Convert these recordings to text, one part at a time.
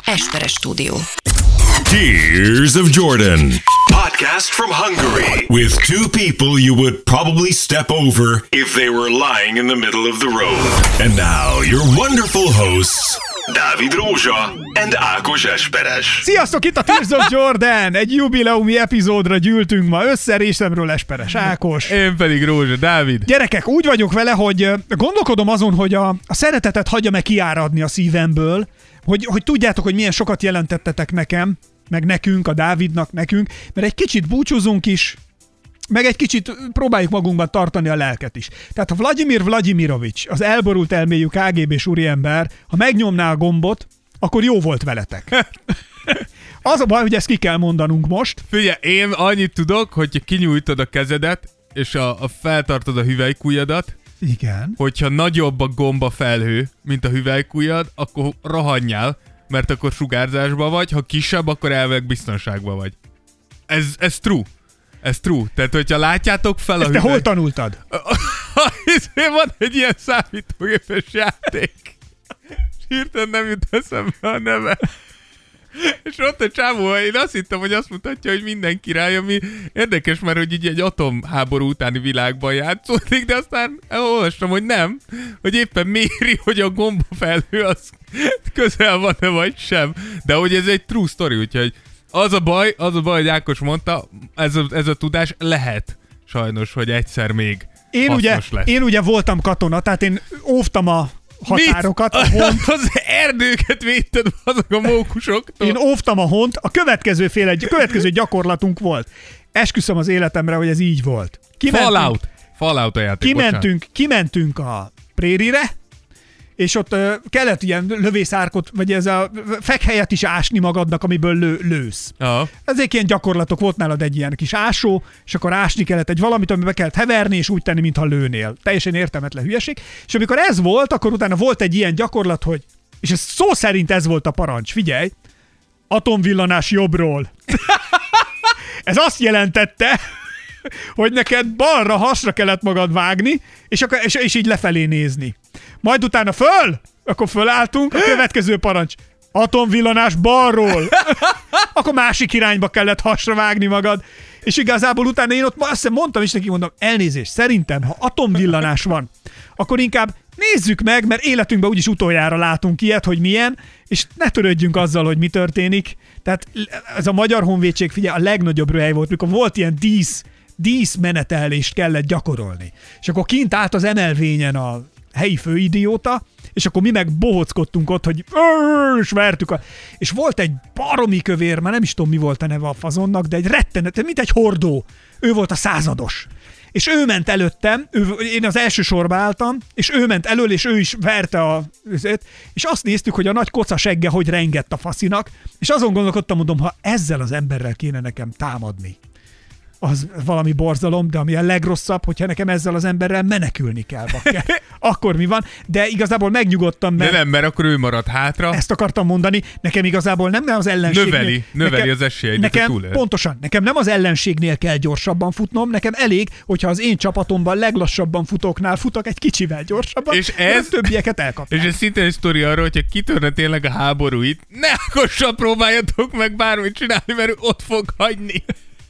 Esperes stúdió. Tears of Jordan. Podcast from Hungary. With two people you would probably step over if they were lying in the middle of the road. And now your wonderful hosts, Dávid Rózsa and Ákos Esperes. Sziasztok, itt a Tears of Jordan! Egy jubileumi epizódra gyűltünk ma össze, részemről Esperes Ákos. Én pedig Rózsa Dávid. Gyerekek, úgy vagyok vele, hogy gondolkodom azon, hogy a szeretetet hagyjam-e kiáradni a szívemből, hogy tudjátok, hogy milyen sokat jelentettetek nekem, meg nekünk, a Dávidnak, nekünk, mert egy kicsit búcsúzunk is, meg egy kicsit próbáljuk magunkban tartani a lelket is. Tehát ha Vladimir Vladimirovics, az elborult elméjű KGB-s úriember, ha megnyomná a gombot, akkor jó volt veletek. Az a baj, hogy ezt ki kell mondanunk most. Figyelj, én annyit tudok, hogy kinyújtod a kezedet, és a feltartod a hüvelykujjadat, igen. Hogyha nagyobb a gomba felhő, mint a hüvelykujjad, akkor rohanjál, mert akkor sugárzásban vagy, ha kisebb, akkor elvileg biztonságban vagy. Ez true. Ez true. Tehát, hogyha látjátok fel ezt a te hol tanultad? Van egy ilyen számítógépes játék. Hirtelen nem jut eszembe a neve. És ott a csávó, én azt hittem, hogy azt mutatja, hogy minden király, ami érdekes, mert hogy így egy atomháború utáni világban játszódik, de aztán olvastam, hogy nem, hogy éppen méri, hogy a gombafelhő az közel van-e vagy sem. De hogy ez egy true story, úgyhogy az a baj, hogy Ákos mondta, ez a tudás lehet sajnos, hogy egyszer még hasznos lesz. Én ugye voltam katona, tehát én óvtam a határokat, a hont. Az erdőket védted azok a mókusoktól. Én óvtam a hont, a következő gyakorlatunk volt. Esküszöm az életemre, hogy ez így volt. Fallout a játék, kimentünk a prérire, és ott kellett ilyen lövészárkot, vagy ez a fekhelyet is ásni magadnak, amiből lősz. Aha. Ezek ilyen gyakorlatok, volt nálad egy ilyen kis ásó, és akkor ásni kellett egy valamit, amiben kellett heverni, és úgy tenni, mintha lőnél. Teljesen értelmetlen hülyeség. És amikor ez volt, akkor utána volt egy ilyen gyakorlat, hogy, és ez szó szerint ez volt a parancs, figyelj, atomvillanás jobbról. Ez azt jelentette, hogy neked balra, hasra kellett magad vágni, és így lefelé nézni. Majd utána akkor fölálltunk, a következő parancs, atomvillanás balról. Akkor másik irányba kellett hasra vágni magad. És igazából utána én ott azt hiszem mondtam is neki, mondom, elnézést, szerintem, ha atomvillanás van, akkor inkább nézzük meg, mert életünkben úgyis utoljára látunk ilyet, hogy milyen, és ne törődjünk azzal, hogy mi történik. Tehát ez a Magyar Honvédség, figyelj, a legnagyobb röhely volt, mikor volt ilyen díszmenetelést kellett gyakorolni. És akkor kint állt az emelvényen a helyi főidióta, és akkor mi meg bohockodtunk ott, hogy és vertük és volt egy baromi kövér, már nem is tudom, mi volt a neve a fazonnak, de egy rettenet, mint egy hordó. Ő volt a százados. És ő ment előttem, én az első sorba álltam, és ő ment elől, és ő is verte és azt néztük, hogy a nagy koca segge hogy rengett a faszinak, és azon gondolkodtam, mondom, ha ezzel az emberrel kéne nekem támadni, az valami borzalom, de ami a legrosszabb, hogyha nekem ezzel az emberrel menekülni kell, bakker. Akkor mi van? De igazából megnyugodtam, mert... De nem, mert akkor ő marad hátra. Ezt akartam mondani, nekem igazából nem az ellenségnél... Növeli az esélyeit, hogy túlél. Pontosan, nekem nem az ellenségnél kell gyorsabban futnom, nekem elég, hogyha az én csapatomban leglassabban futóknál futok egy kicsivel gyorsabban, és ez többieket elkapják. És ez szintén egy sztori arra, hogyha kitörne tényleg a háború itt, ne akkor sem próbáljatok meg bármit csinálni, mert ő ott fog hagyni.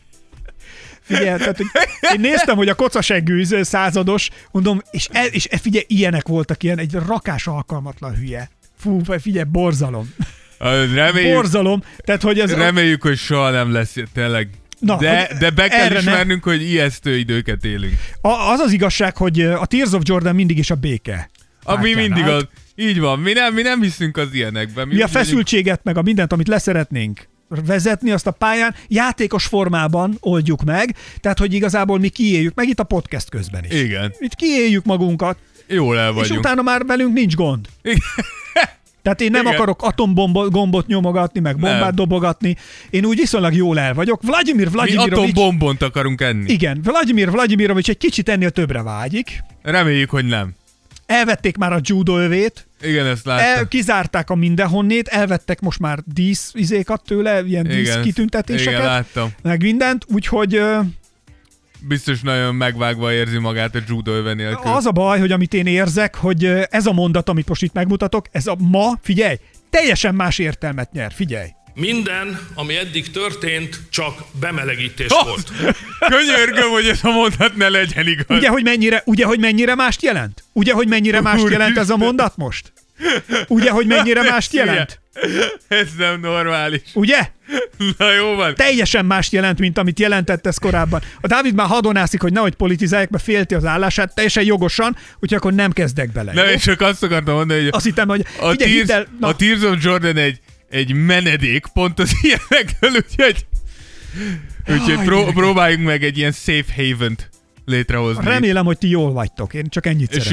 Figyelj, tehát, hogy én néztem, hogy a kocaseggű százados, mondom, és figyelj, ilyenek voltak, egy rakás alkalmatlan hülye. Fú, figyelj, borzalom. Borzalom. Tehát, hogy ez reméljük, hogy soha nem lesz tényleg. De be kell ismernünk, hogy ijesztő időket élünk. Az az igazság, hogy a Tears of Jordan mindig is a béke. Mi mindig az. Így van, mi nem hiszünk az ilyenekben. Mi a feszültséget, meg a mindent, amit leszeretnénk vezetni, azt a pályán játékos formában oldjuk meg, tehát, hogy igazából mi kiéljük, meg itt a podcast közben is. Igen. Itt kiéljük magunkat. Jól el vagyunk. És utána már velünk nincs gond. Igen. Tehát én nem akarok atomgombot nyomogatni, meg bombát dobogatni. Én úgy viszonylag jól el vagyok. Vladimir Vladimirovics... Mi atombombont akarunk enni. Igen. Vladimir Vladimirovics egy kicsit ennél többre vágyik. Reméljük, hogy nem. Elvették már a judo övét. Igen, ezt láttam. Kizárták a mindenhonnét, elvettek most már díszizékat tőle, ilyen díszkitüntetéseket. Igen, láttam. Meg mindent, úgyhogy... Biztos nagyon megvágva érzi magát a judo öve nélkül. Az a baj, hogy amit én érzek, hogy ez a mondat, amit most itt megmutatok, ez a ma, figyelj, Teljesen más értelmet nyer, figyelj. Minden, ami eddig történt, csak bemelegítés volt. Könyörgöm, hogy ez a mondat ne legyen igaz. Ugye, hogy mennyire mást jelent? Ugye, hogy mennyire mást jelent ez a mondat most? Ugye, hogy mennyire mást jelent? Ez nem normális. Ugye? Na jó van. Teljesen mást jelent, mint amit jelentett ez korábban. A Dávid már hadonászik, hogy nehogy politizálják, mert félti az állását, teljesen jogosan, úgyhogy akkor nem kezdek bele. Nem, én csak azt akartam mondani, hogy azt hittem, hogy a Tears of Jordan egy menedék pont az ilyenekről, úgyhogy próbáljunk meg egy ilyen safe haven-t létrehozni. Remélem, hogy ti jól vagytok. Én csak ennyit szeretném.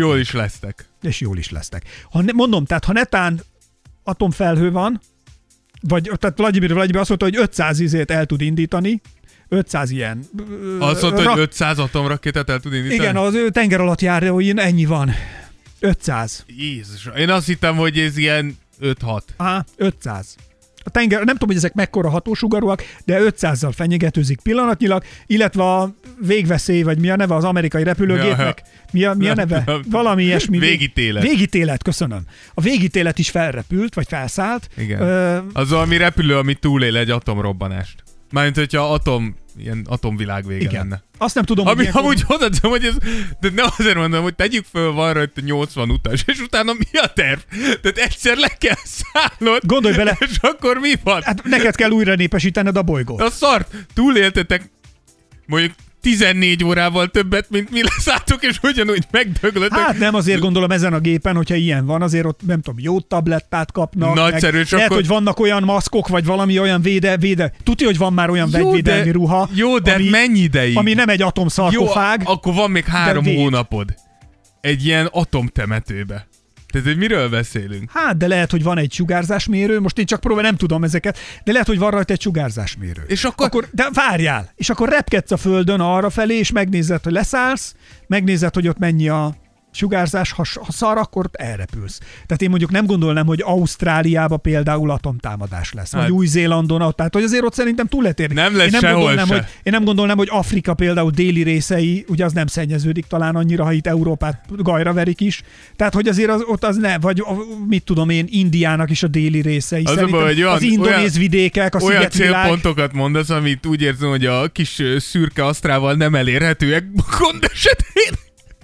És jól is lesztek. Mondom, tehát ha netán atomfelhő van, tehát Vladimir azt mondta, hogy 500 izét el tud indítani, 500 ilyen... Azt mondta, hogy 500 atomrakétát el tud indítani? Igen, az ő tenger alatt járóin ennyi van. 500. Jézus, én azt hittem, hogy ez ilyen 5-6. Aha, 500. A tenger, nem tudom, hogy ezek mekkora hatósugarúak, de 500-zal fenyegetőzik pillanatnyilag, illetve a végveszély, vagy mi a neve az amerikai repülőgépnek? Mi a neve? Valami ilyesmi. Végítélet, köszönöm. A végítélet is felrepült, vagy felszállt. Igen. Az valami repülő, ami túlél egy atomrobbanást. Mármint, hogyha ilyen atomvilág vége lenne. Azt nem tudom, hogy amúgy hozzátszom, hogy ez... De nem azért mondom, hogy tegyük föl, van rajta 80 utas, és utána mi a terv? Tehát egyszer le kell szállnod. Gondolj bele. És akkor mi van? Hát neked kell újra népesítened a bolygót. A szart. Túléltetek mondjuk 14 órával többet, mint mi leszálltok, és ugyanúgy megdöglötök. Hát nem, azért gondolom ezen a gépen, hogyha ilyen van, azért ott nem tudom, jó tablettát kapnak. Nagyszerű, meg lehet, hogy vannak olyan maszkok, vagy valami olyan véde. Tudja, hogy van már olyan védelmi ruha. Jó, de ami, mennyi ideig? Ami nem egy atomszarkofág. Jó, akkor van még 3 hónapod. Egy ilyen atomtemetőbe. Tehát, hogy miről beszélünk? Hát, de lehet, hogy van egy sugárzásmérő, most én csak nem tudom ezeket, de lehet, hogy van rajta egy sugárzásmérő. És akkor de várjál, és akkor repkedsz a földön arra felé, és megnézed, hogy leszállsz, megnézed, hogy ott mennyi a sugárzás, ha szar, akkor elrepülsz. Tehát én mondjuk nem gondolnám, hogy Ausztráliába például atomtámadás lesz, vagy Új-Zélandon, tehát hogy azért ott szerintem túl lehet érni. Nem lesz sehol se. Én nem gondolnám, hogy Afrika például déli részei, ugye az nem szennyeződik talán annyira, ha itt Európát gajra verik is. Tehát, hogy azért ott az ne, vagy mit tudom én, Indiának is a déli részei. Az szerintem az indonéz vidékek, a szigetvilág. Olyan célpontokat mondasz, amit úgy érzem, hogy a kis szürke asztrával nem elérhetőek gond esetén.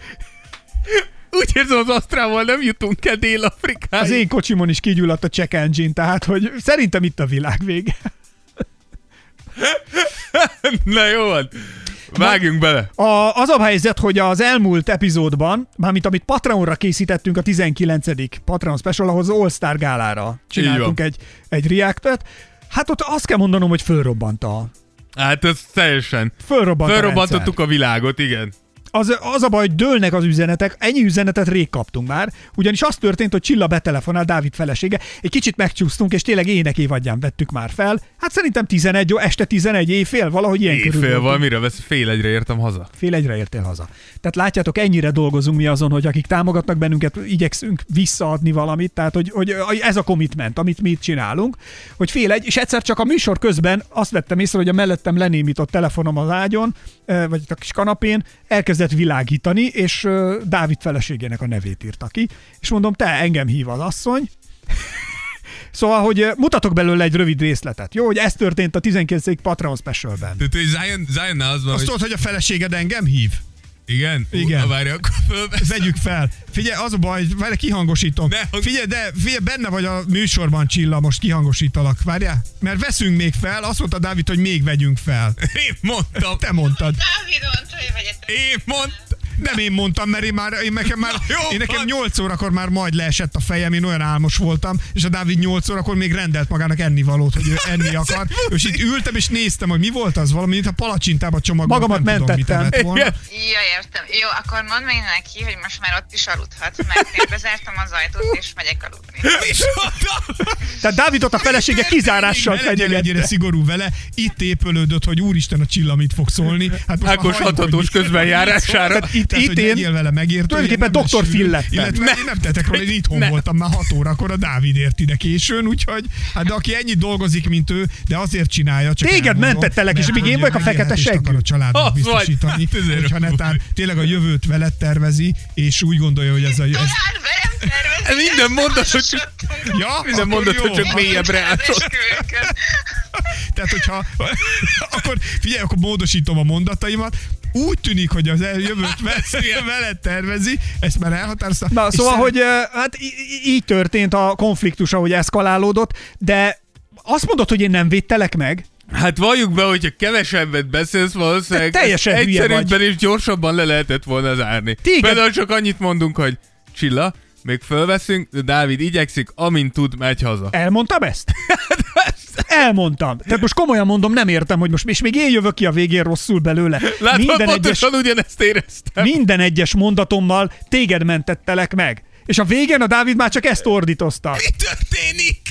Úgy érzem, az asztrával nem jutunk el Dél-Afrikáig. Az én kocsimon is kigyulladt a check engine, tehát hogy szerintem itt a világ vége. Na jó van, vágjunk bele. Az a helyzet, hogy az elmúlt epizódban, mármint amit Patreonra készítettünk, a 19. Patreon special, ahhoz az All-Star gálára csináltunk egy reactet. Hát ott azt kell mondanom, hogy fölrobbant Hát ez teljesen. Fölrobbantottuk a világot, igen. Az a baj, hogy dőlnek az üzenetek, ennyi üzenetet rég kaptunk már, ugyanis az történt, hogy Csilla betelefonál, Dávid felesége, egy kicsit megcsúsztunk, és tényleg énekévadján vettük már fel. Hát szerintem 11, este 11 éjfél, valahogy ilyen körül. Éjfél van, mire vesz? 12:30 értem haza. 12:30 értél haza. Tehát látjátok, ennyire dolgozunk mi azon, hogy akik támogatnak bennünket, igyekszünk visszaadni valamit, tehát hogy ez a commitment, amit mi itt csinálunk, hogy 12:30, és egyszer csak a műsor közben azt vettem észre, hogy a mellettem lenémított telefonom az ágyon, vagy a kis kanapén, elkezdett világítani, és Dávid feleségének a nevét írta ki, és mondom, te, engem hív az asszony. Szóval, hogy mutatok belőle egy rövid részletet, jó? Hogy ez történt a 19. Patreon specialben. Tehát, hogy Zion-nál az van, azt tudod, hogy a feleséged engem hív? Igen? Várj, akkor vegyük fel. Figyelj, az a baj, várj, kihangosítom. Figyelj, benne vagy a műsorban, Csilla, most kihangosítalak, várjál? Mert veszünk még fel, azt mondta Dávid, hogy még vegyünk fel. Én mondtam. Te mondtad. Dávid mondta, hogy vegyetek. Én mondtam. Nem én mondtam, mert én nekem 8 órakor már majd leesett a fejem, én olyan álmos voltam, és a Dávid 8 órakor még rendelt magának ennivalót, hogy ő enni akar. És itt ültem, és néztem, hogy mi volt az, valami, mint a palacsintába csomagolt. Magamat mentettem. Ja, értem. Jó, akkor mondd meg neki, hogy most már ott is aludhat, mert én bezártam az ajtót, és megyek aludni. Tehát Dávidot a felesége kizárással fenyegette. Egyre szigorú vele, itt épölődött, hogy úristen, a Csilla mit fog szólni. Hát Ákos hathatós közben járására. Itt én vele megértő. Tulajdonképpen Dr. Phil lettem. Illetve én nem tettek róla, én itthon voltam már 6 órakor, a Dávid ért ide későn, úgyhogy hát de aki ennyit dolgozik, mint ő, de azért csinálja. Csak téged mentettelek, és még én vagyok a fekete seggű. Akar a családnak biztosítani, hogyha netán tényleg a jövőt veled tervezi, és úgy gondolja, hogy ez a... Minden mondatot csak, minden mondatot csak mélyebbre ásott. Tehát, hogyha... akkor figyelj, akkor módosítom a mondataimat. Úgy tűnik, hogy az jövőt veled tervezi, ezt már elhatározta. Na, szóval, hogy hát így történt a konfliktus, ahogy eszkalálódott, de azt mondod, hogy én nem védtelek meg? Hát valljuk be, hogyha kevesebbet beszélsz, valószínűleg egyszerűbben és gyorsabban le lehetett volna zárni. Például csak annyit mondunk, hogy Csilla, még fölveszünk, de Dávid igyekszik, amint tud, megy haza. Elmondtam ezt? Elmondtam. Tehát most komolyan mondom, nem értem, hogy most, és még én jövök ki a végén rosszul belőle. Látod, pontosan ugyanezt éreztem. Minden egyes mondatommal téged mentettelek meg. És a végén a Dávid már csak ezt ordítozta. Mi történik?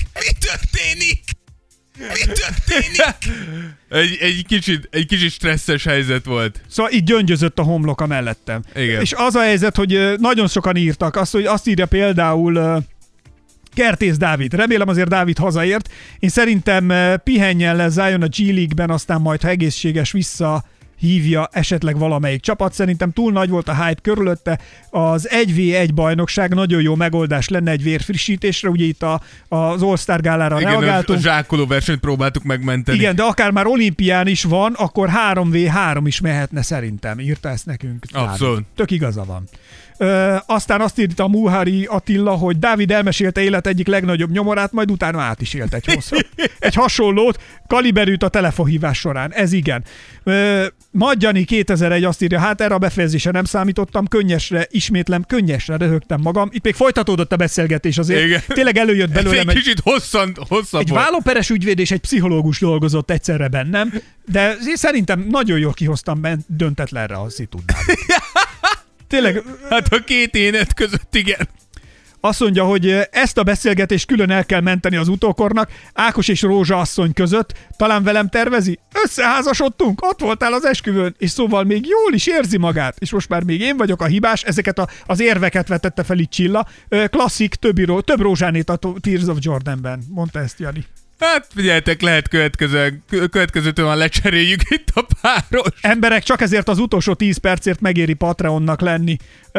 Egy kicsit stresszes helyzet volt. Szóval így gyöngyözött a homloka mellettem. Igen. És az a helyzet, hogy nagyon sokan írtak hogy azt írja például Kertész Dávid. Remélem azért Dávid hazaért. Én szerintem pihenjen le, zárjon a G-League-ben, aztán majd, ha egészséges, visszahívja esetleg valamelyik csapat. Szerintem túl nagy volt a hype körülötte. Az 1v1 bajnokság nagyon jó megoldás lenne egy vérfrissítésre. Ugye itt az All-Star gálára reagáltunk. A zsákoló versenyt próbáltuk megmenteni. Igen, de akár már olimpián is van, akkor 3v3 is mehetne szerintem. Írta ezt nekünk. Abszolút. Tök igaza van. Aztán azt írta a Muhari Attila, hogy Dávid elmesélte élet egyik legnagyobb nyomorát, majd utána át is élt egy hasonlót, kaliberűt a telefonhívás során. Ez igen. Magyani 2001 azt írja, hát erre a befejezésre nem számítottam, könnyesre röhögtem magam. Itt még folytatódott a beszélgetés azért. Igen. Tényleg előjött belőlem egy kicsit hosszabb egy vállóperes ügyvéd és egy pszichológus dolgozott egyszerre bennem, de szerintem nagyon jól kihoztam döntetlenre a szitut, Dávid. Tényleg. Hát a két énet között igen. Azt mondja, hogy ezt a beszélgetést külön el kell menteni az utókornak, Ákos és Rózsa asszony között, talán velem tervezi? Összeházasodtunk, ott voltál az esküvőn, és szóval még jól is érzi magát, és most már még én vagyok a hibás, ezeket az érveket vetette fel itt Csilla. Klasszik, több rózsánét a Tears of Jordanben, mondta ezt Jani. Hát figyeljetek, lehet következőtől már lecseréljük itt a páros. Emberek, csak ezért az utolsó 10 percért megéri Patreonnak lenni.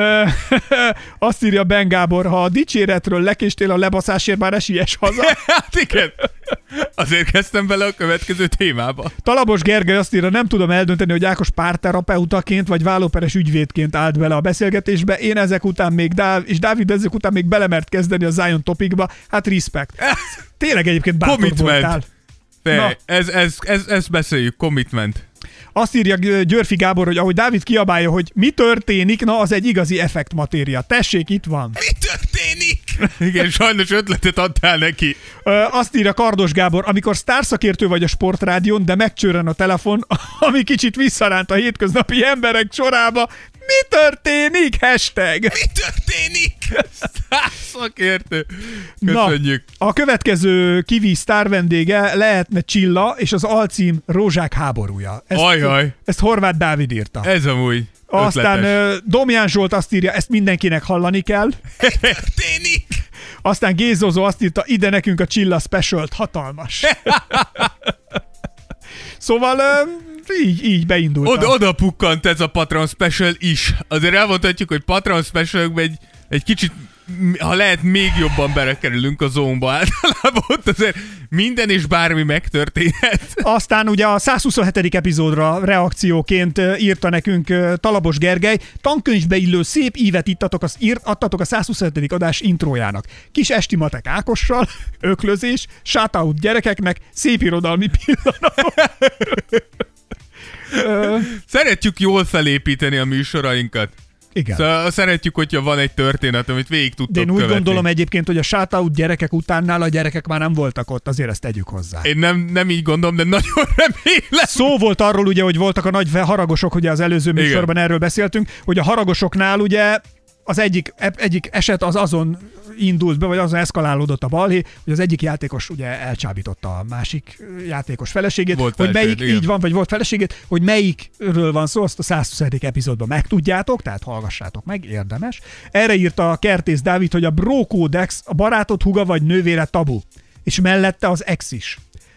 Azt írja Ben Gábor, ha a dicséretről lekéstél a lebaszásért, már esélyes haza. Hát igen. Azért kezdtem bele a következő témába. Talabos Gergely azt írja, nem tudom eldönteni, hogy Ákos párterapeutaként vagy vállóperes ügyvédként állt bele a beszélgetésbe. Én ezek után még és Dávid ezek után még belemert kezdeni a Zion topicba. Hát respect. Tényleg egyébként bátor voltál. Ezt beszéljük, commitment. Azt írja Györfi Gábor, hogy ahogy Dávid kiabálja, hogy mi történik, na az egy igazi effektmatéria. Tessék, itt van. Mi történik? Igen, sajnos ötletet adtál neki. Azt írja Kardos Gábor, amikor sztárszakértő vagy a sportrádión, de megcsörren a telefon, ami kicsit visszaránt a hétköznapi emberek sorába. Mi történik? Hashtag. Mi történik? Szakértő. Köszönjük. Na, a következő Kiwi sztár vendége lehetne Csilla, és az alcím Rózsák háborúja. Ezt Horváth Dávid írta. Ez amúgy aztán Domján Zsolt azt írja, ezt mindenkinek hallani kell. Mi történik? Aztán Gézozó azt írta, ide nekünk a Csilla Specialt, hatalmas. Szóval így beindult. Oda pukkant ez a Patreon Special is. Azért elmondhatjuk, hogy Patreon Specialokban egy kicsit, ha lehet, még jobban belekerülünk a zónba. Általában ott azért minden és bármi megtörténhet. Aztán ugye a 127. epizódra reakcióként írta nekünk Talabos Gergely, tankönyvbe illő szép ívet adtatok a 127. adás intrójának. Kis esti matek Ákossal, öklözés, shoutout gyerekeknek, szép irodalmi pillanatok. Szeretjük jól felépíteni a műsorainkat. Igen. Szóval szeretjük, hogyha van egy történet, amit végig tudtok követni. De én úgy gondolom egyébként, hogy a shoutout gyerekek utánnál a gyerekek már nem voltak ott, azért ezt tegyük hozzá. Én nem így gondolom, de nagyon remélem. Szó volt arról ugye, hogy voltak a nagy haragosok, ugye az előző műsorban erről beszéltünk, hogy a haragosoknál ugye az egyik eset az azon indult be, vagy azon eszkalálódott a balhé, hogy az egyik játékos ugye elcsábította a másik játékos feleségét, volt hogy feleség, melyik, így van, vagy volt feleségét, hogy melyikről van szó, azt a 120. epizódban megtudjátok, tehát hallgassátok meg, érdemes. Erre írta a Kertész Dávid, hogy a bro kódex, a barátod húga vagy nővére tabu, és mellette az ex is.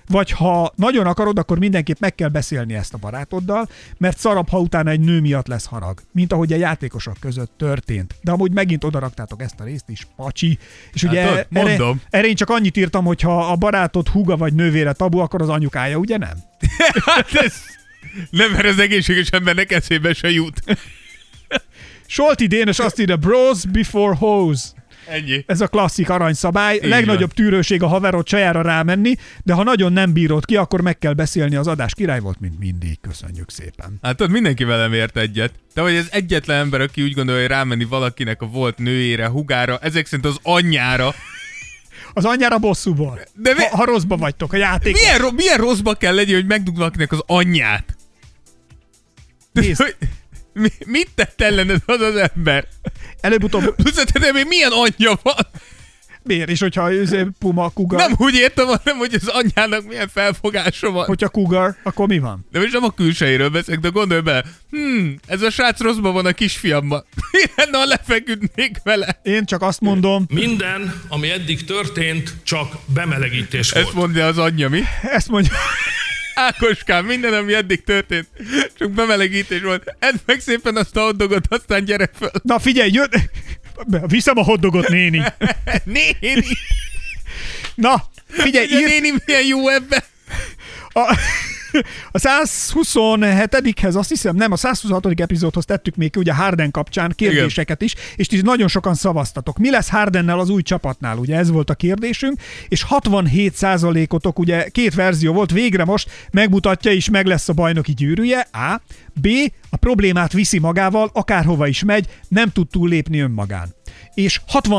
vagy ha nagyon akarod, akkor mindenképp meg kell beszélni ezt a barátoddal, mert szarabb, ha utána egy nő miatt lesz harag, mint ahogy a játékosok között történt. De amúgy megint odaraktátok ezt a részt is, pacsi. És ugye erre én csak annyit írtam, hogy ha a barátod húga vagy nővére tabu, akkor az anyukája, ugye nem? Hát ez nem, mert az egészséges embernek eszébe se jut. Solti Dénes azt írja, bros before hoes. Ennyi. Ez a klasszik aranyszabály. Így Legnagyobb van. tűrőség a haverod csajára rámenni, de ha nagyon nem bírod ki, akkor meg kell beszélni. Az adás király volt, mint mindig. Köszönjük szépen. Hát ott mindenki velem ért egyet. De hogy ez egyetlen ember, aki úgy gondolja, hogy rámenni valakinek a volt nőjére, hugára, ezek szerint az anyjára. Az anyjára bosszúból. De ha rosszba vagytok a játékon. Milyen rosszba kell legyen, hogy megdugd valakinek az anyját? Nézd. Mit tett ellened az ember? Előbb-utóbb... Plusz, de még milyen anyja van? Miért? És hogyha puma, cougar... Nem úgy értem, hanem, hogy az anyjának milyen felfogása van. Hogyha cougar, akkor mi van? De most nem a külsejéről beszélek, de gondolj bele. Ez a srác rosszban van a kisfiammal. Mi lenne, ha lefeküdnék vele? Én csak azt mondom... Minden, ami eddig történt, csak bemelegítés volt. Ezt mondja az anyja, mi? Ezt mondja... Ákoskám, minden, ami eddig történt, csak bemelegítés volt. Edd meg szépen azt a hotdogot, aztán gyere föl. Na figyelj, viszem a hotdogot, néni. Néni! Na, figyelj, A néni milyen jó ebben. A 127-hez, azt hiszem, nem, a 126. epizódhoz tettük még ki ugye Harden kapcsán kérdéseket is, és ti nagyon sokan szavaztatok. Mi lesz Hardennel az új csapatnál? Ugye ez volt a kérdésünk, és 67%-otok, ugye két verzió volt, végre most megmutatja és meg lesz a bajnoki gyűrűje, A. B. A problémát viszi magával, akárhova is megy, nem tud túllépni önmagán. És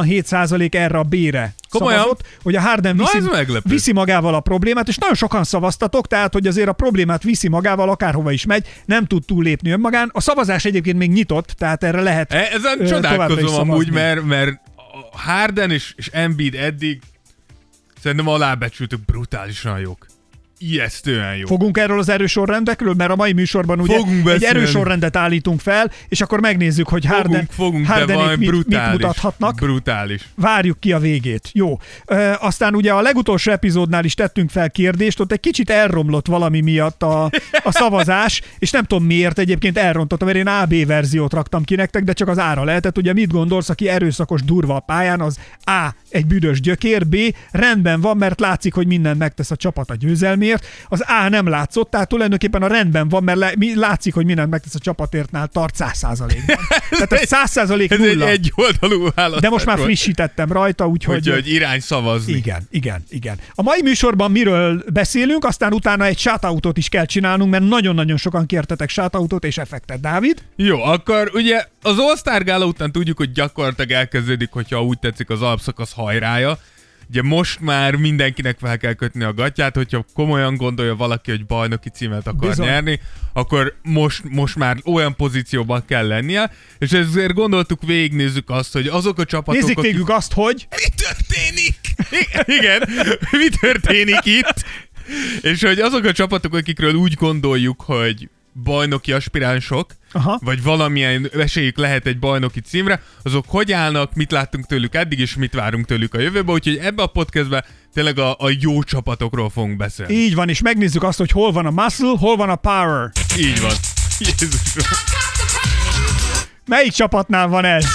67% erre a B-re szavazott, hogy a Harden viszi magával a problémát, és nagyon sokan szavaztatok, tehát, hogy azért a problémát viszi magával, akárhova is megy, nem tud túllépni önmagán. A szavazás egyébként még nyitott, tehát erre lehet ezen csodálkozom amúgy, mert a Harden és Embiid eddig szerintem alábecsültük, brutálisan jók. Ijesztően jó. Fogunk erről az erősorrendekről, mert a mai műsorban ugye egy erősorrendet állítunk fel, és akkor megnézzük, hogy Hardenék mit mutathatnak. Brutális. Várjuk ki a végét. Jó. Aztán ugye a legutolsó epizódnál is tettünk fel kérdést, ott egy kicsit elromlott valami miatt a szavazás, és nem tudom miért egyébként elrontottam, mert én AB verziót raktam ki nektek, de csak az A-ra lehetett. Ugye mit gondolsz, aki erőszakos, durva a pályán, az A egy büdös gyökér, B rendben van, mert látszik, hogy mindent megtesz a csapat a győzelmért. Az A nem látszott, tehát tulajdonképpen a rendben van, mert látszik, hogy mindent megtesz a csapatértnál tart 100%-ban. Tehát a 100% nulla. Ez egy oldalú választás. De most már frissítettem rajta, úgyhogy irány szavazni. Igen. A mai műsorban miről beszélünk, aztán utána egy shoutoutot is kell csinálnunk, mert nagyon-nagyon sokan kértetek shoutoutot és effektet. Dávid? Jó, akkor ugye az All-Star Gála után tudjuk, hogy gyakorlatilag elkezdődik, hogyha úgy tetszik az alapszakasz hajrája. Ugye most már mindenkinek fel kell kötni a gatyát, hogyha komolyan gondolja valaki, hogy bajnoki címet akar nyerni, akkor most már olyan pozícióban kell lennie, és ezért gondoltuk, végignézzük azt, hogy azok a csapatok... Nézzük végig azt, hogy... Mi történik? Igen, mi történik itt? És hogy azok a csapatok, akikről úgy gondoljuk, hogy bajnoki aspiránsok, vagy valamilyen esélyük lehet egy bajnoki címre, azok hogy állnak, mit láttunk tőlük eddig, és mit várunk tőlük a jövőbe, úgyhogy ebbe a podcastben tényleg a jó csapatokról fogunk beszélni. Így van, és megnézzük azt, hogy hol van a muscle, hol van a power. Így van. Jézusom. Melyik csapatnál van ez?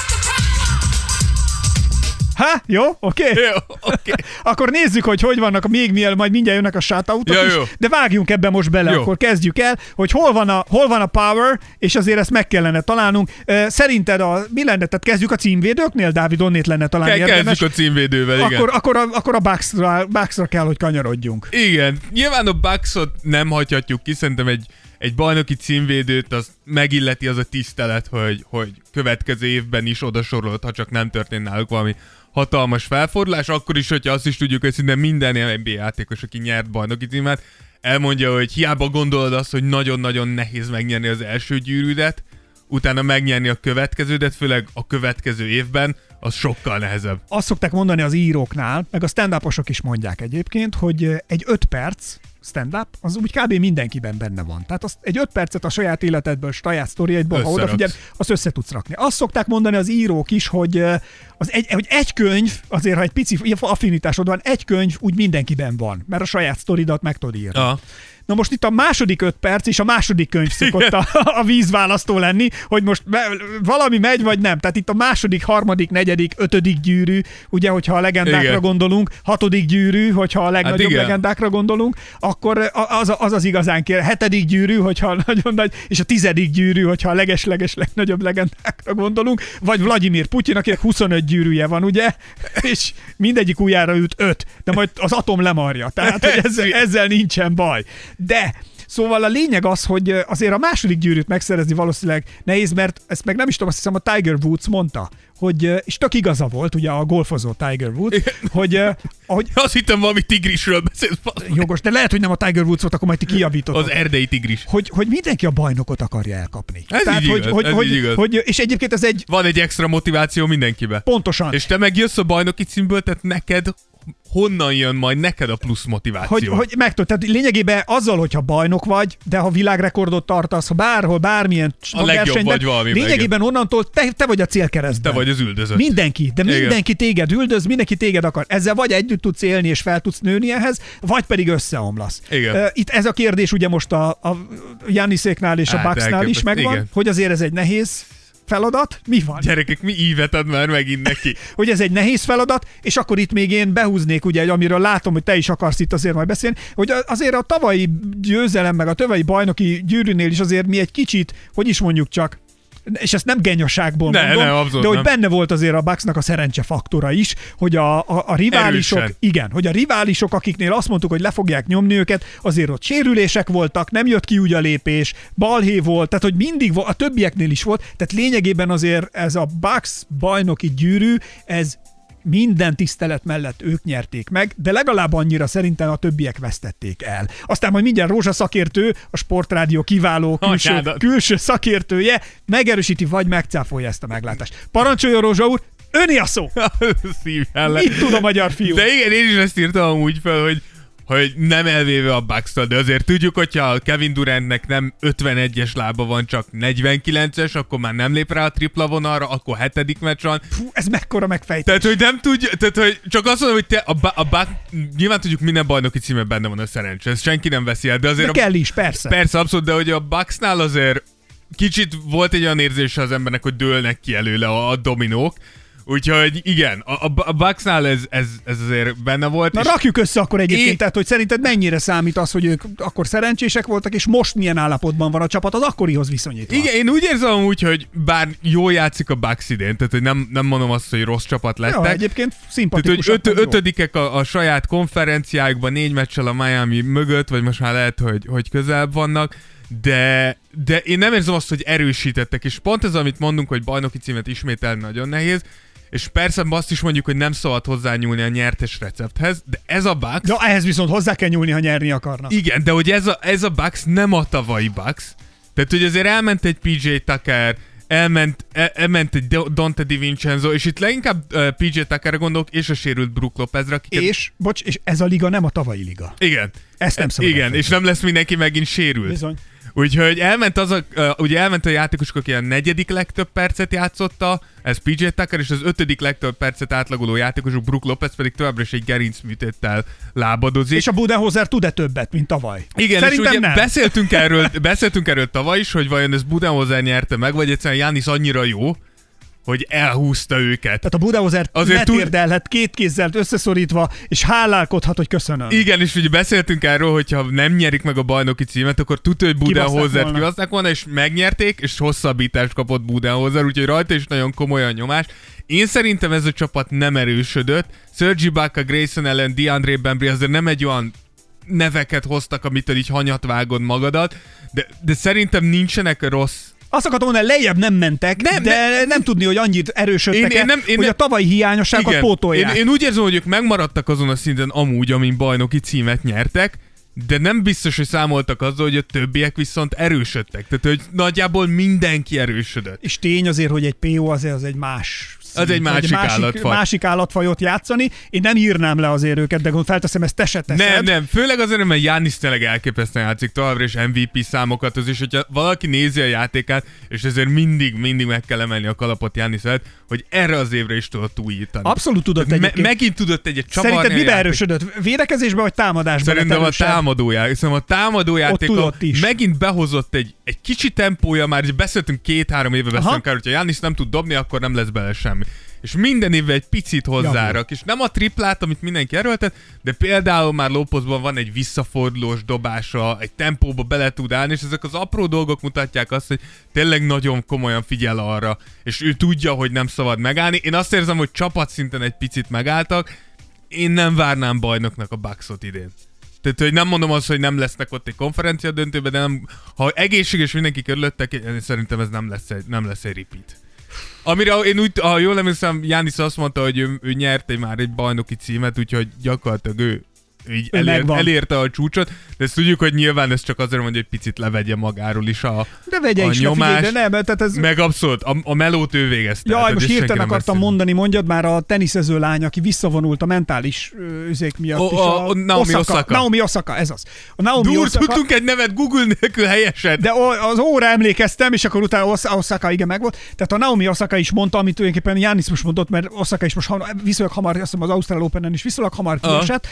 Jó? Oké? Akkor nézzük, hogy vannak még mielőtt, majd mindjárt jönnek a shoutoutok is, de vágjunk ebbe most bele, akkor kezdjük el, hogy hol van a power, és azért ezt meg kellene találnunk. Szerinted mi lenne, tehát kezdjük a címvédőknél, Dávid, onnét lenne talán érdemes. Kezdjük a címvédővel, igen. Akkor a Bucksra kell, hogy kanyarodjunk. Igen, nyilván a Bucksot nem hagyhatjuk ki, szerintem egy bajnoki címvédőt az megilleti az a tisztelet, hogy következő évben is odasorolod, ha csak nem történt náluk valami hatalmas felfordulás, akkor is, hogyha azt is tudjuk, hogy szinte minden NBA játékos, aki nyert bajnoki címet, elmondja, hogy hiába gondolod azt, hogy nagyon-nagyon nehéz megnyerni az első gyűrűdet, utána megnyerni a következődet, főleg a következő évben, az sokkal nehezebb. Azt szokták mondani az íróknál, meg a stand-uposok is mondják egyébként, hogy egy 5 perc stand-up, az úgy kb. Mindenkiben benne van. Tehát egy 5 percet a saját életedből, saját sztoriaidból, ha odafigyel, azt össze tudsz rakni. Azt szokták mondani az írók is, hogy hogy egy könyv, azért ha egy pici affinitásod van, egy könyv úgy mindenkiben van, mert a saját sztoridat meg tudod írni. Na most itt a második 5 perc és a második könyv szokott a vízválasztó lenni, hogy most valami megy, vagy nem. Tehát itt a második, harmadik, negyedik, 5. gyűrű, ugye, hogyha a legendákra gondolunk, 6. gyűrű, hogyha a legnagyobb legendákra gondolunk, akkor az igazán kér. 7. gyűrű, hogyha nagyon nagy, és a 10. gyűrű, hogyha a leges legnagyobb legendákra gondolunk, vagy Vladimir Putyin, akinek 25 gyűrűje van, ugye, és mindegyik ujjára üt 5, de majd az atom lemarja. Tehát, hogy ezzel nincsen baj. De szóval a lényeg az, hogy azért a második gyűrűt megszerezni valószínűleg nehéz, mert ezt meg nem is tudom, azt hiszem a Tiger Woods mondta, hogy, és tök igaza volt, ugye a golfozó Tiger Woods, hogy... Azt hittem valami tigrisről beszélsz. Jogos, de lehet, hogy nem a Tiger Woods volt, akkor majd ti kijavítotok. Az erdei tigris. Hogy mindenki a bajnokot akarja elkapni. Ez tehát, így igaz, és egyébként ez egy... Van egy extra motiváció mindenkibe. Pontosan. És te megjössz a bajnoki címből, tehát neked honnan jön majd neked a plusz motiváció? Hogy megtudod, tehát lényegében azzal, hogyha bajnok vagy, de ha világrekordot tartasz, ha bárhol, bármilyen a legjobb vagy valami. Lényegében onnantól te vagy a célkeresztben. Te vagy az üldözött. Mindenki, de mindenki téged üldöz, mindenki téged akar. Ezzel vagy együtt tudsz élni és fel tudsz nőni ehhez, vagy pedig összeomlasz. Itt ez a kérdés ugye most a Gianniséknál és a Bucksnál is megvan, hogy azért ez egy nehéz feladat? Mi van? Gyerekek, mi ívet ad már megint neki? Hogy ez egy nehéz feladat, és akkor itt még én behúznék, ugye, amiről látom, hogy te is akarsz itt azért majd beszélni, hogy azért a tavalyi győzelem, meg a tavalyi bajnoki gyűrűnél is azért mi egy kicsit, hogy is mondjuk csak, és ezt nem genyaságból mondom, de hogy benne volt azért a Bucksnak a szerencse faktora is, hogy a riválisok, hogy a riválisok, akiknél azt mondtuk, hogy le fogják nyomni őket, azért ott sérülések voltak, nem jött ki úgy a lépés, balhé volt, tehát hogy mindig a többieknél is volt, tehát lényegében azért ez a Bucks bajnoki gyűrű, ez minden tisztelet mellett ők nyerték meg, de legalább annyira szerintem a többiek vesztették el. Aztán majd mindjárt Rózsa szakértő, a Sportrádió kiváló külső szakértője megerősíti vagy megcáfolja ezt a meglátást. Parancsoljon, Rózsa úr, öné a szó! Mit tud a magyar fiú? De igen, én is ezt írtam úgy fel, hogy nem elvéve a Bucks-tól, de azért tudjuk, hogyha Kevin Durantnek nem 51-es lába van, csak 49-es, akkor már nem lép rá a tripla vonalra, akkor 7. meccs van. Fú, ez mekkora megfejtés. Tehát, hogy nem tudja, tehát, hogy csak azt mondom, hogy a Bucks, nyilván tudjuk, minden bajnoki címben benne van a szerencse, ezt senki nem veszi el, de azért... De kell is, persze. Persze, abszolút, de hogy a Bucksnál azért kicsit volt egy olyan érzése az embernek, hogy dőlnek ki előle a dominók. Úgyhogy igen, a Bucksnál ez azért benne volt. Na rakjuk össze akkor egyébként, tehát hogy szerinted mennyire számít az, hogy ők akkor szerencsések voltak, és most milyen állapotban van a csapat az akkorihoz viszonyítva? Igen, én úgy érzem úgy, hogy bár jól játszik a Bucks idén, tehát hogy nem mondom azt, hogy rossz csapat lettek. Ja, egyébként szimpatikusak. Tehát, hogy ötödikek a saját konferenciájukban 4 meccsel a Miami mögött, vagy most már lehet, hogy közelebb vannak. De én nem érzem azt, hogy erősítettek, és pont ez, amit mondunk, hogy bajnoki címet ismételni nagyon nehéz, és persze azt is mondjuk, hogy nem szabad hozzányúlni a nyertes recepthez, de ez a Bucks... Ja, ehhez viszont hozzá kell nyúlni, ha nyerni akarnak. Igen, de hogy ez a Bucks nem a tavalyi Bucks. Tehát, hogy azért elment egy PJ Tucker, elment egy Dante DiVincenzo, és itt leginkább PJ Tuckerre gondolok, és a sérült Brook Lopezre, akiket... És ez a liga nem a tavalyi liga. Igen. Ezt nem szabad. Igen, és nem lesz mindenki megint sérült. Bizony. Úgyhogy elment a játékosok, aki a 4. legtöbb percet játszotta, ez PJ Tucker, és az 5. legtöbb percet átlagoló játékosok, Brook Lopez pedig továbbra is egy gerincműtéttel lábadozik. És a Budenholzer tud-e többet, mint tavaly? Igen, szerintem és ugye nem. beszéltünk erről tavaly is, hogy vajon ez Budenholzer nyerte meg, vagy egyszerűen Giannis annyira jó, hogy elhúzta őket. Tehát a Budenholzer letérdelhet 2 kézzel összeszorítva, és hálálkodhat, hogy köszönöm. Igen, és ugye beszéltünk erről, hogyha nem nyerik meg a bajnoki címet, akkor tudja, hogy Budenholzert kivaszták volna, és megnyerték, és hosszabbítást kapott Budenholzer, úgyhogy rajta is nagyon komoly a nyomás. Én szerintem ez a csapat nem erősödött. Serge Ibaka, Grayson Allen, DeAndre Bembry azért nem egy olyan neveket hoztak, amitől így hanyat vágod magadat, de szerintem nincsenek rossz. Azt akartam mondani, lejjebb nem mentek, de nem tudni, hogy annyit erősödtek hogy a tavalyi hiányosságot pótolják. Én úgy érzem, hogy ők megmaradtak azon a szinten amúgy, amin bajnoki címet nyertek, de nem biztos, hogy számoltak azzal, hogy a többiek viszont erősödtek. Tehát, hogy nagyjából mindenki erősödött. És tény azért, hogy egy PO azért az egy más Az egy másik állatfaj. Másik állatfajot játszani. Én nem írnám le azért őket, de felteszem, ezt te se teszed. Nem, főleg azért, mert Giannis tényleg elképesztően játszik továbbra is MVP számokat, és hogyha valaki nézi a játékát, és ezért mindig meg kell emelni a kalapot Giannis előtt, hogy erre az évre is tudott újítani. Abszolút tudott egyébként. Megint tudott egyet csavarni. Szerinted mibe erősödött? Védekezésben vagy támadásban? Szerintem a támadójátéka megint behozott egy kicsi tempója, már beszéltünk 2-3 éve beszélünk, hogyha Giannis nem tud dobni, akkor nem lesz bele semmi. És minden évvel egy picit hozzárak, és nem a triplát, amit mindenki erőltet, de például már Lopezban van egy visszafordulós dobása, egy tempóba bele tud állni, és ezek az apró dolgok mutatják azt, hogy tényleg nagyon komolyan figyel arra, és ő tudja, hogy nem szabad megállni. Én azt érzem, hogy csapatszinten egy picit megálltak, én nem várnám bajnoknak a Bucksot idén. Tehát, hogy nem mondom azt, hogy nem lesznek ott egy konferencia döntőben, de nem, ha egészséges mindenki körülöttek, szerintem ez nem lesz egy repeat. Amire én úgy, ha jól emlékszem, Giannis azt mondta, hogy ő nyert már egy bajnoki címet, úgyhogy gyakorlatilag ő elérte a csúcsot, de ezt tudjuk, hogy nyilván ez csak azért mondja, hogy picit levegye magáról is a de vegye is nyomást, de nem, tehát ez... meg abszolút, a melót ő végezte. Jaj, most hirtelen akartam mondani, mondjad már a teniszező lány, aki visszavonult a mentális üzék miatt is. Naomi Osaka, ez az. Tudtunk egy nevet Google nélkül helyesen. De az óra emlékeztem, és akkor utána Osaka, igen, megvolt. Tehát a Naomi Osaka is mondta, amit tulajdonképpen Giannis most mondott, mert Osaka is most viszonylag hamar, azt hiszem az Ausztrál Openen is viszonylag hamar kiesett,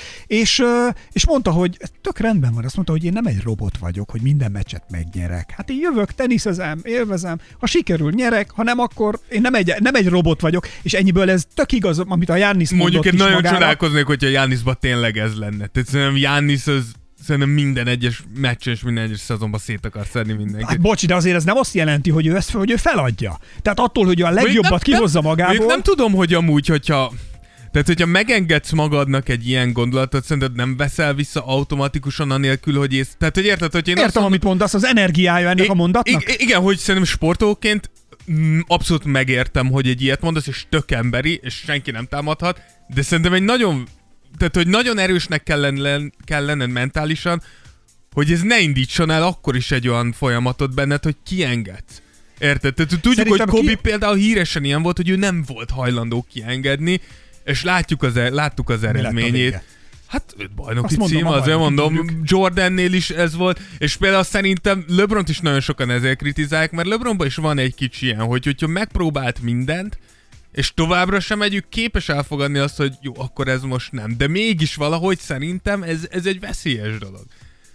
és mondta, hogy tök rendben van, azt mondta, hogy én nem egy robot vagyok, hogy minden meccset megnyerek. Hát én jövök, teniszezem, élvezem, ha sikerül, nyerek, ha nem, akkor én nem egy robot vagyok, és ennyiből ez tök igaz, amit a Giannis mondott mondjuk én nagyon magára. Csodálkoznék, hogyha Giannisban tényleg ez lenne. Tehát szerintem Giannis az szerintem minden egyes meccsen és minden egyes szezonban szét akar szedni mindenkit. Hát bocsi, de azért ez nem azt jelenti, hogy ő feladja. Tehát attól, hogy a legjobbat kihozza magából. Nem tudom, hogy amúgy, hogyha megengedsz magadnak egy ilyen gondolatot, szerinted nem veszel vissza automatikusan anélkül, hogy tehát, hogy érted, hogy én értem, amit mondasz, az energiája ennek a mondatnak? Igen, hogy szerintem sportolóként abszolút megértem, hogy egy ilyet mondasz, és tök emberi, és senki nem támadhat, de szerintem hogy nagyon erősnek kell lenned mentálisan, hogy ez ne indítson el akkor is egy olyan folyamatot benned, hogy kiengedsz. Érted? Tehát tudjuk, szerintem hogy Kobe például híresen ilyen volt, hogy ő nem volt hajlandó kiengedni, és láttuk az eredményét. Hát bajnoki cím, azért mondom, Jordannél is ez volt, és például szerintem LeBront is nagyon sokan ezért kritizálják, mert LeBronban is van egy kicsi ilyen, hogyha megpróbált mindent, és továbbra sem együk képes elfogadni azt, hogy jó, akkor ez most nem. De mégis valahogy szerintem ez egy veszélyes dolog.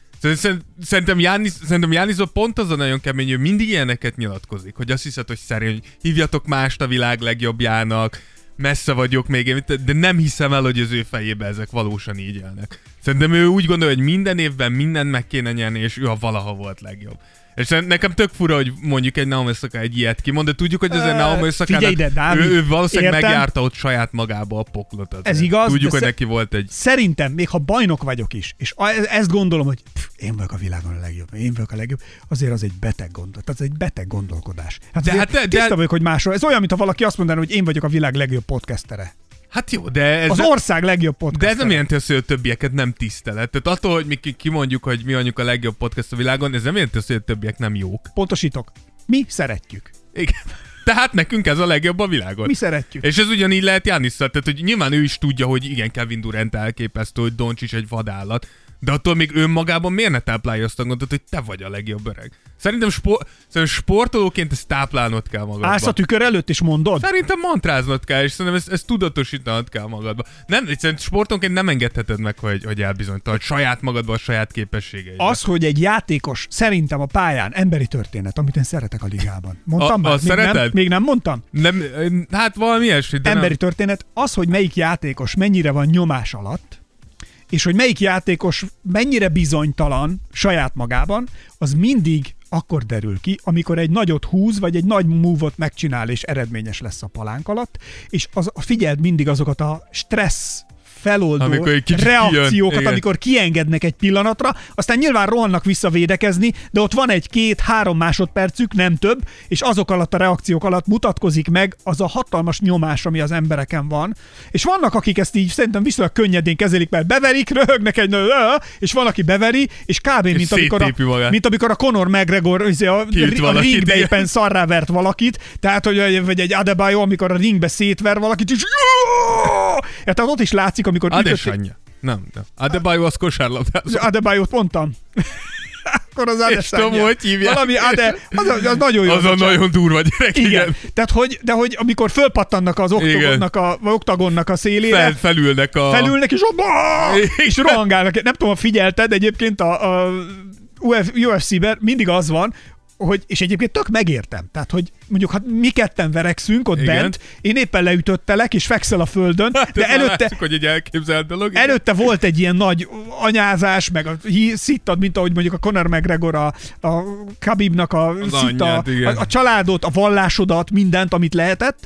Szerintem Giannisban pont az a nagyon kemény, hogy mindig ilyeneket nyilatkozik, hogy azt hiszed, hogy szerint hívjatok mást a világ legjobbjának, messze vagyok még, de nem hiszem el, hogy az ő fejében ezek valósan így élnek. Szerintem ő úgy gondolja, hogy minden évben mindent meg kéne nyerni, és ő a valaha volt legjobb. És nekem tök fura, hogy mondjuk egy Naomi Osaka egy ilyet kimond, de tudjuk, hogy azért Naomi Osakának ő valószínűleg megjárta ott saját magába a poklot. Azért. Ez igaz, tudjuk, hogy neki volt egy... Szerintem, még ha bajnok vagyok is, és ezt gondolom, hogy én vagyok a világon a legjobb, azért az egy beteg gondolat. Tehát ez egy beteg gondolkodás. Tiszta vagyok, hogy másról. Ez olyan, mintha valaki azt mondaná, hogy én vagyok a világ legjobb podcastere. Hát jó, de ez... Az ország legjobb podcast. De ez nem jelenti azt, hogy a többieket nem tisztelet. Tehát attól, hogy mi kimondjuk, hogy mi vagyunk a legjobb podcast a világon, ez nem jelenti azt, hogy a többiek nem jók. Pontosítok. Mi szeretjük. Igen. Tehát nekünk ez a legjobb a világon. Mi szeretjük. És ez ugyanígy lehet Giannissal. Tehát, hogy nyilván ő is tudja, hogy igen, Kevin Durant elképesztő, hogy Doncic egy vadállat. De attól még önmagában miért ne táplálja azt a gondot, hogy te vagy a legjobb öreg? Szerintem sportolóként ezt táplálnod kell magadba. Állsz a tükör előtt és mondod? Szerintem mantráznod kell, és szerintem ezt tudatosítanod kell magadba. Szerintem sportolóként nem engedheted meg, hogy elbizonytalanod saját magadba a saját képességeidbe. Az, hogy egy játékos szerintem a pályán emberi történet, amit én szeretek a ligában. Mondtam már? Még nem mondtam? Nem, hát valami ilyesmi. Emberi történet, az, hogy melyik játékos mennyire van nyomás alatt, és hogy melyik játékos mennyire bizonytalan saját magában, az mindig akkor derül ki, amikor egy nagyot húz, vagy egy nagy move-ot megcsinál, és eredményes lesz a palánk alatt, és figyeld mindig azokat a stressz feloldó Amikor egy kicsit reakciókat, kijön, amikor kiengednek egy pillanatra, aztán nyilván rohannak vissza védekezni, de ott van egy 2-3 másodpercük, nem több, és azok alatt a reakciók alatt mutatkozik meg az a hatalmas nyomás, ami az embereken van. És vannak, akik ezt így szerintem viszonylag könnyedén kezelik, mert beverik, röhögnek egy és van, aki beveri, és kb. Mint amikor a Conor McGregor a ringbe éppen szarrá vert valakit, tehát, vagy egy Adebayo, amikor a ringbe szétver valakit, és tehát ott is látszik, amikor... Adesanya. Nem. Adebayo az kosárlabdázó. Adebayot mondtam. Akkor az Adesanya. hogy hívják? Valami az nagyon jó. Az a nagyon durva gyerek. Igen. Tehát, hogy amikor fölpattannak az oktagonnak a szélére. Felülnek és rohangálnak. Nem tudom, figyelted, egyébként a UFC-ben mindig az van, hogy, és egyébként tök megértem. Tehát, hogy mondjuk, ha mi ketten verekszünk ott bent, én éppen leütöttelek, és fekszel a földön, de előtte... Látszik, hogy egy elképzelt dolog. Előtte volt egy ilyen nagy anyázás, meg szittad, mint ahogy mondjuk a Conor McGregor, a Khabibnak a szitta, a családot, a vallásodat, mindent, amit lehetett,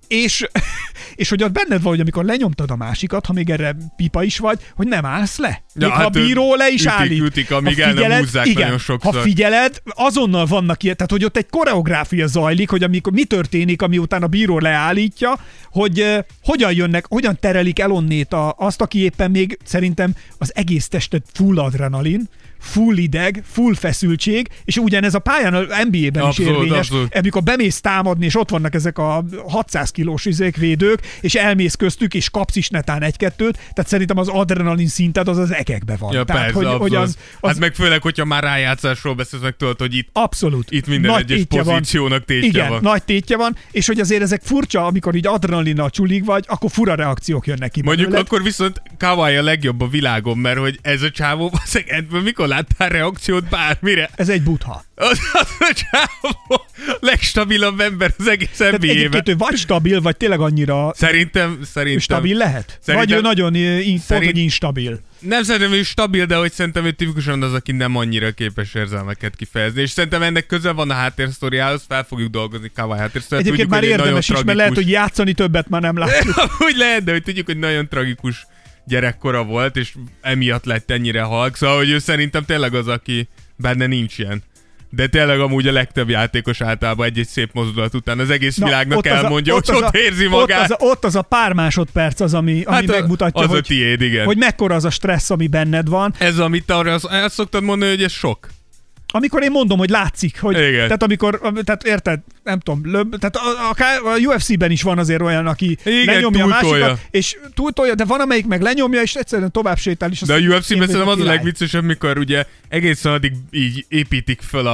és hogy ott benned van, hogy amikor lenyomtad a másikat, ha még erre pipa is vagy, hogy nem állsz le. Még ha a bíró le is állít. Ütik, amíg el nem húzzák nagyon sokszor. Ha figyeled, azonnal vannak ilyen, tehát hogy ott egy koreográfia zajlik, hogy amikor mi történik, ami után a bíró leállítja, hogy hogyan terelik el onnét azt, aki éppen még szerintem az egész tested full adrenalin, full ideg, full feszültség, és ugyanez a pályán a NBA-ben is érvényes. Abszolút. Amikor bemész támadni, és ott vannak ezek a 600 kilós védők, és elmész köztük, és kapsz is netán 1-2-t, tehát szerintem az adrenalin szinted az egekbe van. Ja, tehát, persze, hogy az... Hát meg főleg, hogyha már rájátszásról beszélsz, meg tudod, hogy itt, abszolút. Itt minden nagy egyes pozíciónak tétje igen, van. nagy tétje van, és hogy azért ezek furcsa, amikor így adrenalinnal csulig vagy, akkor fura reakciók jönnek ki. Mondjuk akkor viszont Kawhi a legjobb a világon, mert hogy ez a csávó, mikor láttál reakciót bármire? Ez egy butha. Az a csávó legstabilabb ember az egész NBA-ben. Egyébként ő vagy stabil, vagy tényleg annyira... Szerintem... Ő stabil lehet? Vagy ő nagyon hogy instabil? Nem szerintem ő stabil, de hogy szerintem ő tipikusan az, aki nem annyira képes érzelmeket kifejezni. És szerintem ennek közel van a háttérsztoriához, fel fogjuk dolgozni Kawhi háttérsztoriát. Egyébként tudjuk, már érdemes is, mert lehet, hogy játszani többet már nem látjuk. Úgy lehet, de hogy tudjuk, hogy nagyon tragikus gyerekkora volt, és emiatt lett ennyire halk. Szóval, hogy ő szerintem tényleg az, aki benne nincs ilyen. De tényleg amúgy a legtöbb játékos általában egy-egy szép mozdulat után az egész világnak elmondja, hogy ott érzi magát. Ott az a pár másodperc az, ami megmutatja, az a tiéd, igen. Hogy mekkora az a stressz, ami benned van. Ez, amit arra el szoktad mondani, hogy ez sok. Amikor én mondom, hogy látszik, hogy tehát érted, nem tudom, tehát a UFC-ben is van azért olyan, aki lenyomja a másikat, és túltolja, de van, amelyik meg lenyomja, és egyszerűen tovább sétál is. De a UFC-ben szerintem az a legviccesebb, amikor ugye egészen addig így építik fel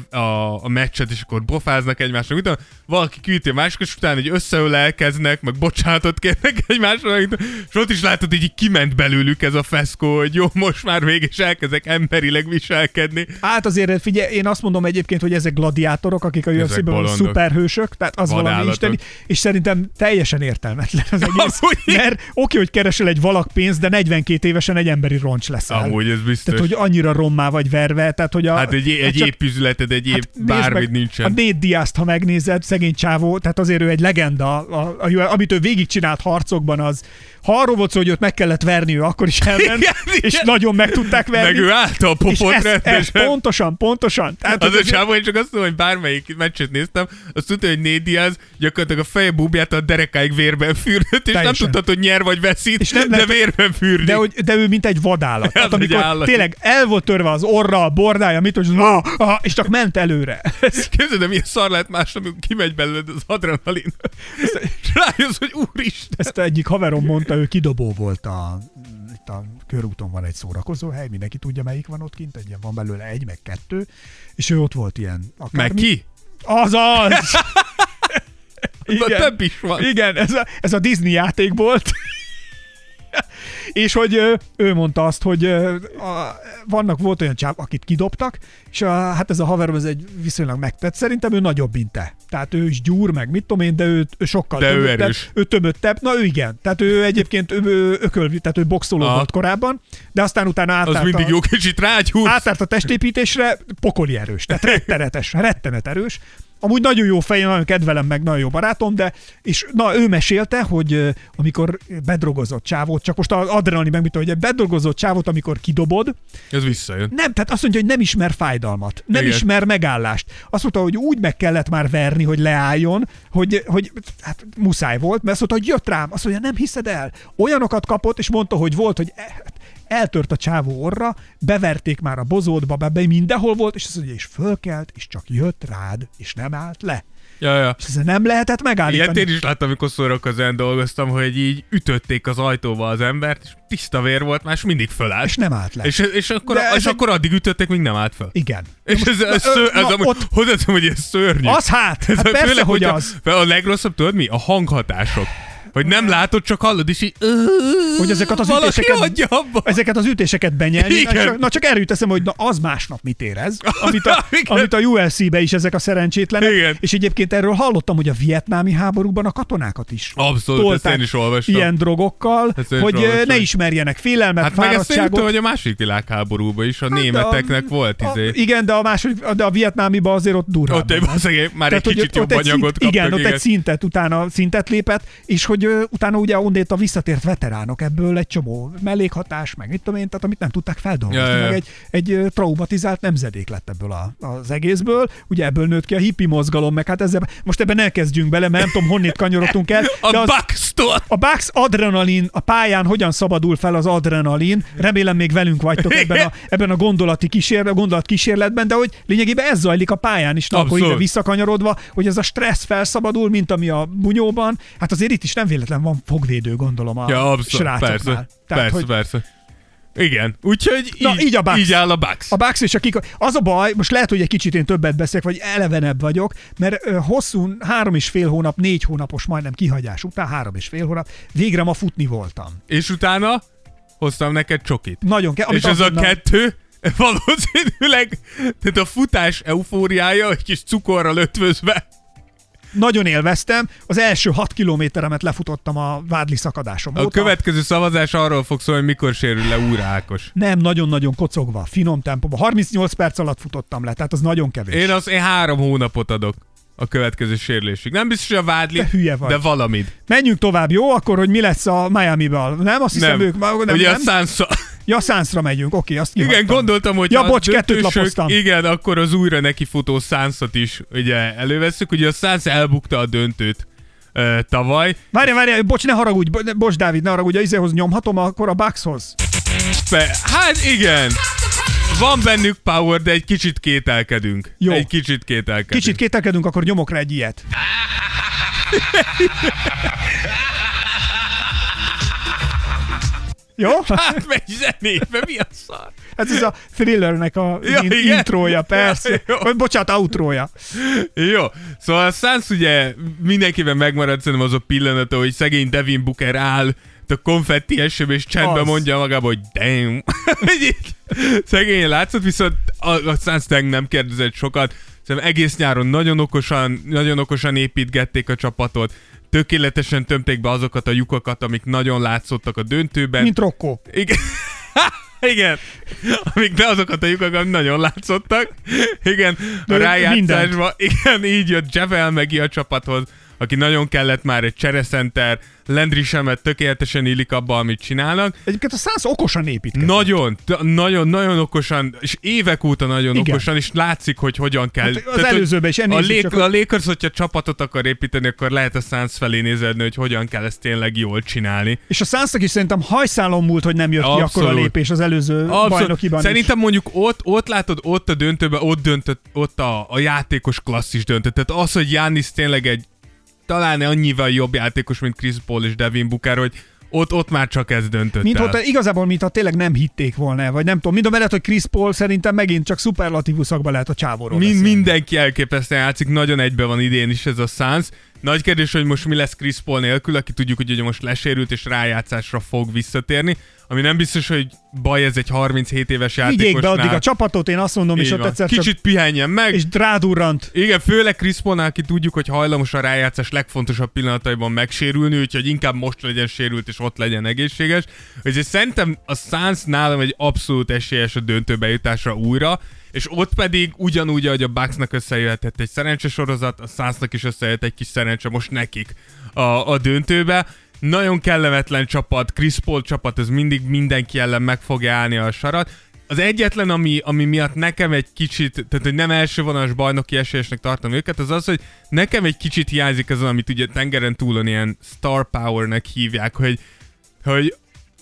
a meccset, és akkor bofáznak egymásnak, utána valaki küldi a másikat, és utána összeölelkeznek, meg bocsánatot kérnek egymásra, és ott is látod, hogy így kiment belőlük ez a feszkó, hogy jó, most már végig is elkezdek emberileg viselkedni. Hát azért figyelj, én azt mondom egyébként, hogy ezek gladiátorok, akik a UFC-ben szuperhősök, tehát az valami isteni, és szerintem teljesen értelmetlen az egész. Mert oké, hogy keresel egy valakpénzt, de 42 évesen egy emberi roncs leszel. Amúgy ez biztos. Tehát, hogy annyira rommá vagy verve, tehát, hogy hát egy épp üzleted, egy épp bármit nincsen. A Nate Diaz-t, ha megnézed, szegény csávó, tehát azért ő egy legenda, amit ő végigcsinált harcokban, az ha arról volt szó, hogy őt meg kellett verni, ő akkor is elment, és nagyon meg tudták verni. Meg ő állta a popot rendesen. Pontosan. Tehát az a csávó, én csak azt mondom, hogy bármelyik meccset néztem, azt tudta, hogy Nate Diaz gyakorlatilag a feje búbját a derekáig vérben fürdött, és nem tudtad, hogy nyer vagy veszít, de vérben fürdik. De ő mint egy vadállat. Tehát amikor tényleg el volt törve az orra, a bordája, és csak ment előre. Képzeld, de milyen szar lehet más, amikor kimegy belőled az adrenalin. És rájössz, hogy úristen. Ezt egyik haverom mondta, ő kidobó volt itt a körúton van egy szórakozóhely, mindenki tudja, melyik van ott kint, egy ilyen van belőle 1 meg 2, és ő ott volt ilyen akármi. Meg ki? Azaz! Igen, több is van. Igen, ez a Disney játék volt. És hogy ő mondta azt, hogy volt olyan csáv, akit kidobtak, és hát ez a haverom, ez egy viszonylag megtett. Szerintem ő nagyobb, mint te. Tehát ő is gyúr, meg mit tudom én, de ő sokkal tömöttebb. Ő tömöttebb. Na ő igen. Tehát ő egyébként tehát ő boxoló volt korábban, de aztán utána átállt. Az mindig jó kicsit rágyúrsz. Átállt a testépítésre, pokoli erős. Tehát rettenet erős. amúgy nagyon jó fej, nagyon kedvelem meg, nagyon jó barátom, de és na, ő mesélte, hogy amikor bedrogozott csávót, csak most az adrenalin megmutatta, hogy egy bedrogozott csávót, amikor kidobod, Ez visszajön. nem, tehát azt mondja, hogy nem ismer fájdalmat, nem Igen. ismer megállást. Azt mondta, hogy úgy meg kellett már verni, hogy leálljon, hogy hát muszáj volt, mert azt mondta, hogy jött rám, azt mondja, nem hiszed el. Olyanokat kapott, és mondta, hogy volt, hogy eltört a csávó orra, beverték már a bozótba, be mindenhol volt, és azt mondja, és fölkelt, és csak jött rád, és nem állt le. Ja. És ezzel nem lehetett megállítani. Ilyet én is láttam, amikor szórakozóan dolgoztam, hogy így ütötték az ajtóba az embert, és tiszta vér volt, más mindig fölállt. És nem állt le. És akkor addig ütötték, míg nem állt föl. Igen. És hozzáteszem, hogy ez szörnyű. Az hát persze, főleg, hogy hogyha- az. A legrosszabb, tudod mi? A hanghatások. Hogy nem látod, csak hallod, és így... Hogy ezeket az valaki ütéseket, adja abba. ezeket az ütéseket benyelni. Igen. Na csak erről jut eszembe, hogy na az másnap mit érez, Igen. amit a ULC-be is ezek a szerencsétlenek. Igen. És egyébként erről hallottam, hogy a vietnámi háborúban a katonákat is Abszolút, ezt tolták én is olvastam. ilyen drogokkal, Ezt én is hogy olvastam. ne ismerjenek félelmet, Hát meg ezt én fáradtságot. tudtam, hogy a második világháborúban is a németeknek volt Igen, de a vietnámiban azért ott durvább. Ott már egy kicsit jobb anyagot kaptak. igen, ott egy szintet lépett, és hogy utána ugye onnét a visszatért veteránok, ebből egy csomó mellékhatás, meg mit tudom én, tehát amit nem tudták feldolgozni, Ja. meg egy traumatizált nemzedék lett ebből az egészből, ugye ebből nőtt ki a hippi mozgalom, meg hát ezzel, most ebben ne kezdjünk bele, mert nem tudom, honnét kanyarodtunk el. de A Bucks-tól! a Bucks adrenalin, a pályán hogyan szabadul fel az adrenalin, remélem még velünk vagytok ebben a gondolatkísérletben, de hogy lényegében ez zajlik a pályán is, akkor ide visszakanyarodva, hogy ez a stressz felszabadul, mint ami a bunyóban, hát azért itt is nem véletlen van fogvédő, gondolom a srácoknál. Persze. Igen, úgyhogy így a Bucks. így áll a Bucks. A Bucks és az a baj, most lehet, hogy egy kicsit én többet beszélek, vagy elevenebb vagyok, mert hosszú 3,5 hónap, 4 hónapos majdnem kihagyás után, 3,5 hónap, végre ma futni voltam. És utána hoztam neked csokit. Nagyon kell. És ez a kettő valószínűleg, tehát a futás eufóriája, egy kis cukorral ötvözve. Nagyon élveztem. Az első 6 kilométeremet lefutottam a Vádli szakadásom óta. A következő szavazás arról fog szólni, hogy mikor sérül le újra Ákos. Nem, nagyon-nagyon kocogva, finom tempóban. 38 perc alatt futottam le, tehát az nagyon kevés. Én 3 hónapot adok a következő sérülésig. Nem biztos, hogy a Vádli, Te hülye vagy. de valamit. Menjünk tovább, jó? Akkor, hogy mi lesz a Miami-val? Nem? Azt hiszem, ők... Ugye a Sansa... Ja, Sunsra megyünk, oké, azt kihagytam. Igen, gondoltam, hogy ja, bocs, kettőt lapoztam. Igen, akkor az újra nekifutó Sunsot is ugye elővesszük. Ugye a Suns elbukta a döntőt tavaly. Várjál, bocs, ne haragudj, bocs, Dávid, ne haragudj, izéhoz nyomhatom, akkor a Buckshoz. Hát igen. Van bennük power, de egy kicsit kételkedünk. Jó. Kicsit kételkedünk, akkor nyomok rá egy ilyet. Jó? Hát megy zenébe, mi a szar? Ez a Thrillernek a intrója, persze. Vagy bocsánat, outrója. Jó, szóval a Suns ugye mindenkiben megmaradt szerintem az a pillanata, hogy szegény Devin Booker áll a konfetti esőbe, és csendben mondja magába, hogy damn. Szegény látszott, viszont a Suns nem kérdezett sokat. Szerintem egész nyáron nagyon okosan építgették a csapatot. Tökéletesen tömték be azokat a lyukakat, amik nagyon látszottak a döntőben. Mint Rocco. Igen. Igen. Amik ne azokat a lyukakat, amik nagyon látszottak. Igen. A rájátszásban. Igen, így jött Javel Megi a csapathoz, aki nagyon kellett már egy cserecenter. Landry Shamet tökéletesen illik abba, amit csinálnak. Egyébként a Suns okosan építkezik. Nagyon okosan, és évek óta nagyon okosan, és látszik, hogy hogyan kell. Hát az előzőben is a Lakers, hogyha csapatot akar építeni, akkor lehet a Suns felé nézedni, hogy hogyan kell ezt tényleg jól csinálni. És a Sunsnak is szerintem hajszálon múlt, hogy nem jött ki akkor a lépés az előző bajnokiban. Szerintem mondjuk ott látod, ott a döntőben, ott a játékos klasszis döntött. Tehát az, hogy Giannis tényleg egy talán annyival jobb játékos, mint Chris Paul és Devin Booker, hogy ott már csak ez döntött el. Igazából, mintha tényleg nem hitték volna, vagy nem tudom. Mellett, hogy Chris Paul szerintem megint csak szuperlatívuszakban lehet a csávóról beszélni. Mindenki elképesztően játszik, nagyon egybe van idén is ez a Suns. Nagy kérdés, hogy most mi lesz Chris Paul nélkül, aki tudjuk, hogy ugye most lesérült és rájátszásra fog visszatérni. ami nem biztos, hogy baj, ez egy 37 éves játékosnál. Vigyék be addig a csapatot, én azt mondom, és ott egyszer csak... Kicsit pihenjen meg. És rádurrant. Igen, főleg Chris Paulnál, ki tudjuk, hogy hajlamos a rájátszás legfontosabb pillanataiban megsérülni, úgyhogy inkább most legyen sérült, és ott legyen egészséges. Úgyhogy szerintem a Suns nálam egy abszolút esélyes a döntőbe jutásra újra, és ott pedig ugyanúgy, ahogy a Bucksnak összejöhetett egy szerencsesorozat, a Sunsnak is összejött egy kis szerencse most nekik a döntőbe. Nagyon kellemetlen csapat, Chris Paul csapat, ez mindig mindenki ellen meg fogja állni a sarat. Az egyetlen, ami miatt nekem egy kicsit, tehát hogy nem első vonalas bajnoki esélyesnek tartom őket, az az, hogy nekem egy kicsit hiányzik azon, amit ugye tengeren túlon ilyen star powernek hívják, hogy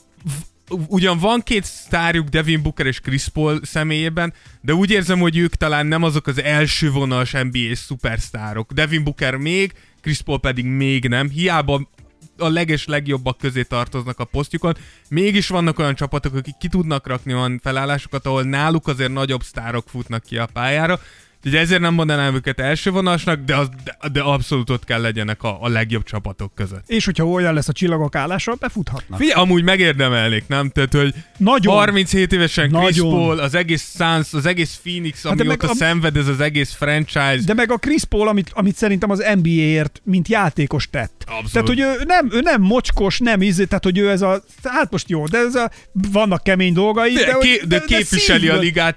ugyan van két sztárjuk, Devin Booker és Chris Paul személyében, de úgy érzem, hogy ők talán nem azok az első vonalas NBA szupersztárok. Devin Booker még, Chris Paul pedig még nem. Hiába a legjobbak közé tartoznak a posztjukon. Mégis vannak olyan csapatok, akik ki tudnak rakni olyan felállásokat, ahol náluk azért nagyobb sztárok futnak ki a pályára. Úgyhogy ezért nem mondanám őket első vonalsnak, de abszolút ott kell legyenek a legjobb csapatok között. És hogyha olyan lesz a csillagok állása, befuthatnak. Figyelj, amúgy megérdemelnék, nem? Tehát, hogy nagyon, 37 évesen Chris nagyon. Paul, az egész Suns, az egész Phoenix, amióta szenved ez az egész franchise. De meg a Chris Paul, amit szerintem az NBA-ért, mint játékos tett. Abszolút. Tehát, hogy ő nem mocskos, tehát, hogy ő ez a... Hát most jó, de vannak kemény dolgai. De képviseli szívből, a ligát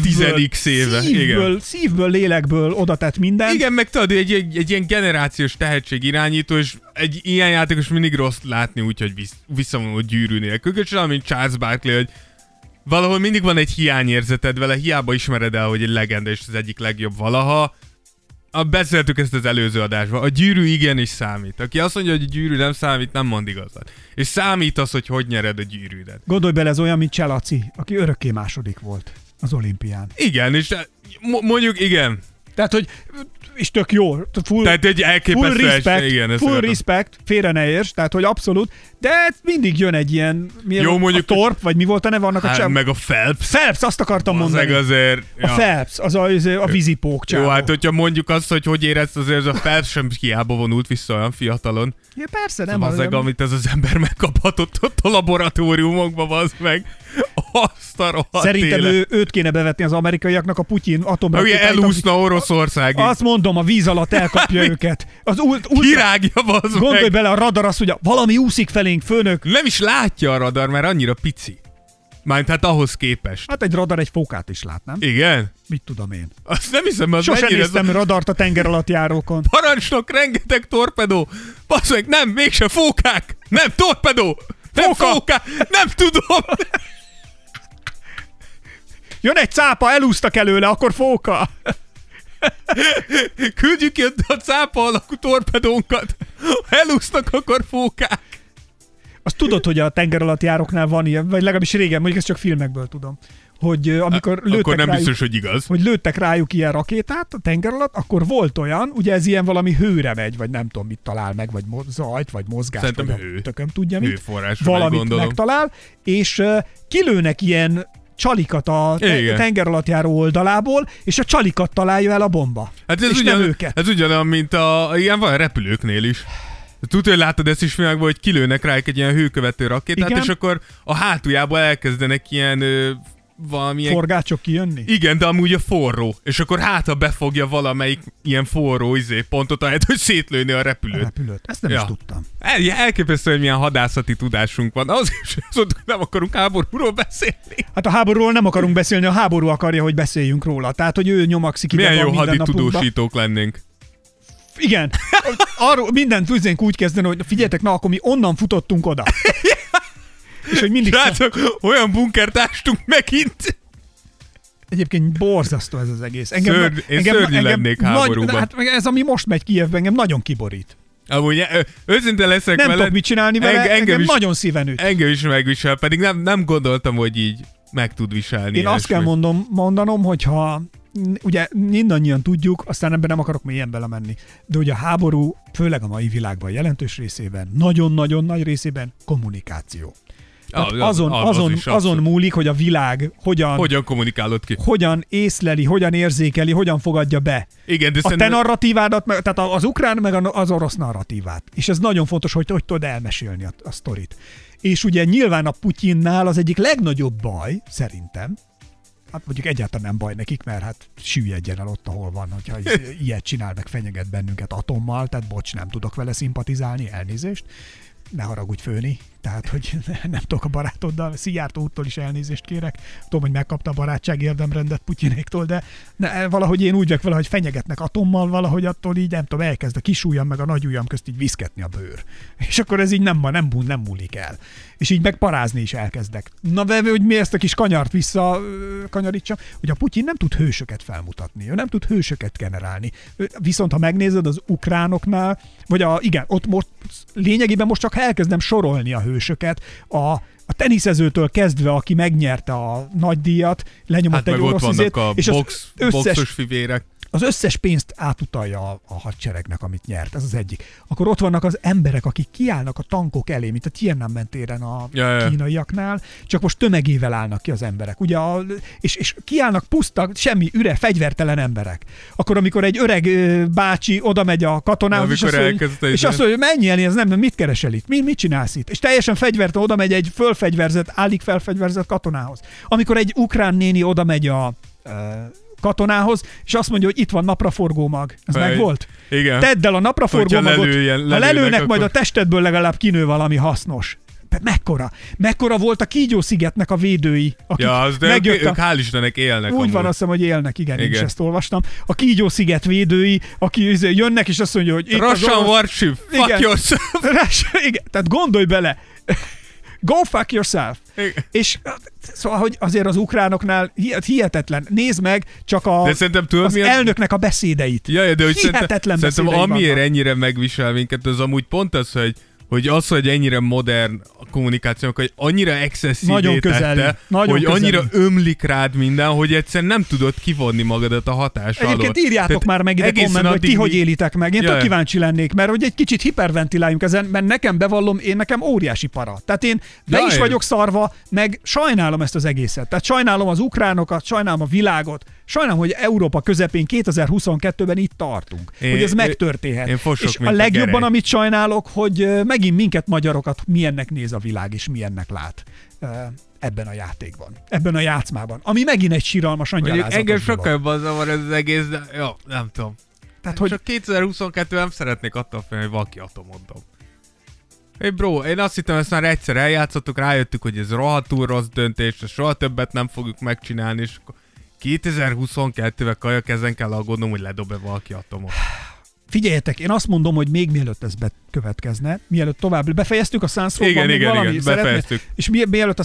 10x éve. Szívből, lélekből oda tett mindent. Igen, meg tudod, egy ilyen generációs tehetség irányító, és egy ilyen játékos mindig rossz látni, úgyhogy visszavonul gyűrű nélkül. Köcsön, mint Charles Barkley, hogy valahol mindig van egy hiányérzeted vele, hiába ismered el, hogy egy legenda és az egyik legjobb valaha. Beszéltük ezt az előző adásban. A gyűrű igenis számít. Aki azt mondja, hogy a gyűrű nem számít, nem mond igazat. És számít az, hogy nyered a gyűrűdet. Gondolj bele, ez olyan, mint Cselaci, aki örökké második volt az olimpián. Igen, és mondjuk igen. Tehát, hogy és tök jó. Tehát egy elképesztő full respect, félre ne érts, tehát, hogy abszolút, de mindig jön egy ilyen, jó, mondjuk, a Torp, vagy mi volt a neve annak a meg a Phelps. Phelps, azt akartam mondani. Azért, a Phelps, az a vízipók csávó. Jó, hát hogyha mondjuk azt, hogy érezd, azért az a Phelps sem hiába vonult vissza olyan fiatalon. Ja, persze, nem az amit ez az ember megkaphatott ott a laboratóriumokban, az meg azt a rohadt szerintem őt kéne bevetni az amerikaiaknak, a Putyin atomrakétáit. Ugye elúszna Oroszországig. Azt mondom, a víz alatt elkapja őket. Kirágja, bazd meg. Gondolj bele, a radar azt mondja, valami úszik felénk, főnök. Nem is látja a radar, mert annyira pici. Mármint hát ahhoz képest. Hát egy radar egy fókát is lát, nem? Igen? Mit tudom én? Azt nem hiszem, az sosem néztem radart a tenger alatt járókon. Parancsnok, rengeteg torpedó. Basz meg, nem, mégsem fókák. Nem, torpedó. Nem fókák. Nem tudom. Jön egy cápa, elúsztak előle, akkor fóka. Küldjük ki a cápa alakú torpedónkat. Ha elúsznak, akkor fókák. Azt tudod, hogy a tengeralattjáróknál van ilyen, vagy legalábbis régen, mondjuk ezt csak filmekből tudom, hogy amikor lőttek akkor nem rájuk, biztos, hogy igaz. Hogy lőttek rájuk ilyen rakétát a tenger alatt, akkor volt olyan, ugye ez ilyen valami hőre megy, vagy nem tudom mit talál meg, vagy zajt, vagy mozgást, szerintem vagy hő. Tököm tudja mit. Valamit megtalál, és kilőnek ilyen csalikat a tengeralattjáró oldalából, és a csalikat találja el a bomba. Hát és nem őket. Ez ugyanolyan, mint ilyen van a repülőknél is. Tudod, hogy láttad ezt is filmekben, hogy kilőnek rájuk egy ilyen hőkövető rakétát, igen? És akkor a hátuljából elkezdenek ilyen valamilyen... forgácsok kijönni? Igen, de amúgy a forró. És akkor hátra befogja valamelyik ilyen forró pontot, ahelyett, hogy szétlőni a repülőt. Ezt nem is tudtam. Elképesztő, hogy milyen hadászati tudásunk van. Az is, hogy nem akarunk háborúról beszélni. Hát a háborúról nem akarunk beszélni, a háború akarja, hogy beszéljünk róla. Tehát, hogy ő nyomakszik ide milyen jó haditudósítók lennénk. Igen. Arról mindent tudnénk úgy kezdeni, hogy figyeljetek, na akkor mi onnan futottunk oda. És hogy mindig... Srácok, olyan bunkert ástunk megint. Egyébként borzasztó ez az egész. Én szörnyű lennék háborúban. Hát ez, ami most megy Kijevben, engem nagyon kiborít. Amúgy őszinte leszek nem veled. Nem tudok mit csinálni vele, engem nagyon szíven üt. Engem is megvisel, pedig nem gondoltam, hogy így meg tud viselni. Én azt kell mondanom, hogyha ugye mindannyian tudjuk, aztán ebben nem akarok mélyen belemenni, de ugye a háború, főleg a mai világban jelentős részében, nagyon-nagyon nagy részében kommunikáció. Azon múlik, hogy a világ hogyan kommunikálod ki. Hogyan észleli, hogyan érzékeli, hogyan fogadja be. Igen, de te narratívádat, tehát az ukrán meg az orosz narratívát. És ez nagyon fontos, hogy tudod elmesélni a sztorit. és ugye nyilván a Putyinnál az egyik legnagyobb baj, szerintem, hát mondjuk egyáltalán nem baj nekik, mert hát süllyedjen el ott, ahol van, hogyha ilyet csinál, meg fenyeget bennünket atommal, tehát bocs, nem tudok vele szimpatizálni, elnézést. Ne haragudj, Főni, tehát, hogy nem tudok a barátoddal, Szijjártó úttól is elnézést kérek. Tudom, hogy megkapta a barátság érdemrendet Putyinéktól, de valahogy én úgy vagyok vele, hogy fenyegetnek atommal, valahogy attól így, nem tudom, elkezd a kis ujjam meg a nagy ujjam közt így viszketni a bőr. És akkor ez így nem múlik el. És így meg parázni is elkezdek. Na de hogy mi ezt a kis kanyart visszakanyarítsam, hogy a Putyin nem tud hősöket felmutatni, ő nem tud hősöket generálni. Viszont ha megnézed az ukránoknál, vagy igen, ott most lényegében most csak elkezdem sorolni a hősöket, a teniszezőtől kezdve, aki megnyerte a nagy díjat, lenyomott egy orosz izét, és boxos fivérek. Az összes pénzt átutalja a hadseregnek, amit nyert, ez az egyik. Akkor ott vannak az emberek, akik kiállnak a tankok elé, mint a Tiananmen téren a kínaiaknál, csak most tömegével állnak ki az emberek. Ugye és kiállnak puszta, semmi üre, fegyvertelen emberek. Akkor, amikor egy öreg bácsi oda megy a katonához, és azt mondja, hogy menj el, ez nem, mit keresel itt? Mit csinálsz itt? És teljesen fegyvertelen oda megy egy állig felfegyverzett katonához. Amikor egy ukrán néni oda megy a katonához, és azt mondja, hogy itt van napraforgó mag. Ez meg volt? Igen. Tedd el a napraforgó magot, ha lelőnek, majd a testedből legalább kinő valami hasznos. Mekkora volt a Kígyó-szigetnek a védői, akik ők hál' Istennek élnek. Úgy van, azt hiszem, hogy élnek, igen. Én is ezt olvastam. A Kígyó-sziget védői, akik jönnek, és azt mondja, hogy... Russian warship, fuck yourself. Igen, tehát gondolj bele. Go fuck yourself. És szóval, hogy azért az ukránoknál hihetetlen. Nézd meg csak az elnöknek a beszédeit. De hogy hihetetlen szerintem amiért ennyire megvisel minket, az amúgy pont az, hogy ennyire modern a kommunikáció, hogy annyira excesszívé tette, hogy annyira ömlik rád minden, hogy egyszerűen nem tudod kivonni magadat a hatás alól. Egyébként írjátok már meg ide kommentben, hogy ti hogy élitek meg. Én tök kíváncsi lennék, mert hogy egy kicsit hiperventiláljunk ezen, mert nekem bevallom, nekem óriási para. Tehát én is vagyok szarva, meg sajnálom ezt az egészet. Tehát sajnálom az ukránokat, sajnálom a világot, sajnálom, hogy Európa közepén 2022-ben itt tartunk. Hogy ez megtörténhet. És a legjobban, amit sajnálok, hogy megint minket magyarokat milyennek néz a világ, és milyennek lát ebben a játékban. Ebben a játszmában. Ami megint egy síralmas angyalázatos dolog. Engem sokkal jobban zavar ez az egész, de jó, nem tudom. Tehát, hogy csak 2022 nem szeretnék attól félni, hogy valaki atomot dob. Hey bro, én azt hittem, ezt már egyszer eljátszottuk, rájöttük, hogy ez rohadtul rossz döntés, és soha többet nem fogjuk megcsinálni, és 2022-ben kajakezen kell aggódnom, hogy ledob-e valaki atomot. Figyeljetek, én azt mondom, hogy még mielőtt ez bekövetkezne, mielőtt tovább befejeztük a Saints-ról, valami befejeztük. És mielőtt a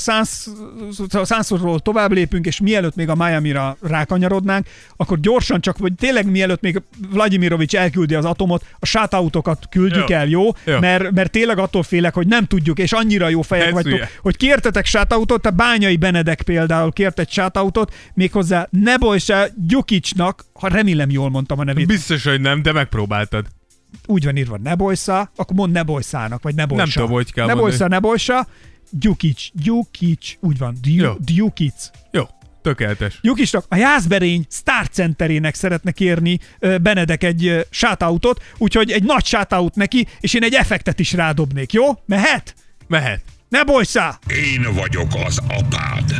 Saints-ról tovább lépünk, és mielőtt még a Miamira rákanyarodnánk, akkor gyorsan csak, vagy tényleg mielőtt még Vladimirovics elküldi az atomot, a shoutoutokat küldjük el, jó? Mert tényleg attól félek, hogy nem tudjuk, és annyira jó fejek vagytok, hogy kértetek shoutoutot, a Bányai Benedek például kért egy shoutoutot, méghozzá Nebojsa Gyukicsnak, ha remélem jól mondtam a nevét. Biztos, hogy nem, de megpróbáltad. Úgy van írva Nebojsa, akkor mond Nebojszának, vagy Nebojsa. Nem tudom, hogy kell Nebojsa, Gyukics, úgy van, Gyukic. Jó, tökéletes. Gyukicsnak a Jászberény Star Centerének szeretne kérni Benedek egy shoutoutot, úgyhogy egy nagy shoutout neki, és én egy effektet is rádobnék, jó? Mehet? Mehet. Nebojsa! Én vagyok az apád.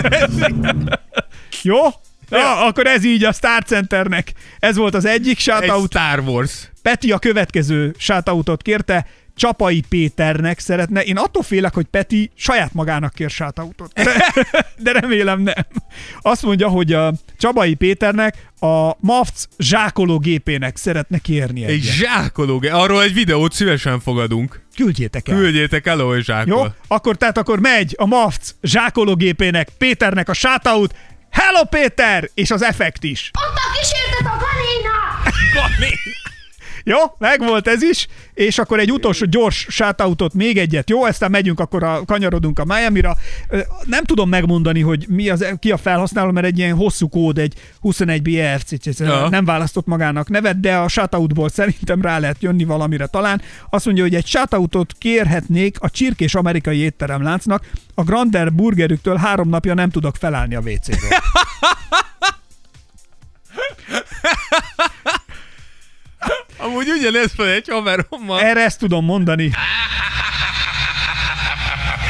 Jó? Ja, akkor ez így a Star Centernek. Ez volt az egyik shoutout. Egy Star Wars. Peti a következő shoutoutot kérte, Csapai Péternek szeretne. Én attól félek, hogy Peti saját magának kér shoutoutot. De remélem nem. Azt mondja, hogy a Csapai Péternek a MAFC zsákológépének szeretne kérni egyet. Egy zsákológép? Arról egy videót szívesen fogadunk. Küldjétek el, ahogy zsákol. Jó? Akkor megy a MAFC zsákológépének Péternek a shoutout. Hello Péter! És az effekt is. Ott a kísértet a galéna! Jó, megvolt ez is, és akkor egy utolsó gyors shoutoutot, még egyet, jó? Aztán megyünk, akkor kanyarodunk a Miamira. Nem tudom megmondani, hogy ki a felhasználó, mert egy ilyen hosszú kód, egy 21BFC, nem választott magának nevet, de a shoutoutból szerintem rá lehet jönni valamire talán. Azt mondja, hogy egy shoutoutot kérhetnék a csirkés amerikai étteremláncnak, a Grander burgerüktől 3 napja nem tudok felállni a WC-ről. Amúgy ugyanez van egy haverommal. Erre ezt tudom mondani.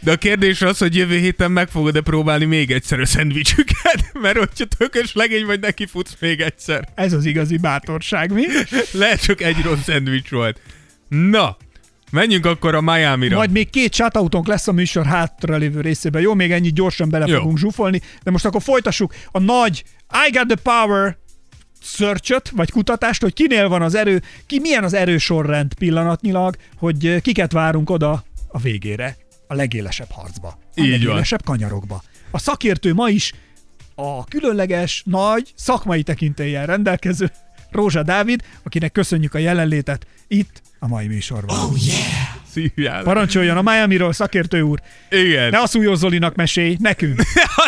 De a kérdés az, hogy jövő héten meg fogod-e próbálni még egyszer a szendvicsüket, mert hogyha tökös legény vagy, neki futsz még egyszer. Ez az igazi bátorság, mi? Lehet csak egy rossz szendvics volt. Na, menjünk akkor a Miami-ra. Majd még 2 shoutoutunk lesz a műsor hátralévő részében. Jó, még ennyit gyorsan bele fogunk zsúfolni, de most akkor folytassuk a nagy I got the power search-öt, vagy kutatást, hogy kinél van az erő, milyen az erősorrend pillanatnyilag, hogy kiket várunk oda a végére, a legélesebb harcba, a legélesebb kanyarokba. A szakértő ma is a különleges, nagy, szakmai tekintéllyel rendelkező Rózsa Dávid, akinek köszönjük a jelenlétet itt a mai műsorban. Oh yeah! Szívjál. Parancsoljon a Miamiról, szakértő úr! Igen. Ne a Szújós Zolinak mesélj, nekünk!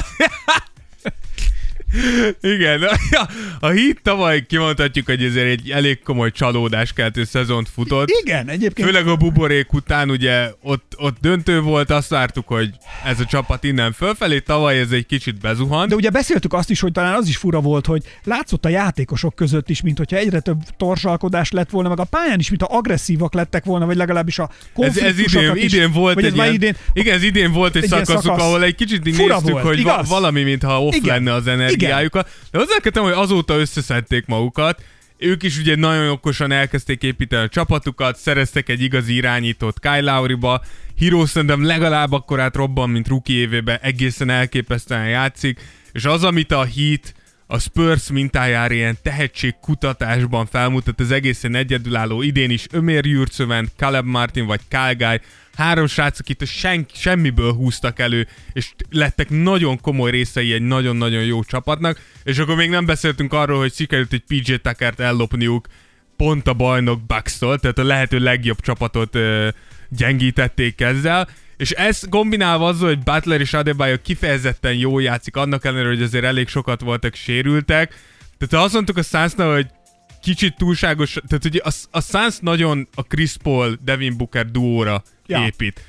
Igen, a Heat tavaly kimondhatjuk, hogy ezért egy elég komoly csalódáskeltő szezont futott. Igen, egyébként. Főleg a buborék után ugye ott döntő volt, azt vártuk, hogy ez a csapat innen fölfelé, tavaly ez egy kicsit bezuhant. De ugye beszéltük azt is, hogy talán az is fura volt, hogy látszott a játékosok között is, mint hogyha egyre több torsalkodás lett volna, meg a pályán is, mint ha agresszívak lettek volna, vagy legalábbis a konfliktusokat ez idén volt egy ilyen, igen, ez idén volt egy szakaszuk, ahol egy kicsit néztük, volt, hogy valami, mintha off lenne az energiájukat. De hozzáköttem, hogy azóta összeszedték magukat, ők is ugye nagyon okosan elkezdték építeni a csapatukat, szereztek egy igazi irányítót Kyle Lowryba, Hero szerintem legalább akkorát robban, mint rookie évében, egészen elképesztően játszik, és az, amit a Heat a Spurs mintájára ilyen tehetségkutatásban felmutat, az egészen egyedülálló, idén is Ömer Jurtsöven, Caleb Martin vagy Kyle Guy, 3 srác, akit semmiből húztak elő, és lettek nagyon komoly részei egy nagyon-nagyon jó csapatnak, és akkor még nem beszéltünk arról, hogy sikerült egy PJ Tuckert ellopniuk pont a bajnok Bucks-tól, tehát a lehető legjobb csapatot gyengítették ezzel, és ez kombinálva azzal, hogy Butler és Adebayo kifejezetten jól játszik, annak ellenére, hogy azért elég sokat voltak sérültek, tehát azt mondtuk a Sunsnál, hogy kicsit túlságos, tehát ugye a Suns nagyon a Chris Paul, Devin Booker duóra épít.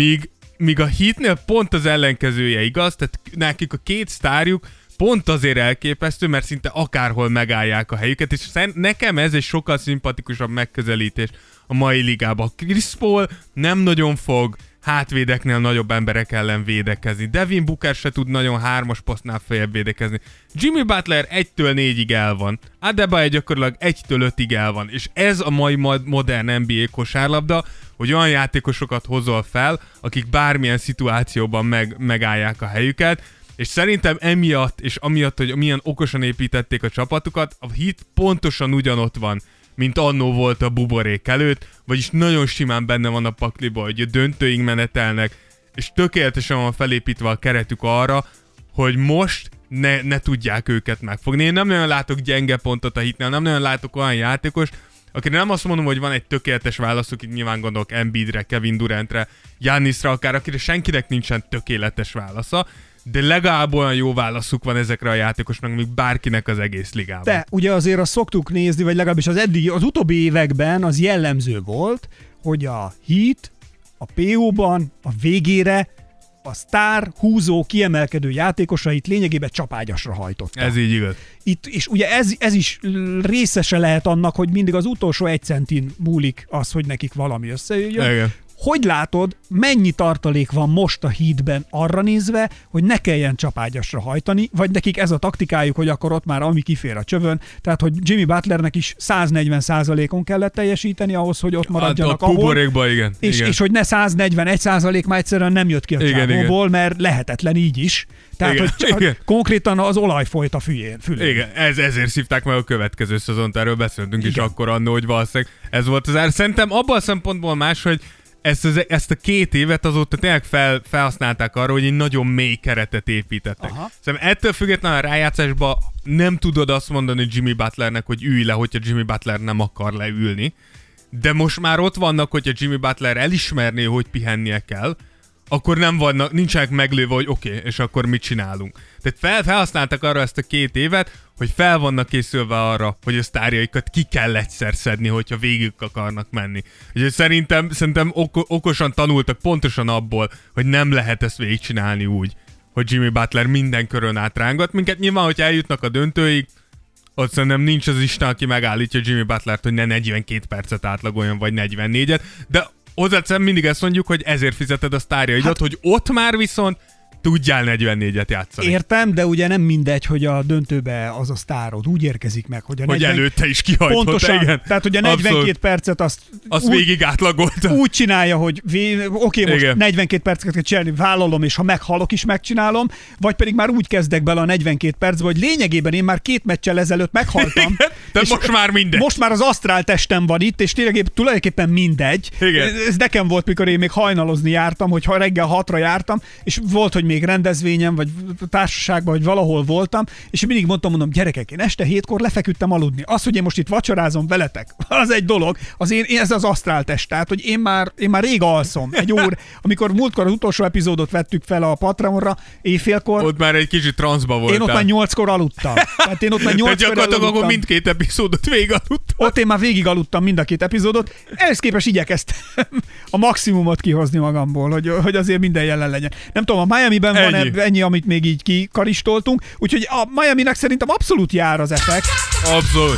Míg a Heatnél pont az ellenkezője igaz, tehát nekik a 2 sztárjuk pont azért elképesztő, mert szinte akárhol megállják a helyüket, és nekem ez egy sokkal szimpatikusabb megközelítés a mai ligában. Chris Paul nem nagyon fog hátvédeknél nagyobb emberek ellen védekezni. Devin Booker se tud nagyon 3-as posztnál feljebb védekezni. Jimmy Butler 1-től 4-ig el van. Adebayo gyakorlatilag 1-től 5-ig el van. És ez a mai modern NBA kosárlabda, hogy olyan játékosokat hozol fel, akik bármilyen szituációban megállják a helyüket, és szerintem emiatt, és amiatt, hogy milyen okosan építették a csapatukat, a Heat pontosan ugyanott van, mint annó volt a buborék előtt, vagyis nagyon simán benne van a pakliba, hogy a döntőig menetelnek, és tökéletesen van felépítve a keretük arra, hogy most ne tudják őket megfogni. Én nem nagyon látok gyenge pontot a Heatnél, nem nagyon látok olyan játékos, akire nem azt mondom, hogy van egy tökéletes válaszuk, itt nyilván gondolok Embiidre, Kevin Durantre, Giannisra akár, akire senkinek nincsen tökéletes válasza, de legalább olyan jó válaszuk van ezekre a játékosnak, mint bárkinek az egész ligában. De ugye azért azt szoktuk nézni, vagy legalábbis az utóbbi években az jellemző volt, hogy a Heat a PO-ban a végére a sztár, húzó, kiemelkedő játékosait lényegében csapágyasra hajtotta. Ez így igaz. Itt, és ugye ez is részese lehet annak, hogy mindig az utolsó 1 centin múlik az, hogy nekik valami összejöjjön. Igen. Hogy látod, mennyi tartalék van most a Heatben arra nézve, hogy ne kelljen csapágyasra hajtani, vagy nekik ez a taktikájuk, hogy akkor ott már ami kifér a csövön, tehát hogy Jimmy Butlernek is 140%-on kellett teljesíteni ahhoz, hogy ott maradjanak a buborékban, igen. És hogy ne 141% már egyszerűen nem jött ki a csávóból, mert lehetetlen így is. Tehát, hogy konkrétan az olaj folyt a fülén. Igen, ezért szívták meg a következő szezont, erről beszéltünk is akkor annó, hogy valószínűleg ez volt az ár. Szerintem abban a szempontból más, hogy ezt a 2 évet azóta tényleg felhasználták arra, hogy egy nagyon mély keretet építettek. Szerintem ettől függetlenül a rájátszásban nem tudod azt mondani Jimmy Butlernek, hogy ülj le, hogyha Jimmy Butler nem akar leülni. De most már ott vannak, hogyha Jimmy Butler elismerné, hogy pihennie kell, akkor nincsenek meglőve, hogy oké, és akkor mit csinálunk. Tehát felhasználtak arra ezt a 2 évet, hogy fel vannak készülve arra, hogy a sztárjaikat ki kell egyszer szedni, hogyha végig akarnak menni. Úgyhogy szerintem okosan tanultak pontosan abból, hogy nem lehet ezt végigcsinálni úgy, hogy Jimmy Butler minden körön átrángat minket. Nyilván, hogy eljutnak a döntőig, ott szerintem nincs az Isten, aki megállítja Jimmy Butlert, hogy ne 42 percet átlagoljon, vagy 44-et, de hozzáteszem, mindig ezt mondjuk, hogy ezért fizeted a sztárjaidat, hogy ott már viszont tudjál 44-et játszani. Értem, de ugye nem mindegy, hogy a döntőbe az a sztárod úgy érkezik meg, hogy a 40... Hogy előtte is kihajtott. Pontosan, igen. Tehát, hogy a 42 Abszolút. Percet azt végig átlagolta. Úgy csinálja, hogy oké, most igen. 42 percet kell csinálni, vállalom, és ha meghalok is megcsinálom, vagy pedig már úgy kezdek bele a 42 percbe, hogy lényegében én már 2 meccsel ezelőtt meghaltam. De most már mindegy. Most már az asztrál testem van itt, és tulajdonképpen mindegy. Igen. Ez nekem volt, mikor én még hajnalozni jártam, hogy ha reggel 6-ra jártam, és volt, hogy még rendezvényem, vagy társaságban, vagy valahol voltam, és én mindig mondtam, gyerekek, én este 7-kor lefeküdtem aludni. Az, hogy én most itt vacsorázom veletek, az egy dolog. Ez az asztrál test, tehát, hogy én már rég alszom. Egy óra, amikor múltkor az utolsó epizódot vettük fel a Patreonra, éjfélkor. Ott már egy kicsit transzba voltál. Én ott már 8-kor aludtam. Tehát én ott már 8-kor gyakorlatilag akkor mindkét epizódot végigaludtam. Ott én már végigaludtam mind a 2 epizódot. Ehhez képest igyekeztem a maximumot kihozni magamból, hogy azért minden jelen legyen. Nem tudom, a Miamiben van ennyi, amit még így kikaristoltunk, úgyhogy a Miaminek szerintem abszolút jár az effekt. Abszolút.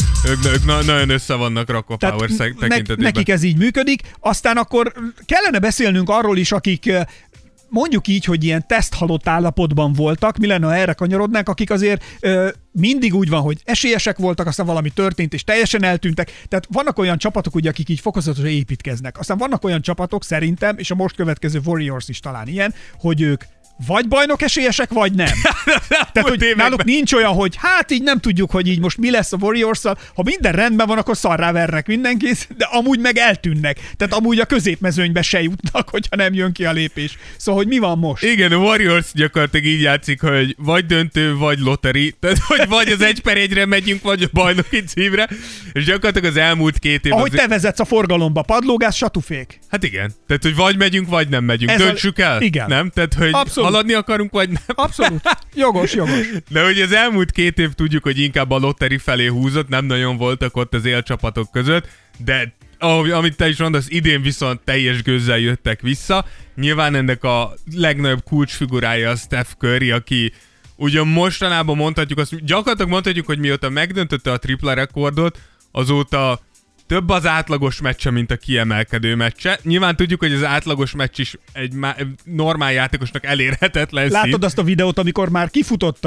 Ők nagyon össze vannak rakva Power tekintetében. Nekik ez így működik. Aztán akkor kellene beszélnünk arról is, akik mondjuk így, hogy ilyen teszthalott állapotban voltak, mi lenne, ha erre kanyarodnánk, akik azért mindig úgy van, hogy esélyesek voltak, aztán valami történt, és teljesen eltűntek. Tehát vannak olyan csapatok, ugye, akik így fokozatosan építkeznek. Aztán vannak olyan csapatok szerintem, és a most következő Warriors is talán ilyen, hogy ők vagy bajnok esélyesek, vagy nem. Tehát, hogy náluk nincs olyan, hogy hát így nem tudjuk, hogy így most mi lesz a Warriors-szal. Ha minden rendben van, akkor szarrá vernek mindenkit, de amúgy meg eltűnnek. Tehát amúgy a középmezőnybe se jutnak, hogyha nem jön ki a lépés. Szóval, hogy mi van most? Igen, a Warriors gyakorlatilag így játszik, hogy vagy döntő, vagy lottery. Tehát, hogy vagy az 1/1-re megyünk, vagy a bajnoki címre. És gyakorlatilag az elmúlt 2 év... Ahogy te vezetsz a forgalomba, padlógáz, satufék. Hát igen. Tehát, hogy vagy megyünk, vagy nem megyünk. Döntsük el? Igen. Nem? Tehát, hogy haladni akarunk, vagy nem? Abszolút. Jogos. De hogy az elmúlt 2 év tudjuk, hogy inkább a lottery felé húzott, nem nagyon voltak ott az élcsapatok között, de amit te is mondasz, idén viszont teljes gőzzel jöttek vissza. Nyilván ennek a legnagyobb kulcsfigurája a Steph Curry, aki ugyan mostanában gyakorlatilag mondhatjuk, hogy mióta megdöntötte a tripla rekordot, azóta több az átlagos meccse, mint a kiemelkedő meccse. Nyilván tudjuk, hogy az átlagos meccs is egy normál játékosnak elérhetetlen szint. Látod azt a videót, amikor már kifutott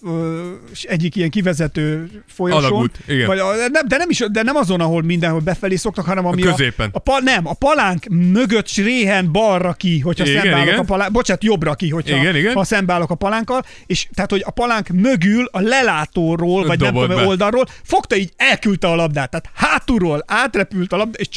egyik ilyen kivezető folyosón? Alagút, igen. De nem azon, ahol mindenhol befelé szoktak, hanem ami középen. A palánk mögött sréhen balra ki, hogyha szembeállok a palánk. Bocsánat, jobbra ki, ha szembeállok a palánkkal. És tehát, hogy a palánk mögül, a lelátóról, vagy nem tudom, oldalról, fogta így, elküldte a labdát. Tehát hátulról átrepült a labda, és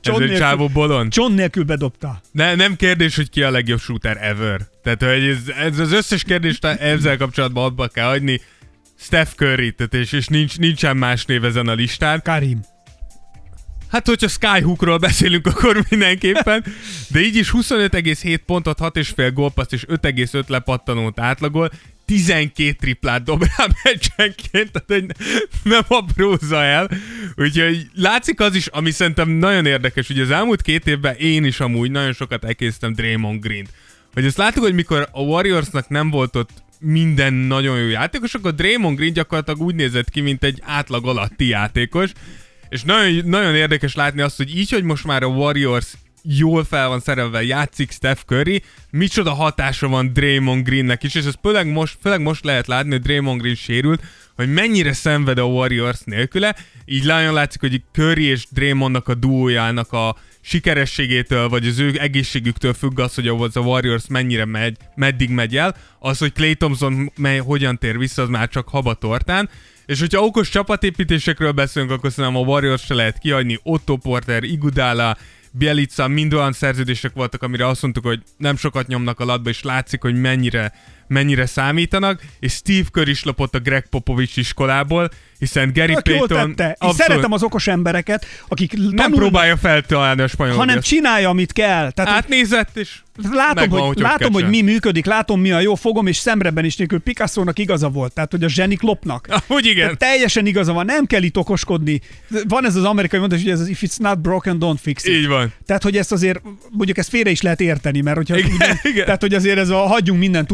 John nélkül bedobta. Nem kérdés, hogy ki a legjobb shooter ever. Tehát, hogy ez az összes kérdést ezzel kapcsolatban abba kell hagyni. Steph Curry, és nincsen más név ezen a listán. Karim. Hát, hogyha Skyhookról beszélünk, akkor mindenképpen. De így is 25,7 pontot, 6,5 gólpasszt és 5,5 lepattanót átlagol. 12 triplát dob rá meccsenként, tehát nem aprózza el. Úgyhogy látszik az is, ami szerintem nagyon érdekes, ugye az elmúlt 2 évben én is amúgy nagyon sokat elkészítem Draymond Green-t. Hogy azt láttuk, hogy mikor a Warriorsnak nem volt ott minden nagyon jó játékos, akkor Draymond Green gyakorlatilag úgy nézett ki, mint egy átlag alatti játékos. És nagyon, nagyon érdekes látni azt, hogy így, hogy most már a Warriors jól fel van szerelve, játszik Steph Curry, micsoda hatása van Draymond Greennek is, és ez főleg most lehet látni, hogy Draymond Green sérült, hogy mennyire szenved a Warriors nélküle, így nagyon látszik, hogy Curry és Draymondnak a duójának a sikerességétől, vagy az ő egészségüktől függ az, hogy a Warriors meddig megy el, az, hogy Klay Thompson hogyan tér vissza, az már csak habatortán. És hogyha okos csapatépítésekről beszélünk, akkor szerintem a Warriors se lehet kihagyni. Otto Porter, Iguodala, Bjelica, mind olyan szerződések voltak, amire azt mondtuk, hogy nem sokat nyomnak a latba, és látszik, hogy mennyire számítanak, és Steve Kerr is lopott a Greg Popovich iskolából, hiszen Gary Payton... Szeretem az okos embereket, akik nem próbálja feltalálni a spanyol, hanem csinálja, amit kell. Tehát, átnézett, és látom, hogy mi működik, látom, mi a jó, fogom, és szemreben is nélkül Picasso-nak igaza volt, tehát, hogy a zsenik lopnak. Úgy igen. Tehát teljesen igaza van, nem kell itt okoskodni. Van ez az amerikai mondás, hogy ez az if it's not broken, don't fix it. Így van. Tehát, hogy ezt azért, mondjuk ezt félre is lehet érteni, mert hogyha tehát, hogy azért ez hagyjunk mindent úgy, ahogy van,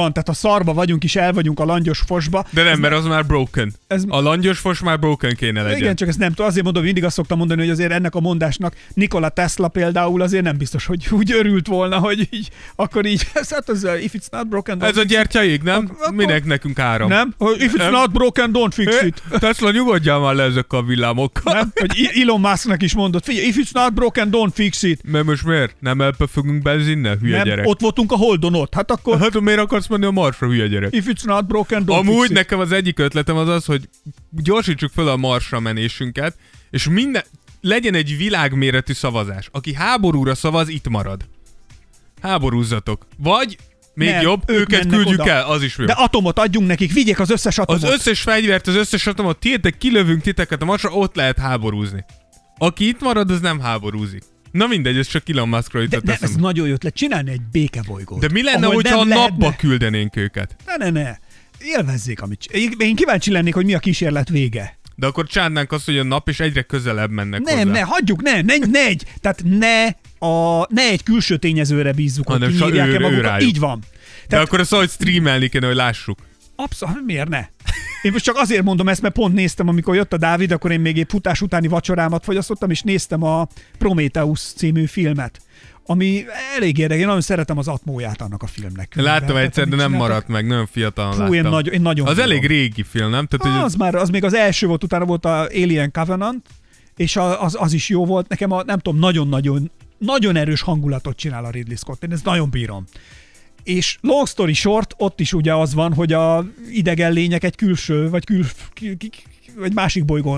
van, tehát a szarba vagyunk is, el vagyunk a langyos fosba. De nem, mert az már broken. A langyos fos már broken kéne legyen. Igen, csak ezt nem tudom. Azért mondom, mindig azt szoktam mondani, hogy azért ennek a mondásnak Nikola Tesla például azért nem biztos, hogy úgy örült volna, hogy így, akkor így, hát az, if it's not broken, ez a gyertyaig, nem? Minek nekünk áram? Nem? If it's not broken, don't fix it. Tesla, nyugodjál már le ezekkel a villámokkal. Nem? Hogy Elon Musknak is mondott, figyelj, if it's not broken, don't fix it. Mert most miért? Nem elpöfögünk benzinnel, hülye nem, gyerek? ott voltunk a Holdon ott. Hát akkor... Hát miért akarsz menni a Marsra, hülye gyerek? If it's not broken, don't Amúgy fix it. nekem az egyik ötletem az, hogy gyorsítsuk fel a Marsra menésünket, és legyen egy világméretű szavazás. Aki háborúra szavaz, itt marad. Háborúzzatok. Vagy még nem, jobb, őket küldjük oda. el, az is jó. De atomot adjunk nekik, vigyék az összes atomot. Az összes fegyvert, az összes atomot, tiétek, kilövünk titeket a Marsra, ott lehet háborúzni. Aki itt marad, az nem háborúzik. Na mindegy, ez csak Elon Muskról jutott de ez nagyon jó ötlet, csinálni egy békebolygót. De mi lenne, hogyha a napba küldenénk őket? Ne. Élvezzék, amit én kíváncsi lennék, hogy mi a kísérlet vége. De akkor csinálnánk azt, hogy a nap és egyre közelebb mennek hozzá. Ne, hagyjuk, tehát ne egy külső tényezőre bízzuk, hogy kinyírják-e magukat. Így van. De akkor azt hogy streamelni kéne, hogy lássuk. Abszolút, miért ne? Én most csak azért mondom ezt, mert pont néztem, amikor jött a Dávid, akkor én még épp futás utáni vacsorámat fogyasztottam, és néztem a Prometheus című filmet, ami elég érdekes. Én nagyon szeretem az atmóját annak a filmnek. Láttam egyszer, de nem maradt meg, nagyon fiatalon láttam. Én nagyon az elég régi film, nem? Tehát, az még az első volt, utána volt a Alien Covenant, és az is jó volt. Nekem nem tudom, nagyon erős hangulatot csinál a Ridley Scott. Én ezt nagyon bírom. És long story short, ott is ugye az van, hogy a idegen lények egy külső, vagy másik bolygón.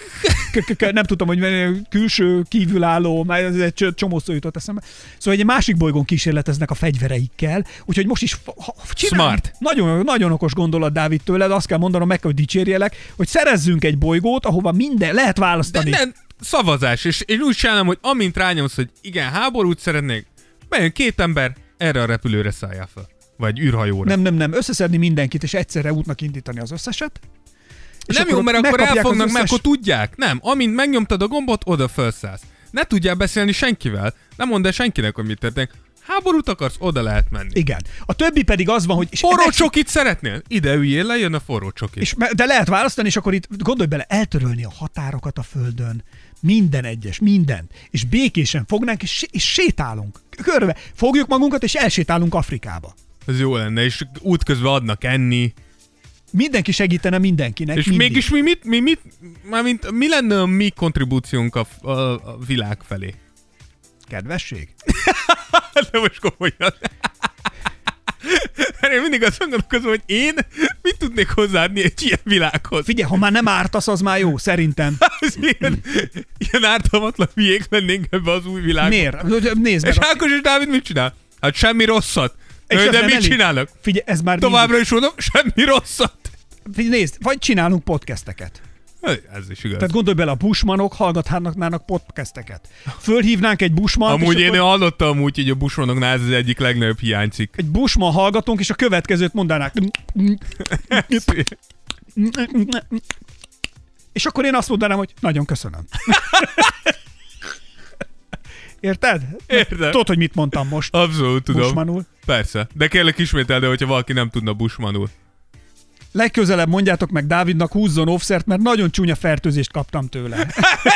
Nem tudtam, hogy külső, kívülálló, már ez egy csomószor jutott eszembe. Szóval egy másik bolygón kísérleteznek a fegyvereikkel, úgyhogy most is smart. Nagyon okos gondolat, Dávid, tőled, azt kell mondanom, meg kell, hogy dicsérjelek, hogy szerezzünk egy bolygót, ahova minden lehet választani. De szavazás, és én úgy csinálom, hogy amint rányomsz, hogy igen, háborút szeretnék, bejön két ember, erre a repülőre szálljál fel. Vagy űrhajóra. Nem, összeszedni mindenkit, és egyszerre útnak indítani az összeset. És nem jó, mert akkor elfognak, mert akkor tudják. Nem, amint megnyomtad a gombot, oda felszállsz. Ne tudjál beszélni senkivel. Nem mondd el senkinek, hogy mit történik. Háborút akarsz, oda lehet menni. Igen. A többi pedig az van, hogy... Forró csokit szeretnél? Ide üljél le, jön a forró csokit. De lehet választani, és akkor itt gondolj bele, eltörölni a határokat a földön. Mindent. És békésen fognánk, és sétálunk. Körbe fogjuk magunkat, és elsétálunk Afrikába. Ez jó lenne, és útközben adnak enni. Mindenki segítene mindenkinek. És mindig. mégis mi lenne a mi kontribúciónk a világ felé? Kedvesség? De most komolyan. Én mindig azt gondolkozom, hogy én mit tudnék hozzáadni egy ilyen világhoz. Figyelj, ha már nem ártasz, az már jó, szerintem. Ilyen ártalmatlan hülyék lennénk ebbe az új világba. Miért? Nézd meg. És Ákos és Dávid mit csinál? Hát semmi rosszat. De mit csinálnak? Figyelj, ez már továbbra is mondom, semmi rosszat. Figyelj, nézd, vagy csinálunk podcasteket. Ez is igaz. Tehát gondolj bele, a bushmanok hallgathatnának podcasteket. Fölhívnánk egy bushmant. Amúgy én hallottam úgy, hogy a bushmanoknál ez az egyik legnagyobb hiányzik. Egy bushman hallgatónk, és a következőt mondanák. És akkor én azt mondanám, hogy nagyon köszönöm. Érted? Értem. Tudod, hogy mit mondtam most? Abszolút tudom. Bushmanul. Persze. De kérlek ismételd, hogyha valaki nem tudna bushmanul. Legközelebb mondjátok meg Dávidnak, húzzon offszert, mert nagyon csúnya fertőzést kaptam tőle.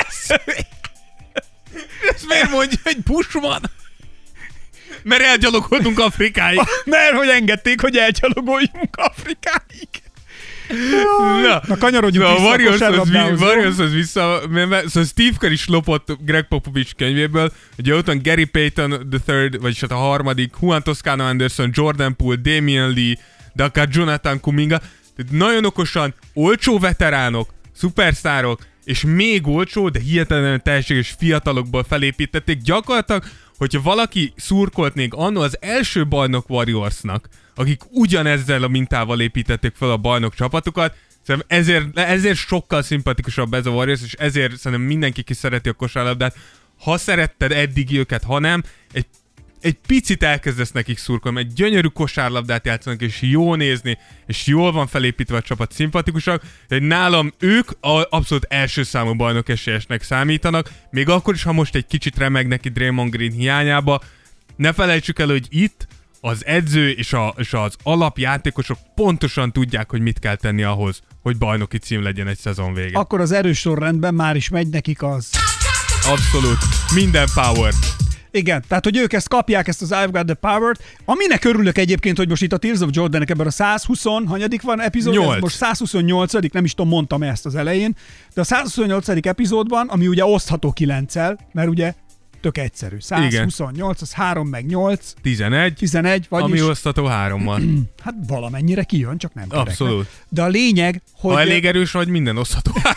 Ezt miért mondja egy bushman? Mert elgyalogoltunk Afrikáig. Mert hogy engedték, hogy elgyalogoljunk Afrikáig. Na kanyarodjunk vissza a kosárlabdához. Warriorshoz vissza, szóval Steve Kerr is lopott Greg Popovich könyvéből, ugye ott van Gary Payton III, vagyis hát a harmadik, Juan Toscano Anderson, Jordan Poole, Damian Lee, de akár Jonathan Kuminga, tehát nagyon okosan, olcsó veteránok, szupersztárok, és még olcsó, de hihetetlenül tehetséges fiatalokból felépítették. Gyakorlatilag, hogyha valaki szurkolt még anno az első bajnok Warriorsnak, akik ugyanezzel a mintával építették fel a bajnok csapatukat, szerintem ezért sokkal szimpatikusabb ez a Warriors, és ezért szerintem mindenki, ki szereti a kosárlabdát, ha szeretted eddig őket, ha nem, egy picit elkezdesz nekik szurkolni, egy gyönyörű kosárlabdát játszanak, és jó nézni, és jól van felépítve a csapat, szimpatikusak, de nálam ők abszolút első számú bajnok esélyesnek számítanak, még akkor is, ha most egy kicsit remeg neki Draymond Green hiányába. Ne felejtsük el, hogy itt az edző és az alapjátékosok pontosan tudják, hogy mit kell tenni ahhoz, hogy bajnoki cím legyen egy szezon vége. Akkor az erős sorrendben már is megy nekik az. Abszolút. Minden power. Igen, tehát hogy ők ezt kapják, ezt az I've Got the Power-t, aminek örülök egyébként, hogy most itt a Tears of Jordan-nek ebben a 120, hanyadik van epizód? 8. Ez most 128, nem is tudom, mondtam ezt az elején, de a 128. epizódban, ami ugye osztható 9-el, mert ugye tök egyszerű. 128, az 3 meg 8. 11, vagyis... Ami osztató 3-mal. Hát valamennyire kijön, csak nem kereknek. Abszolút. De a lényeg, hogy... Ha elég erős vagy, minden osztató 3.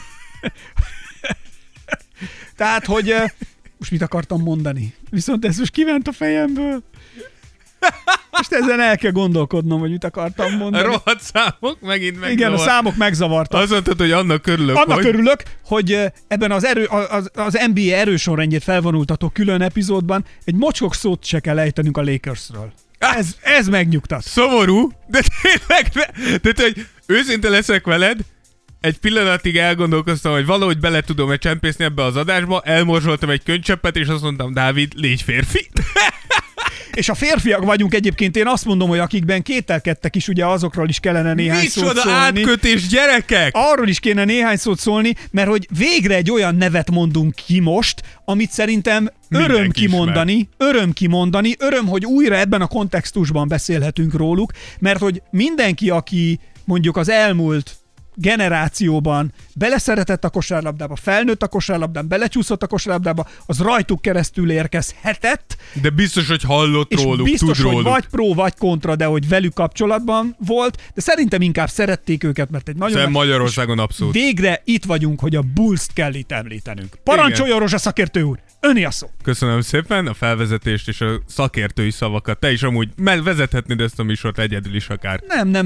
Tehát, hogy... Most mit akartam mondani? Viszont ez most kiment a fejemből. Most ezen el kell gondolkodnom, hogy mit akartam mondani. A rohadt számok megint megzavart. Igen, a számok megzavartak. Azt mondtad, hogy annak örülök, örülök, hogy ebben az NBA erősorrendjét felvonultató külön epizódban egy mocskos szót se kell ejtenünk a Lakersről. Ez megnyugtat. Szomorú, de tényleg, tehát, hogy őszinte leszek veled, egy pillanatig elgondolkoztam, hogy valahogy bele tudom-e csempészni ebbe az adásba, elmorzsoltam egy könycseppet, és azt mondtam, Dávid, légy férfi. És a férfiak vagyunk egyébként, én azt mondom, hogy akikben kételkedtek is, ugye azokról is kellene néhány szót szólni. Micsoda átkötés, gyerekek! Arról is kéne néhány szót szólni, mert hogy végre egy olyan nevet mondunk ki most, amit szerintem öröm kimondani, hogy újra ebben a kontextusban beszélhetünk róluk, mert hogy mindenki, aki mondjuk az elmúlt generációban beleszeretett a kosárlabdába, felnőtt a kosárlabdán, belecsúszott a kosárlabdába, az rajtuk keresztül érkezhetett. De biztos, hogy hallott róluk, biztos, tud hogy róluk. vagy pró, vagy kontra, de hogy velük kapcsolatban volt, de szerintem inkább szerették őket, mert egy nagyon... Magyarországon abszolút. Végre itt vagyunk, hogy a Bulls-t kell itt említenünk. Parancsoljon, Rozsa szakértő úr! Öné a szó. Köszönöm szépen a felvezetést és a szakértői szavakat. Te is amúgy vezethetnéd ezt a műsort egyedül is akár.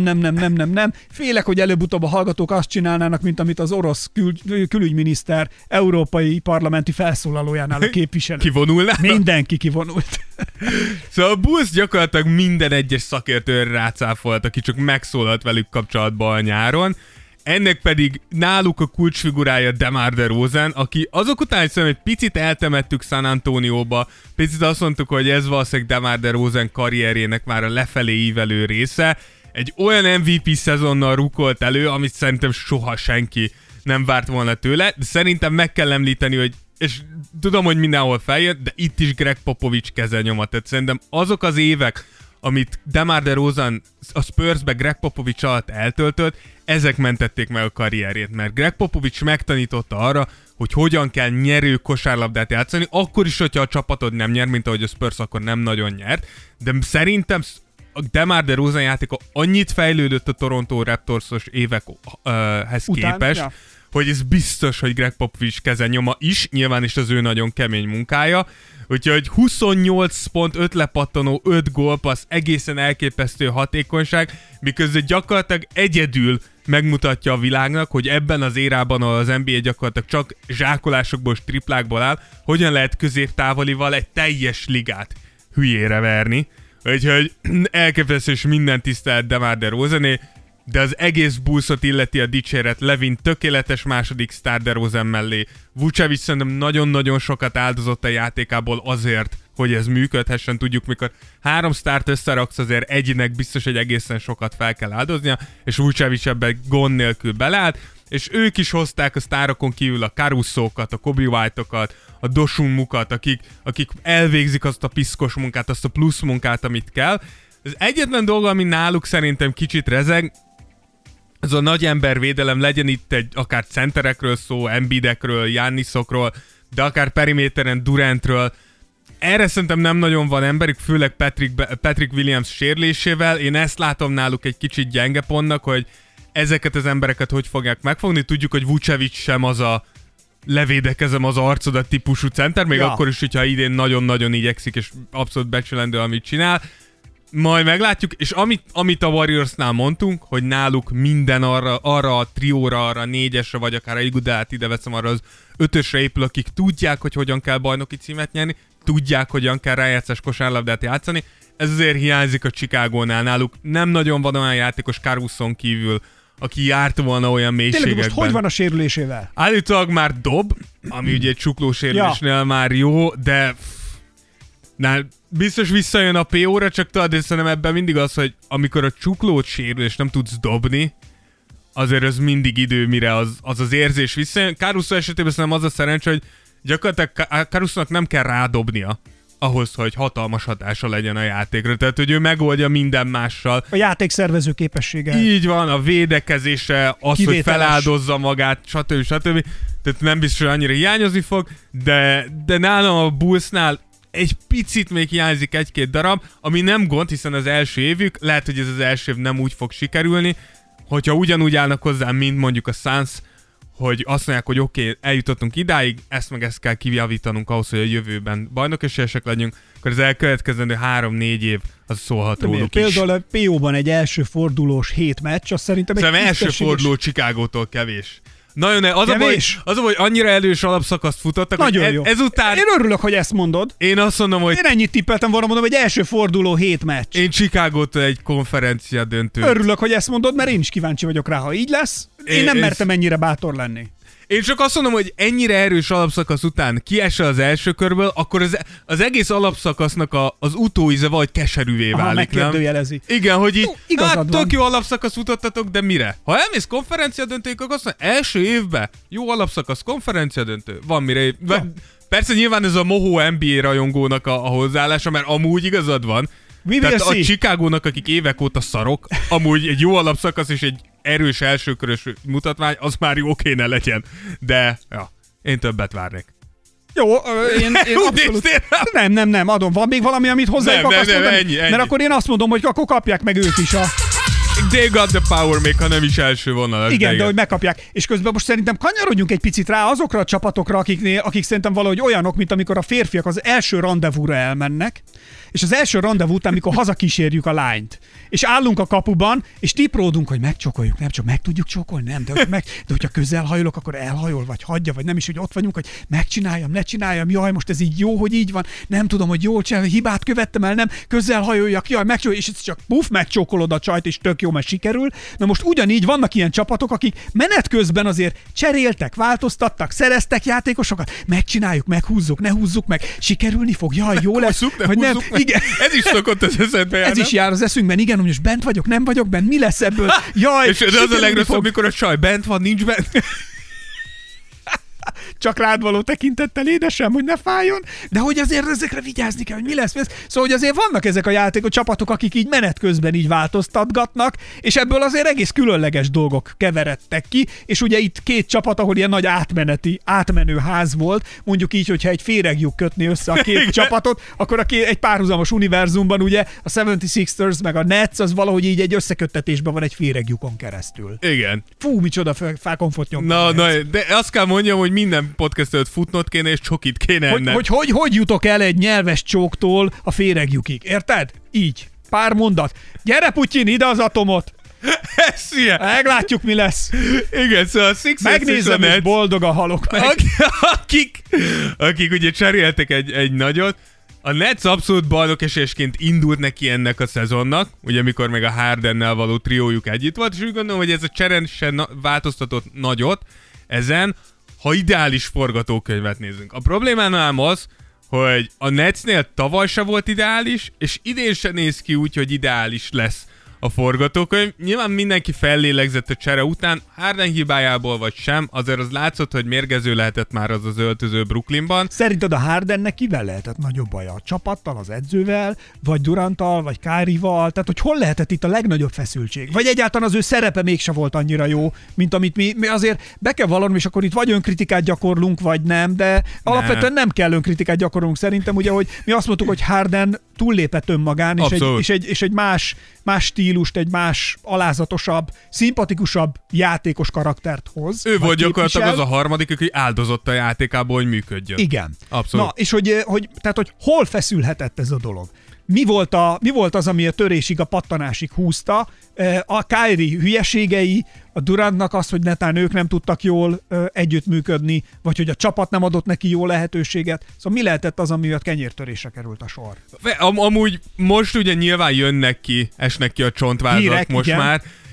Nem. Félek, hogy előbb-utóbb a hallgatók azt csinálnának, mint amit az orosz külügyminiszter európai parlamenti felszólalójánál a képviselő. Kivonulnának? Mindenki kivonult. Szóval a Bulls gyakorlatilag minden egyes szakértőre rácáfolt, aki csak megszólalt velük kapcsolatban a nyáron. Ennek pedig náluk a kulcsfigurája DeMar DeRozan, aki azok után, hogy egy picit eltemettük San Antonióba, picit azt mondtuk, hogy ez valószínűleg DeMar DeRozan karrierjének már a lefelé ívelő része, egy olyan MVP szezonnal rukolt elő, amit szerintem soha senki nem várt volna tőle, de szerintem meg kell említeni, hogy és tudom, hogy mindenhol feljött, de itt is Greg Popovich kezelnyoma, tehát szerintem azok az évek, amit DeMar DeRozan a Spursbe Greg Popovich alatt eltöltött, ezek mentették meg a karrierjét, mert Greg Popovich megtanította arra, hogy hogyan kell nyerő kosárlabdát játszani, akkor is, hogyha a csapatod nem nyer, mint ahogy a Spurs akkor nem nagyon nyert, de szerintem a DeMar DeRozan játéka annyit fejlődött a Toronto Raptorsos évekhez képest, hogy ez biztos, hogy Greg Popovich kezelnyoma is, nyilván is az ő nagyon kemény munkája, úgyhogy 28 pont, 5 lepattanó, 5 gólpassz, egészen elképesztő hatékonyság, miközben gyakorlatilag egyedül megmutatja a világnak, hogy ebben az érában az NBA gyakorlatilag csak zsákolásokból és triplákból áll, hogyan lehet középtávolival egy teljes ligát hülyére verni. Úgyhogy elképesztő és minden tisztelet DeMar DeRosané, de az egész Bullsot illeti a dicséret. Levin tökéletes második sztár DeRozan mellé. Vucevic szerintem nagyon-nagyon sokat áldozott a játékából azért, hogy ez működhessen. Tudjuk, mikor 3 sztárt összeraksz, azért egynek biztos, hogy egészen sokat fel kell áldoznia, és Vucevic ebben gond nélkül beleállt, és ők is hozták a sztárokon kívül a Caruso-kat, a Kobe White-okat, a Dosunmukat, akik elvégzik azt a piszkos munkát, azt a plusz munkát, amit kell. Az egyetlen dolga, ami náluk szerintem kicsit rezeg, ez a nagy embervédelem, legyen itt egy akár centerekről szó, Embiidekről, Giannisokról, de akár periméteren Durantről. Erre szerintem nem nagyon van emberük, főleg Patrick Williams sérülésével. Én ezt látom náluk egy kicsit gyenge pontnak, hogy ezeket az embereket hogy fogják megfogni. Tudjuk, hogy Vucevic sem az a levédekezem az arcodat típusú center, még akkor is, hogyha idén nagyon-nagyon igyekszik, és abszolút becsülendő, amit csinál. Majd meglátjuk, és amit a Warriorsnál mondtunk, hogy náluk minden arra a trióra, arra a 4-esre, vagy akár a Iguodalát ide veszem, arra az 5-ösre épül, akik tudják, hogy hogyan kell bajnoki címet nyerni, tudják, hogyan kell rájátszás kosárlabdát játszani. Ez azért hiányzik a Chicagónál. Náluk nem nagyon van olyan játékos Caruson kívül, aki járt volna olyan mélységekben. Tényleg most hogy van a sérülésével? Állítólag már dob, ami ugye egy csukló sérülésnél már jó, de biztos visszajön a PO-ra, csak tudod, és szerintem ebben mindig az, hogy amikor a csuklót sérül, és nem tudsz dobni, azért az mindig idő, mire az érzés visszajön. Caruso esetében szerintem az a szerencsé, hogy gyakorlatilag Carusonak nem kell rádobnia ahhoz, hogy hatalmas hatása legyen a játékra. Tehát, hogy ő megoldja minden mással. A játékszervező képessége. Így van, a védekezése, az, kivételes, hogy feláldozza magát, stb. Tehát nem biztos, hogy annyira hiányozni fog, de nálam a Bullsnál egy picit még hiányzik egy-két darab, ami nem gond, hiszen az első évük, lehet, hogy ez az első év nem úgy fog sikerülni, hogyha ugyanúgy állnak hozzá, mint mondjuk a Suns, hogy azt mondják, hogy oké, eljutottunk idáig, ezt kell kijavítanunk ahhoz, hogy a jövőben bajnokesélyesek legyünk, akkor az elkövetkezendő 3-4 év az szólhat róluk is. Például a PO-ban egy első fordulós 7 meccs, azt szerintem egy első forduló Chicagótól kevés. Nagyon az a baj, hogy annyira elős alapszakaszt futottak, nagyon hogy jó. Ezután... Én örülök, hogy ezt mondod. Én azt mondom, hogy... Én ennyit tippeltem volna, mondom, hogy első forduló 7 meccs. Én Chicagótól egy konferencia döntőt. Örülök, hogy ezt mondod, mert én is kíváncsi vagyok rá, ha így lesz. Én nem mertem ennyire bátor lenni. Én csak azt mondom, hogy ennyire erős alapszakasz után kiesel az első körből, akkor az egész alapszakasznak az utóíze vagy keserűvé válik, megkérdőjelezi. Nem? Igen, hogy így, tök jó alapszakasz futottatok, de mire? Ha elmész konferencia döntőig, akkor azt mondja, első évben jó alapszakasz, konferencia döntő, van mire. Persze nyilván ez a mohó NBA rajongónak a hozzáállása, mert amúgy igazad van. Tehát a Chicagónak, akik évek óta szarok, amúgy egy jó alapszakasz és egy erős elsőkörös mutatvány, az már jó kéne legyen. De, ja, én többet várnék. Jó, én abszolút... Nem, adom. Van még valami, amit hozzá nem, ennyi. Mert akkor én azt mondom, hogy akkor kapják meg ők is a... They got the power, még ha nem is első vonalas. Igen, de hogy megkapják. És közben most szerintem kanyarodjunk egy picit rá azokra a csapatokra, akik szerintem valahogy olyanok, mint amikor a férfiak az első rendezvúra elmennek, és az első rendezvú után, amikor hazakísérjük a lányt, és állunk a kapuban, és tipródunk, hogy megcsokoljuk, nem csak meg tudjuk csokolni, nem, de hogyha közel hajolok, akkor elhajol, vagy hagyja, vagy nem is, hogy ott vagyunk, hogy megcsináljam, ne csináljam, jaj, most ez így jó, hogy így van, nem tudom, hogy jól csinálom, hibát követtem el, nem, közel hajoljak, jaj, megcsokoljuk, és ez csak puff, megcsokolod a csajt, és tök jó, mert sikerül. Na most ugyanígy vannak ilyen csapatok, akik menet közben azért cseréltek, változtattak, szereztek játékosokat, megcsináljuk, meghúzzuk, ne húzzuk meg, sikerülni fog, jaj, jó lesz, vagy nem. Igen. Ez is szokott az eszedbe járni. Ez is jár az eszünkben, igen, hogy most bent vagyok, nem vagyok bent, mi lesz ebből? Jaj, és az a legrosszabb, mikor a csaj bent van, nincs bent. Csak rád való tekintettel, édesem, hogy ne fájjon, de hogy azért ezekre vigyázni kell, hogy mi lesz. Szóval, hogy azért vannak ezek a játékok, csapatok, akik így menet közben így változtatgatnak, és ebből azért egész különleges dolgok keveredtek ki, és ugye itt két csapat, ahol ilyen nagy átmenő ház volt, mondjuk így, hogyha egy féreglyuk kötni össze a két csapatot, akkor egy párhuzamos univerzumban ugye a 76ers meg a Nets az valahogy így egy összeköttetésben van egy féreglyukon keresztül. Igen. Fú, micsoda felkomfort nyomtam. Na, de azt kell mondjam, hogy minden podcast előtt futnod kéne, és csokit kéne ennem. Hogy jutok el egy nyelves csóktól a féreglyukig, érted? Így. Pár mondat. Gyere, Putyin, ide az atomot! Ez ilyen. Meglátjuk, mi lesz. Igen, szóval a Sixers megnézem, és boldogan halok meg. Akik ugye cseréltek egy nagyot, a Nets abszolút bajnokesésként indult neki ennek a szezonnak, ugye amikor még a Hardennel való triójuk együtt volt, és úgy gondolom, hogy ez a csere sem változtatott nagyot ezen, ha ideális forgatókönyvet nézünk. A problémánál az, hogy a Netsnél tavaly se volt ideális, és idén se néz ki úgy, hogy ideális lesz a forgatókönyv. Nyilván mindenki fellélegzett a csere után, Harden hibájából vagy sem, azért az látszott, hogy mérgező lehetett már az öltöző Brooklynban. Szerinted a Hardennek kivel lehetett nagyobb baja? A csapattal, az edzővel, vagy Duranttal, vagy Kyrie-val? Tehát, hogy hol lehetett itt a legnagyobb feszültség? Vagy egyáltalán az ő szerepe mégse volt annyira jó, mint amit mi azért be kell vallanom, és akkor itt vagy önkritikát gyakorlunk, vagy nem, de alapvetően nem kell önkritikát gyakorlunk szerintem, ugye, hogy mi azt mondtuk, hogy Harden túllépett önmagán, és egy más stílust, egy más alázatosabb, szimpatikusabb játékos karaktert hoz. Ő volt gyakorlatilag az a harmadik, aki áldozott a játékából, hogy működjön. Igen. Abszolút. Na, és hogy hol feszülhetett ez a dolog? Mi volt az, ami a törésig, a pattanásig húzta? A Kyrie hülyeségei, a Durantnak az, hogy netán ők nem tudtak jól együttműködni, vagy hogy a csapat nem adott neki jó lehetőséget. Szóval mi lehetett az, amiatt kenyértörésre került a sor? Amúgy most ugye nyilván esnek ki a csontvázak most igen. Már,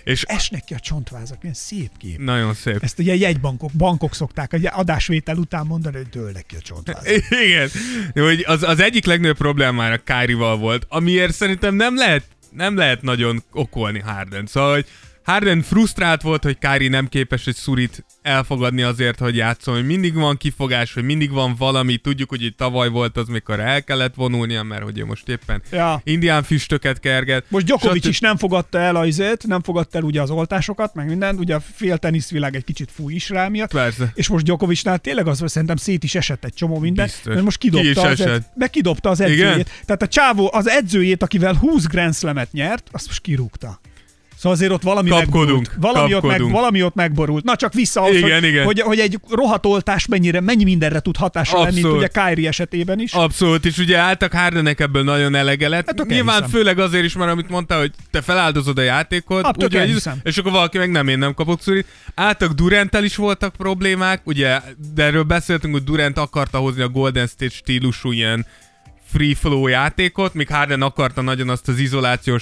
És esnek ki a csontvázak, milyen szép kép. nagyon szép. Ezt ugye bankok szokták egy adásvétel után mondani, hogy dőlnek ki a csontvázak. Igen. Hogy az egyik legnagyobb problémára Kyrie-val volt, amiért szerintem nem lehet nagyon okolni Harden. Szóval, hogy Harden frusztrált volt, hogy Kyrie nem képes egy szurit elfogadni azért, hogy játszom, hogy mindig van kifogás, hogy mindig van valami. Tudjuk, hogy itt tavaly volt az, mikor el kellett vonulnia, mert hogy most éppen indián füstöket kerget. Most Djokovic is nem fogadta el nem fogadta el ugye az oltásokat, meg mindent, ugye a fél teniszvilág egy kicsit fúj is rá miatt. Persze. És most Djokovicnál tényleg az, szerintem szét is esett egy csomó minden, mert most kidobta az edzőjét. Igen? Tehát a csávó az edzőjét, akivel 20 Grand Slamet nyert, azt most kirúgta. Szóval azért ott valami megborult. Valami ott megborult. Na csak vissza ahhoz, hogy egy rohadt oltás mennyi mindenre tud hatással lenni, mint ugye Kyrie esetében is. Abszolút, és ugye álltak Hardennek ebből nagyon elege lett. Hát nyilván főleg azért is, mert amit mondtál, hogy te feláldozod a játékot, és akkor valaki meg én nem kapok szurit. Álltak Duranttel is voltak problémák, ugye, de erről beszéltünk, hogy Durant akarta hozni a Golden State stílusú ilyen free flow játékot, míg Harden akarta nagyon azt az izolációs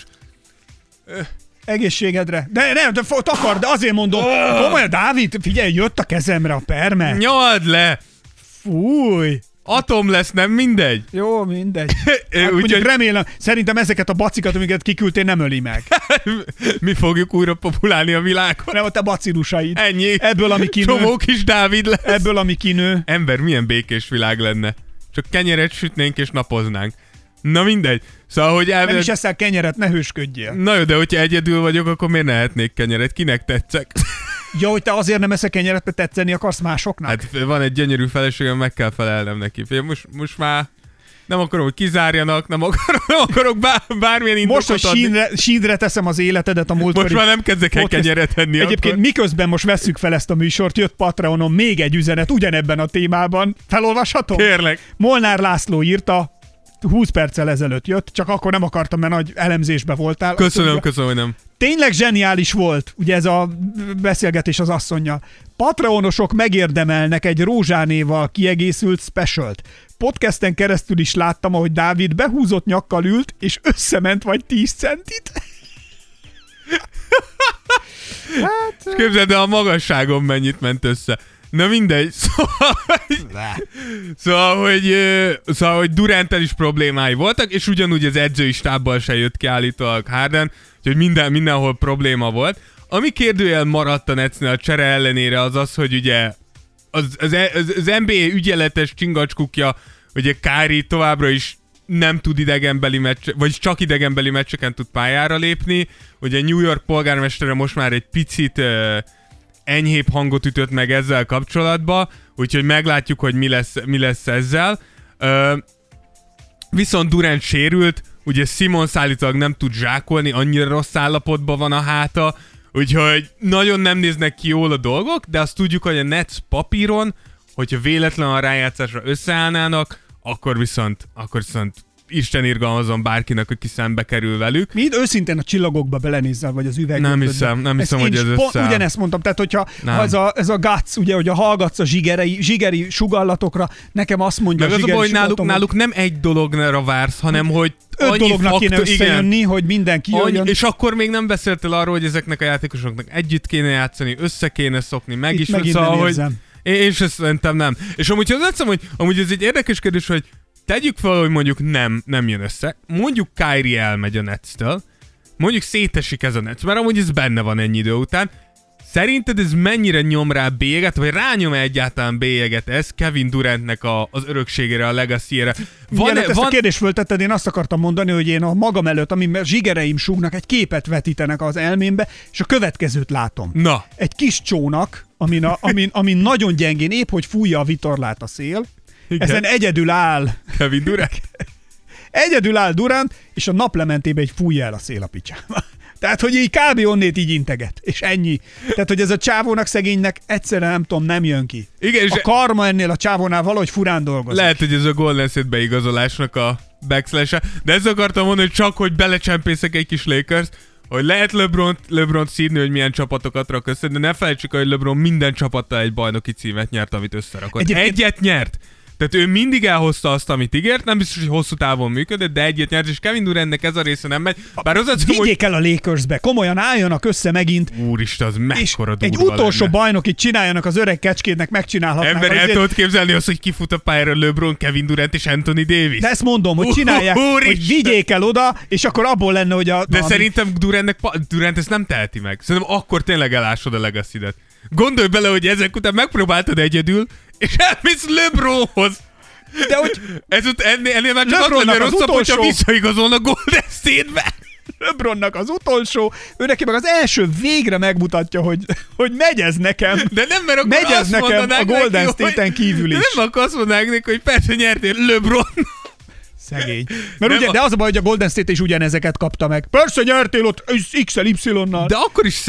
egészségedre. De takar, de azért mondom, komolyan, Dávid, figyelj, jött a kezemre a perme. Nyald le! Fúj! Atom lesz, nem mindegy? Jó, mindegy. Hát mondjuk remélem, szerintem ezeket a bacikat, amiket kiküldtél, nem öli meg. Mi fogjuk újra populálni a világon. Nem a te bacilusaid. Ennyi. Ebből, ami kinő. Csomó kis Dávid lesz. Ebből, ami kinő. Ember, milyen békés világ lenne. Csak kenyeret sütnénk és napoznánk. Na mindegy. Szóval, hogy nem is eszel kenyeret, ne hősködjél. Na jó, de hogyha egyedül vagyok, akkor miért ne etnék kenyeret? Kinek tetszek? Ja, hogy te azért nem eszek kenyeret, mert tetszeni akarsz másoknak? Hát van egy gyönyörű feleségem, meg kell felelnem neki. Most már nem akarom, hogy kizárjanak, nem akarok bármilyen indokot most, hogy sídre teszem az életedet a múltkori... Most már nem kezdek el kenyeret enni. Egyébként akkor. Miközben most vesszük fel ezt a műsort, jött Patreonon még egy üzenet ugyanebben a témában. Felolvashatom? Kérlek. Molnár László írta, 20 perccel ezelőtt jött, csak akkor nem akartam, mert nagy elemzésbe voltál. Köszönöm, hogy nem. Tényleg zseniális volt, ugye ez a beszélgetés az asszonnyal. Patreonosok megérdemelnek egy rózsánéval kiegészült specialt. Podcasten keresztül is láttam, ahogy Dávid behúzott nyakkal ült, és összement vagy 10 centit. Hát... Képzeld, de a magasságom mennyit ment össze. Na mindegy, szóval, hogy Duranttel is problémái voltak, és ugyanúgy az edzői stábbal se jött ki állítólag Harden, úgyhogy mindenhol probléma volt. Ami kérdőjel maradt a Netsnél a csere ellenére az, hogy ugye az NBA ügyeletes csingacskukja, ugye Kyrie továbbra is nem tud vagyis csak idegenbeli meccseken tud pályára lépni. Ugye New York polgármestere most már egy picit enyhébb hangot ütött meg ezzel kapcsolatban, úgyhogy meglátjuk, hogy mi lesz ezzel. Viszont Durant sérült, ugye Simmons állítólag nem tud zsákolni, annyira rossz állapotban van a háta, úgyhogy nagyon nem néznek ki jól a dolgok, de azt tudjuk, hogy a Nets papíron, hogyha véletlenül a rájátszásra összeállnának, akkor viszont Isten irgalmazom bárkinek, aki szembe kerül velük. Mi őszintén a csillagokba belenézzel, vagy az üvegből? Nem hiszem, hogy ez összeáll. Ugyanezt mondtam, tehát hogyha ez a guts, ugye, hogy hallgatsz a zsigeri sugallatokra, nekem azt mondja meg a zsigeri sugallatom, náluk nem egy dologra vársz, hanem hogy 5 dolognak kéne összejönni, hogy mindenki jöjjön. És akkor még nem beszéltél arról, hogy ezeknek a játékosoknak együtt kéne játszani, össze kéne szokni, meg is. Szóval, hogy én sem szerintem nem. És amúgy az azt mondom, hogy amúgy ez egy érdekes kérdés, hogy tegyük fel, hogy mondjuk nem jön össze. Mondjuk Kyrie elmegy a Netstől. Mondjuk szétesik ez a Nets, mert amúgy ez benne van ennyi idő után. Szerinted ez mennyire nyom rá bélyeget, vagy rányom-e egyáltalán bélyeget ez Kevin Durantnek az örökségére, a legacy-ére? Ezt a kérdést föltetted, én azt akartam mondani, hogy én a magam előtt, amin zsigereim súgnak, egy képet vetítenek az elmémbe, és a következőt látom. Na. Egy kis csónak, amin nagyon gyengén, épp hogy fújja a vitorlát a szél. Igen. Ezen egyedül áll Kevin Durant. Egyedül áll Durant, és a naplementébe egy fújja el a szél a picsába. Tehát, hogy így kb. Onnét így integet. És ennyi. Tehát, hogy ez a csávónak, szegénynek egyszerűen nem tudom, nem jön ki. Igen, a karma ennél a csávónál valahogy furán dolgozik. Lehet, hogy ez a Golden State beigazolásnak a backslash-e. De ezt akartam mondani, hogy csak, hogy belecsempészek egy kis Lakers-t, hogy lehet LeBron szídni, hogy milyen csapatokat rak össze, de ne felejtsük, hogy LeBron minden csapattal egy bajnoki címet nyert, amit összerakott. Egyet nyert! Tehát ő mindig elhozta azt, amit ígért, nem biztos, hogy hosszú távon működött, de egyet nyert, és Kevin Durantnek ez a része nem megy. Bár vigyék el a Lakersbe, komolyan álljanak össze megint. Úristen, az mekkora durva egy utolsó lenne. bajnokit csináljanak az öreg kecskédnek, megcsinálhatnák. Ember, el tudod képzelni azt, hogy kifut a pályára LeBron, Kevin Durant és Anthony Davis? De ezt mondom, hogy csinálják, hogy vigyék el oda, és akkor abból lenne, hogy De szerintem Durant ezt nem teheti meg. Szerintem akkor tényleg elásod a legacy-det. Gondolj bele, hogy ezek után megpróbáltad egyedül, és elmész LeBronhoz. De hogy ennél már csak az lenne rosszabb, hogyha visszaigazolna Golden State-be. LeBronnak az utolsó, ő neki meg az első végre megmutatja, hogy megy ez nekem. De nem, mert akkor megy ez azt nekem a Golden neki, State-en kívül is. Nem, akkor azt mondanák neki, hogy persze nyertél LeBron. Szegény. Mert ugye, de az a baj, hogy a Golden State is ugyanezeket kapta meg. Persze nyertél ott XL Y-nal. De akkor is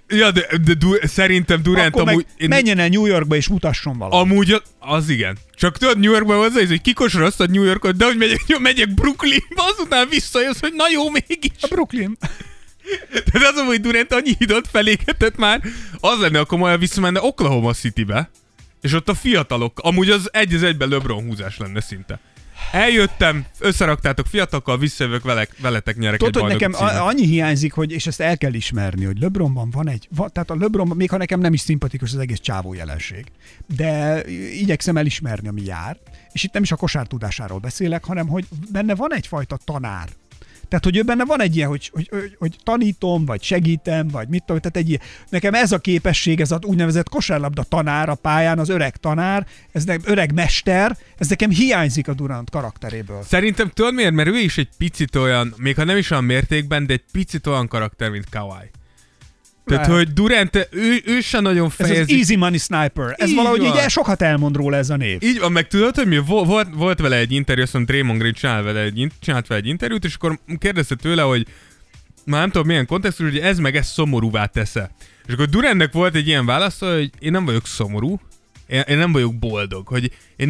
szerintem Durant akkor amúgy... menjen el New Yorkba és mutasson valamit. Amúgy az igen. Csak tudod, New Yorkban hozzá, hogy kikosoroztad New Yorkot, de hogy megyek Brooklynba, azután visszajössz, hogy na jó, mégis. A Brooklyn. Tehát az, hogy Durant annyi hidot felégetett már, az lenne, akkor majd visszamenne Oklahoma Citybe, és ott a fiatalok, amúgy az egy az egyben LeBron húzás lenne szinte. Eljöttem, összeraktátok fiatalokkal, visszajövök veletek, nyerek egy bajnoki címet. Nekem annyi hiányzik, hogy, és ezt el kell ismerni, hogy LeBronban tehát a LeBronban, még ha nekem nem is szimpatikus az egész csávó jelenség, de igyekszem elismerni, ami jár, és itt nem is a kosártudásáról beszélek, hanem hogy benne van egyfajta tanár. Tehát, hogy ő benne van egy ilyen, hogy tanítom, vagy segítem, vagy mit tudom, tehát egy ilyen, nekem ez a képesség, ez az úgynevezett kosárlabda tanár a pályán, az öreg tanár, ez öreg mester, ez nekem hiányzik a Durant karakteréből. Szerintem tudod miért? Mert ő is egy picit olyan, még ha nem is olyan mértékben, de egy picit olyan karakter, mint Kawhi. Tehát, hogy Durant, ő sem nagyon fejezi. Ez az easy money sniper. Ez így valahogy van. Így sokat elmond róla ez a név. Így van, meg tudod, hogy mi volt vele egy interjú, azt mondom, Draymond Green csinált vele egy interjút, és akkor kérdezte tőle, hogy már nem tudom milyen kontextus, hogy ez meg ezt szomorúvá tesz-e. És akkor Durantnek volt egy ilyen válasz, hogy én nem vagyok szomorú, én nem vagyok boldog, hogy én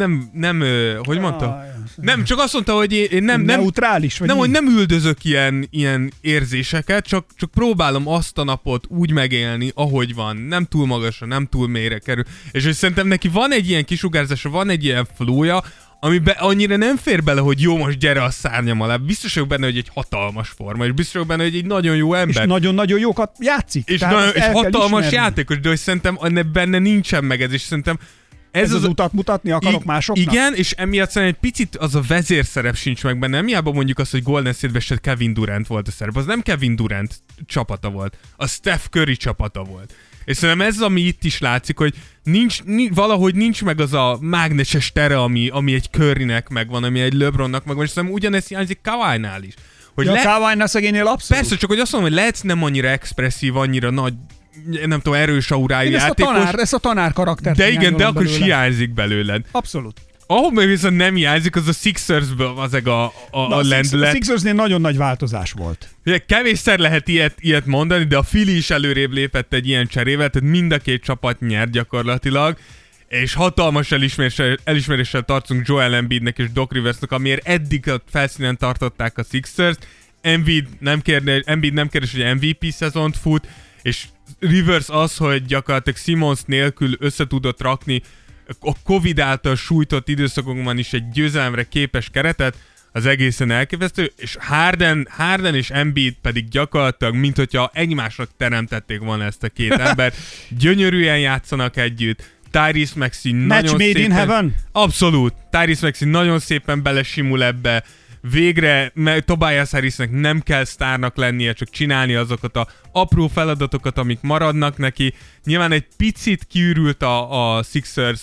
nem hogy mondta? Nem, csak azt mondta, hogy én nem neutrális vagy. Nem, hogy nem üldözök ilyen érzéseket, csak próbálom azt a napot úgy megélni, ahogy van. Nem túl magasra, nem túl mélyre kerül. És hogy szerintem neki van egy ilyen kisugárzása, van egy ilyen flója, amiben annyira nem fér bele, hogy jó, most gyere a szárnyam alá. Biztos vagyok benne, hogy egy hatalmas forma, és biztos vagyok benne, hogy egy nagyon jó ember. És nagyon-nagyon jókat játszik. És hatalmas játékos, de hogy szerintem benne nincsen meg ez, és szerintem ez az utat mutatni akarok másoknak? Igen, és emiatt szerintem egy picit az a vezérszerep sincs meg benne. Miába mondjuk azt, hogy Golden State-ben se Kevin Durant volt a szerep. Az nem Kevin Durant csapata volt, a Steph Curry csapata volt. És szerintem ez, ami itt is látszik, hogy valahogy nincs meg az a mágneses tere, ami egy Currynek megvan, ami egy LeBronnak megvan, és szerintem ugyanezt hiányzik Kawhi-nál is. Hogy Kawhi-nál szegénynél abszolút. Persze, csak hogy azt mondom, hogy lehetsz nem annyira expresszív, annyira nagy, nem tudom, erős aurájú játékos. Ezt a tanár karaktert. De igen, de akkor is hiányzik belőled. Abszolút. Ahol meg viszont nem hiányzik, az a Sixersből az a lendület. A Sixersnél nagyon nagy változás volt. Kevésszer lehet ilyet mondani, de a Philly is előrébb lépett egy ilyen cserével, tehát mind a két csapat nyert gyakorlatilag, és hatalmas elismeréssel tartozunk Joel Embiidnek és Doc Riversnek, amiért eddig a felszínen tartották a Sixers. Embiid nem kérdés, hogy MVP szezont fut, és Rivers az, hogy gyakorlatilag Simmons nélkül össze tudott rakni a Covid által sújtott időszakokban is egy győzelemre képes keretet, az egészen elképesztő, és Harden és Embiid pedig gyakorlatilag, mint hogyha egymásnak teremtették volna ezt a két embert. Gyönyörűen játszanak együtt. Tyrese Maxey nagyon made szépen... in heaven? Abszolút. Tyrese Maxey nagyon szépen belesimul ebbe. Végre Tobias Harrisnek nem kell sztárnak lennie, csak csinálni azokat a apró feladatokat, amik maradnak neki. Nyilván egy picit kiürült a Sixers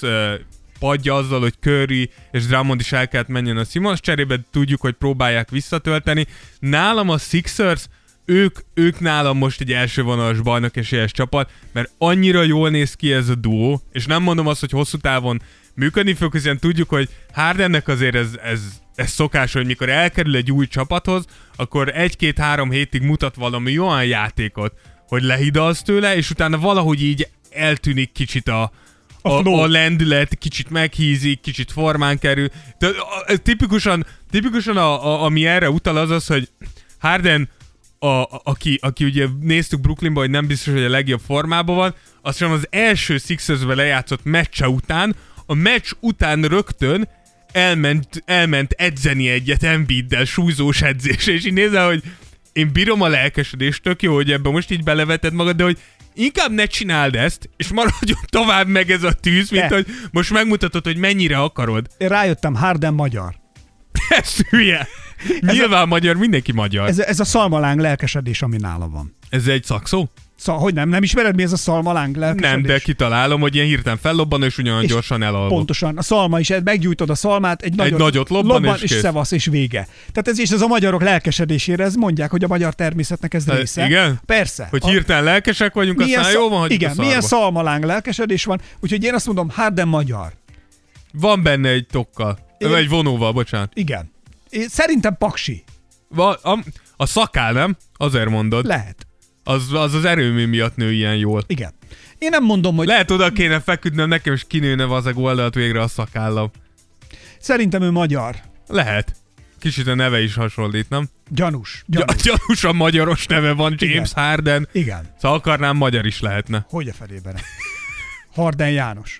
padja azzal, hogy Curry és Drummond is el kellett menjen a Simmons cserébe, tudjuk, hogy próbálják visszatölteni. Nálam a Sixers, ők nálam most egy első vonalas bajnok esélyes csapat, mert annyira jól néz ki ez a duó, és nem mondom azt, hogy hosszú távon működni fog, hiszen tudjuk, hogy Hardennek azért ez szokás, hogy mikor elkerül egy új csapathoz, akkor 1-2-3 hétig mutat valami olyan játékot, hogy lehidalsz tőle, és utána valahogy így eltűnik kicsit a lendület, kicsit meghízik, kicsit formán kerül. Tipikusan ami erre utal az, hogy Harden, aki ugye néztük Brooklynban, hogy nem biztos, hogy a legjobb formában van, azt sem az első Sixersbe lejátszott meccse után a meccs után rögtön elment edzeni egyet Embiiddel, súlyzós edzés, és így nézel, hogy én bírom a lelkesedést, tök jó, hogy ebben most így beleveted magad, de hogy inkább ne csináld ezt, és maradjon tovább meg ez a tűz, mint hogy most megmutatod, hogy mennyire akarod. Én rájöttem, Harden magyar. Ez hülye. Nyilván magyar, mindenki magyar. Ez a szalmaláng lelkesedés, ami nála van. Ez egy szakszó? Hogy nem ismered, mi ez a szalmaláng lelkesedés? Nem, de kitalálom, hogy ilyen hirtelen fellobban, és ugyanolyan gyorsan elalvad. Pontosan. A szalma is, meggyújtod a szalmát, egy nagyot lobban és szevasz, és vége. Tehát ez a magyarok lelkesedésére, ez mondják, hogy a magyar természetnek ez része. Igen? Persze. Hogy hirtelen lelkesek vagyunk, aztán jó van, hogy igen, milyen szalmaláng lelkesedés van, úgyhogy én azt mondom, Harden magyar. Van benne egy tokkal. Egy vonóval, bocsánat. Igen. Szerintem paksi. A szakál, nem? Azért mondod. Lehet. Az erőmű miatt nő ilyen jól. Igen. Én nem mondom, hogy... Lehet oda kéne feküdnöm nekem, és kinőne vazeg oldalt végre a szakállam. Szerintem ő magyar. Lehet. Kicsit a neve is hasonlít, nem? Gyanús. Gyanúsan magyaros neve van, James Harden. Igen. Szóval akarnám, magyar is lehetne. Hogy a felében? Harden János.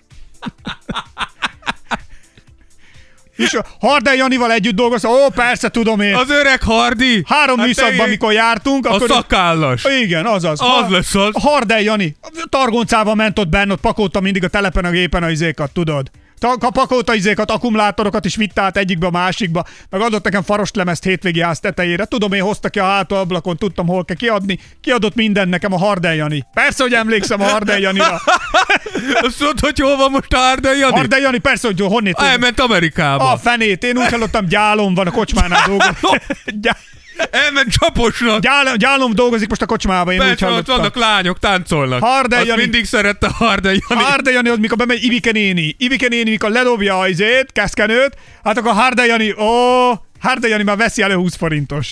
És a Harden Janival együtt dolgozom. Ó, persze, tudom én. Az öreg Hardi. 3 műszakban, mikor jártunk. A szakállas. Igen, azaz. Az lesz az. Harden Jani. Targoncával ment ott benne, ott pakolta mindig a telepen a gépen a izékat, tudod? Pakolta izékat, akkumulátorokat is vitt át egyikbe a másikba, meg adott nekem farostlemezt hétvégi ház tetejére. Tudom, én hozta ki a hátulablakon, tudtam, hol kell kiadni. Kiadott minden nekem a Harden Jani. Persze, hogy emlékszem a Harden Janira. Azt tudod, hogy hol van most a Harden Jani? Harden Jani, persze, hogy honnét. Elment Amerikába. A fenét, én úgy hallottam, Gyálom van a kocsmánál dolgozik. Elment Csaposnak. Gyálom dolgozik most a kocsmában, én úgy hallottam. Ott vannak lányok, táncolnak. Harden Jani. Mindig szerette Harden Jani. Harden Jani, ott mikor bemegy Ivike néni, mikor ledobja a keszkenőt, hát akkor Harden Jani már veszi elő 20 forintost.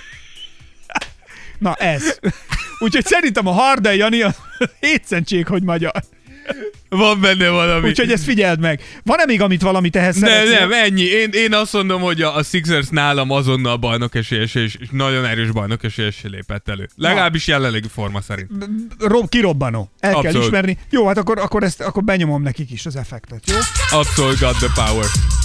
Na ez. Úgyhogy szerintem a Harden Jani a hétszentség, hogy magyar. Van benne valami. Úgyhogy ezt figyeld meg. Van-e még valamit ehhez szeretnél? Nem, ennyi. Én azt mondom, hogy a Sixers nálam azonnal bajnokesélyes, és nagyon erős bajnokesélyes lépett elő. Legalábbis jelenlegi forma szerint. Kirobbanó. Kell ismerni. Jó, hát akkor benyomom nekik is az effektet, jó? Abszolút got the power.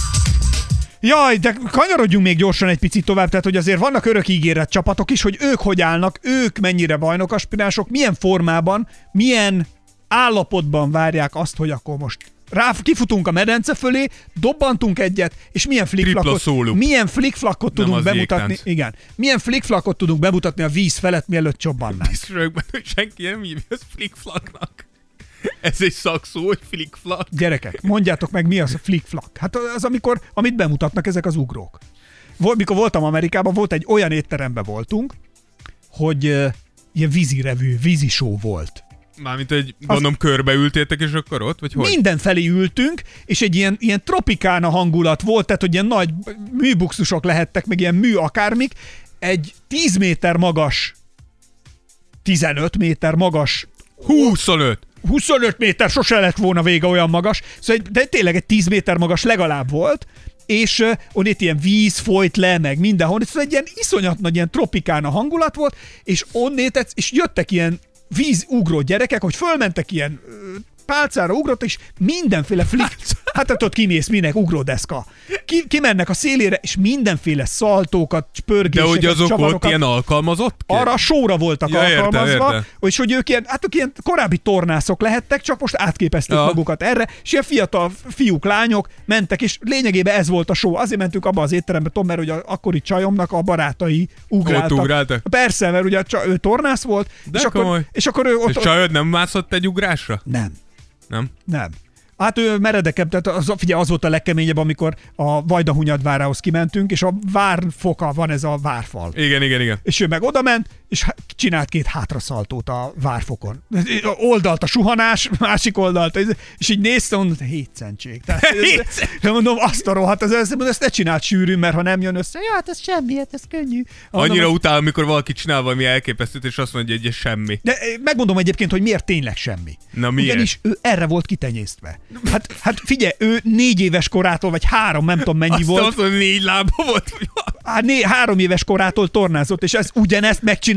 Jaj, de kanyarodjunk még gyorsan egy picit tovább, tehát hogy azért vannak örök ígéret csapatok is, hogy ők hogy állnak, ők mennyire bajnokaspiránsok, milyen formában, milyen állapotban várják azt, hogy akkor most kifutunk a medence fölé, dobbantunk egyet, és milyen flickflakot tudunk bemutatni. Igen. Milyen flickflakot tudunk bemutatni a víz felett, mielőtt csobbannánk. Biztos, hogy senki nem hívja ezt flickflaknak. Ez egy szakszó, hogy flickflak. Gyerekek, mondjátok meg, mi az a flickflak? Hát az, amit bemutatnak ezek az ugrók. Mikor voltam Amerikában, volt egy olyan étteremben voltunk, hogy ilyen vízi show volt. Mármint, hogy gondolom körbeültétek, és akkor ott, vagy hogy? Mindenfelé ültünk, és egy ilyen tropikána hangulat volt, tehát hogy ilyen nagy műbuxusok lehettek, meg ilyen mű akármik, egy 10 méter magas, 15 méter magas, 25 méter, sose lett volna vége olyan magas, szóval, de tényleg egy 10 méter magas legalább volt, és onnét ilyen víz folyt le, meg mindenhol, szóval egy ilyen iszonyat nagy ilyen tropikána hangulat volt, és onnét, és jöttek ilyen vízugró gyerekek, hogy fölmentek ilyen pálcára ugrott, és mindenféle hát ott kimész, minek ugródeszka. Kimennek a szélére, és mindenféle szaltókat, pörgéseket, de hogy azok csavarokat. ott ilyen alkalmazott? Arra a showra voltak alkalmazva, értem. hogy ők ilyen korábbi tornászok lehettek, csak most átképezték magukat erre, és ilyen fiatal fiúk, lányok mentek, és lényegében ez volt a show. Azért mentünk abba az étterembe, Tom, mert ugye akkori csajomnak a barátai ugráltak. Persze, mert ugye ő tornász volt, és akkor ő ott... És csajod nem mászott egy ugrásra? Nem. Hát ő meredekebb, tehát figyelj, az volt a legkeményebb, amikor a Vajdahunyadvárához kimentünk, és a várfoka van, ez a várfal. Igen. És ő meg odament, és csinált 2 hátraszaltót a várfokon. Oldalt a suhanás, másik oldalt, és így nézte, mondom, hétszentség. Mondom, azt a rohadt, ezt ne csinált sűrűn, mert ha nem jön össze, ja, hát ez semmi, hát ez könnyű. Annyira utálom, amikor valaki csinál valami elképesztőt, és azt mondja, hogy ez semmi. De megmondom egyébként, hogy miért tényleg semmi. Na miért? Ugyanis ő erre volt kitenyésztve. Hát figyelj, ő 4 éves korától, vagy 3, nem tudom mennyi volt. Azt mondom, 4 lába volt. Hát 3 éves korától tornázott, és ez ugyanezt megcsinál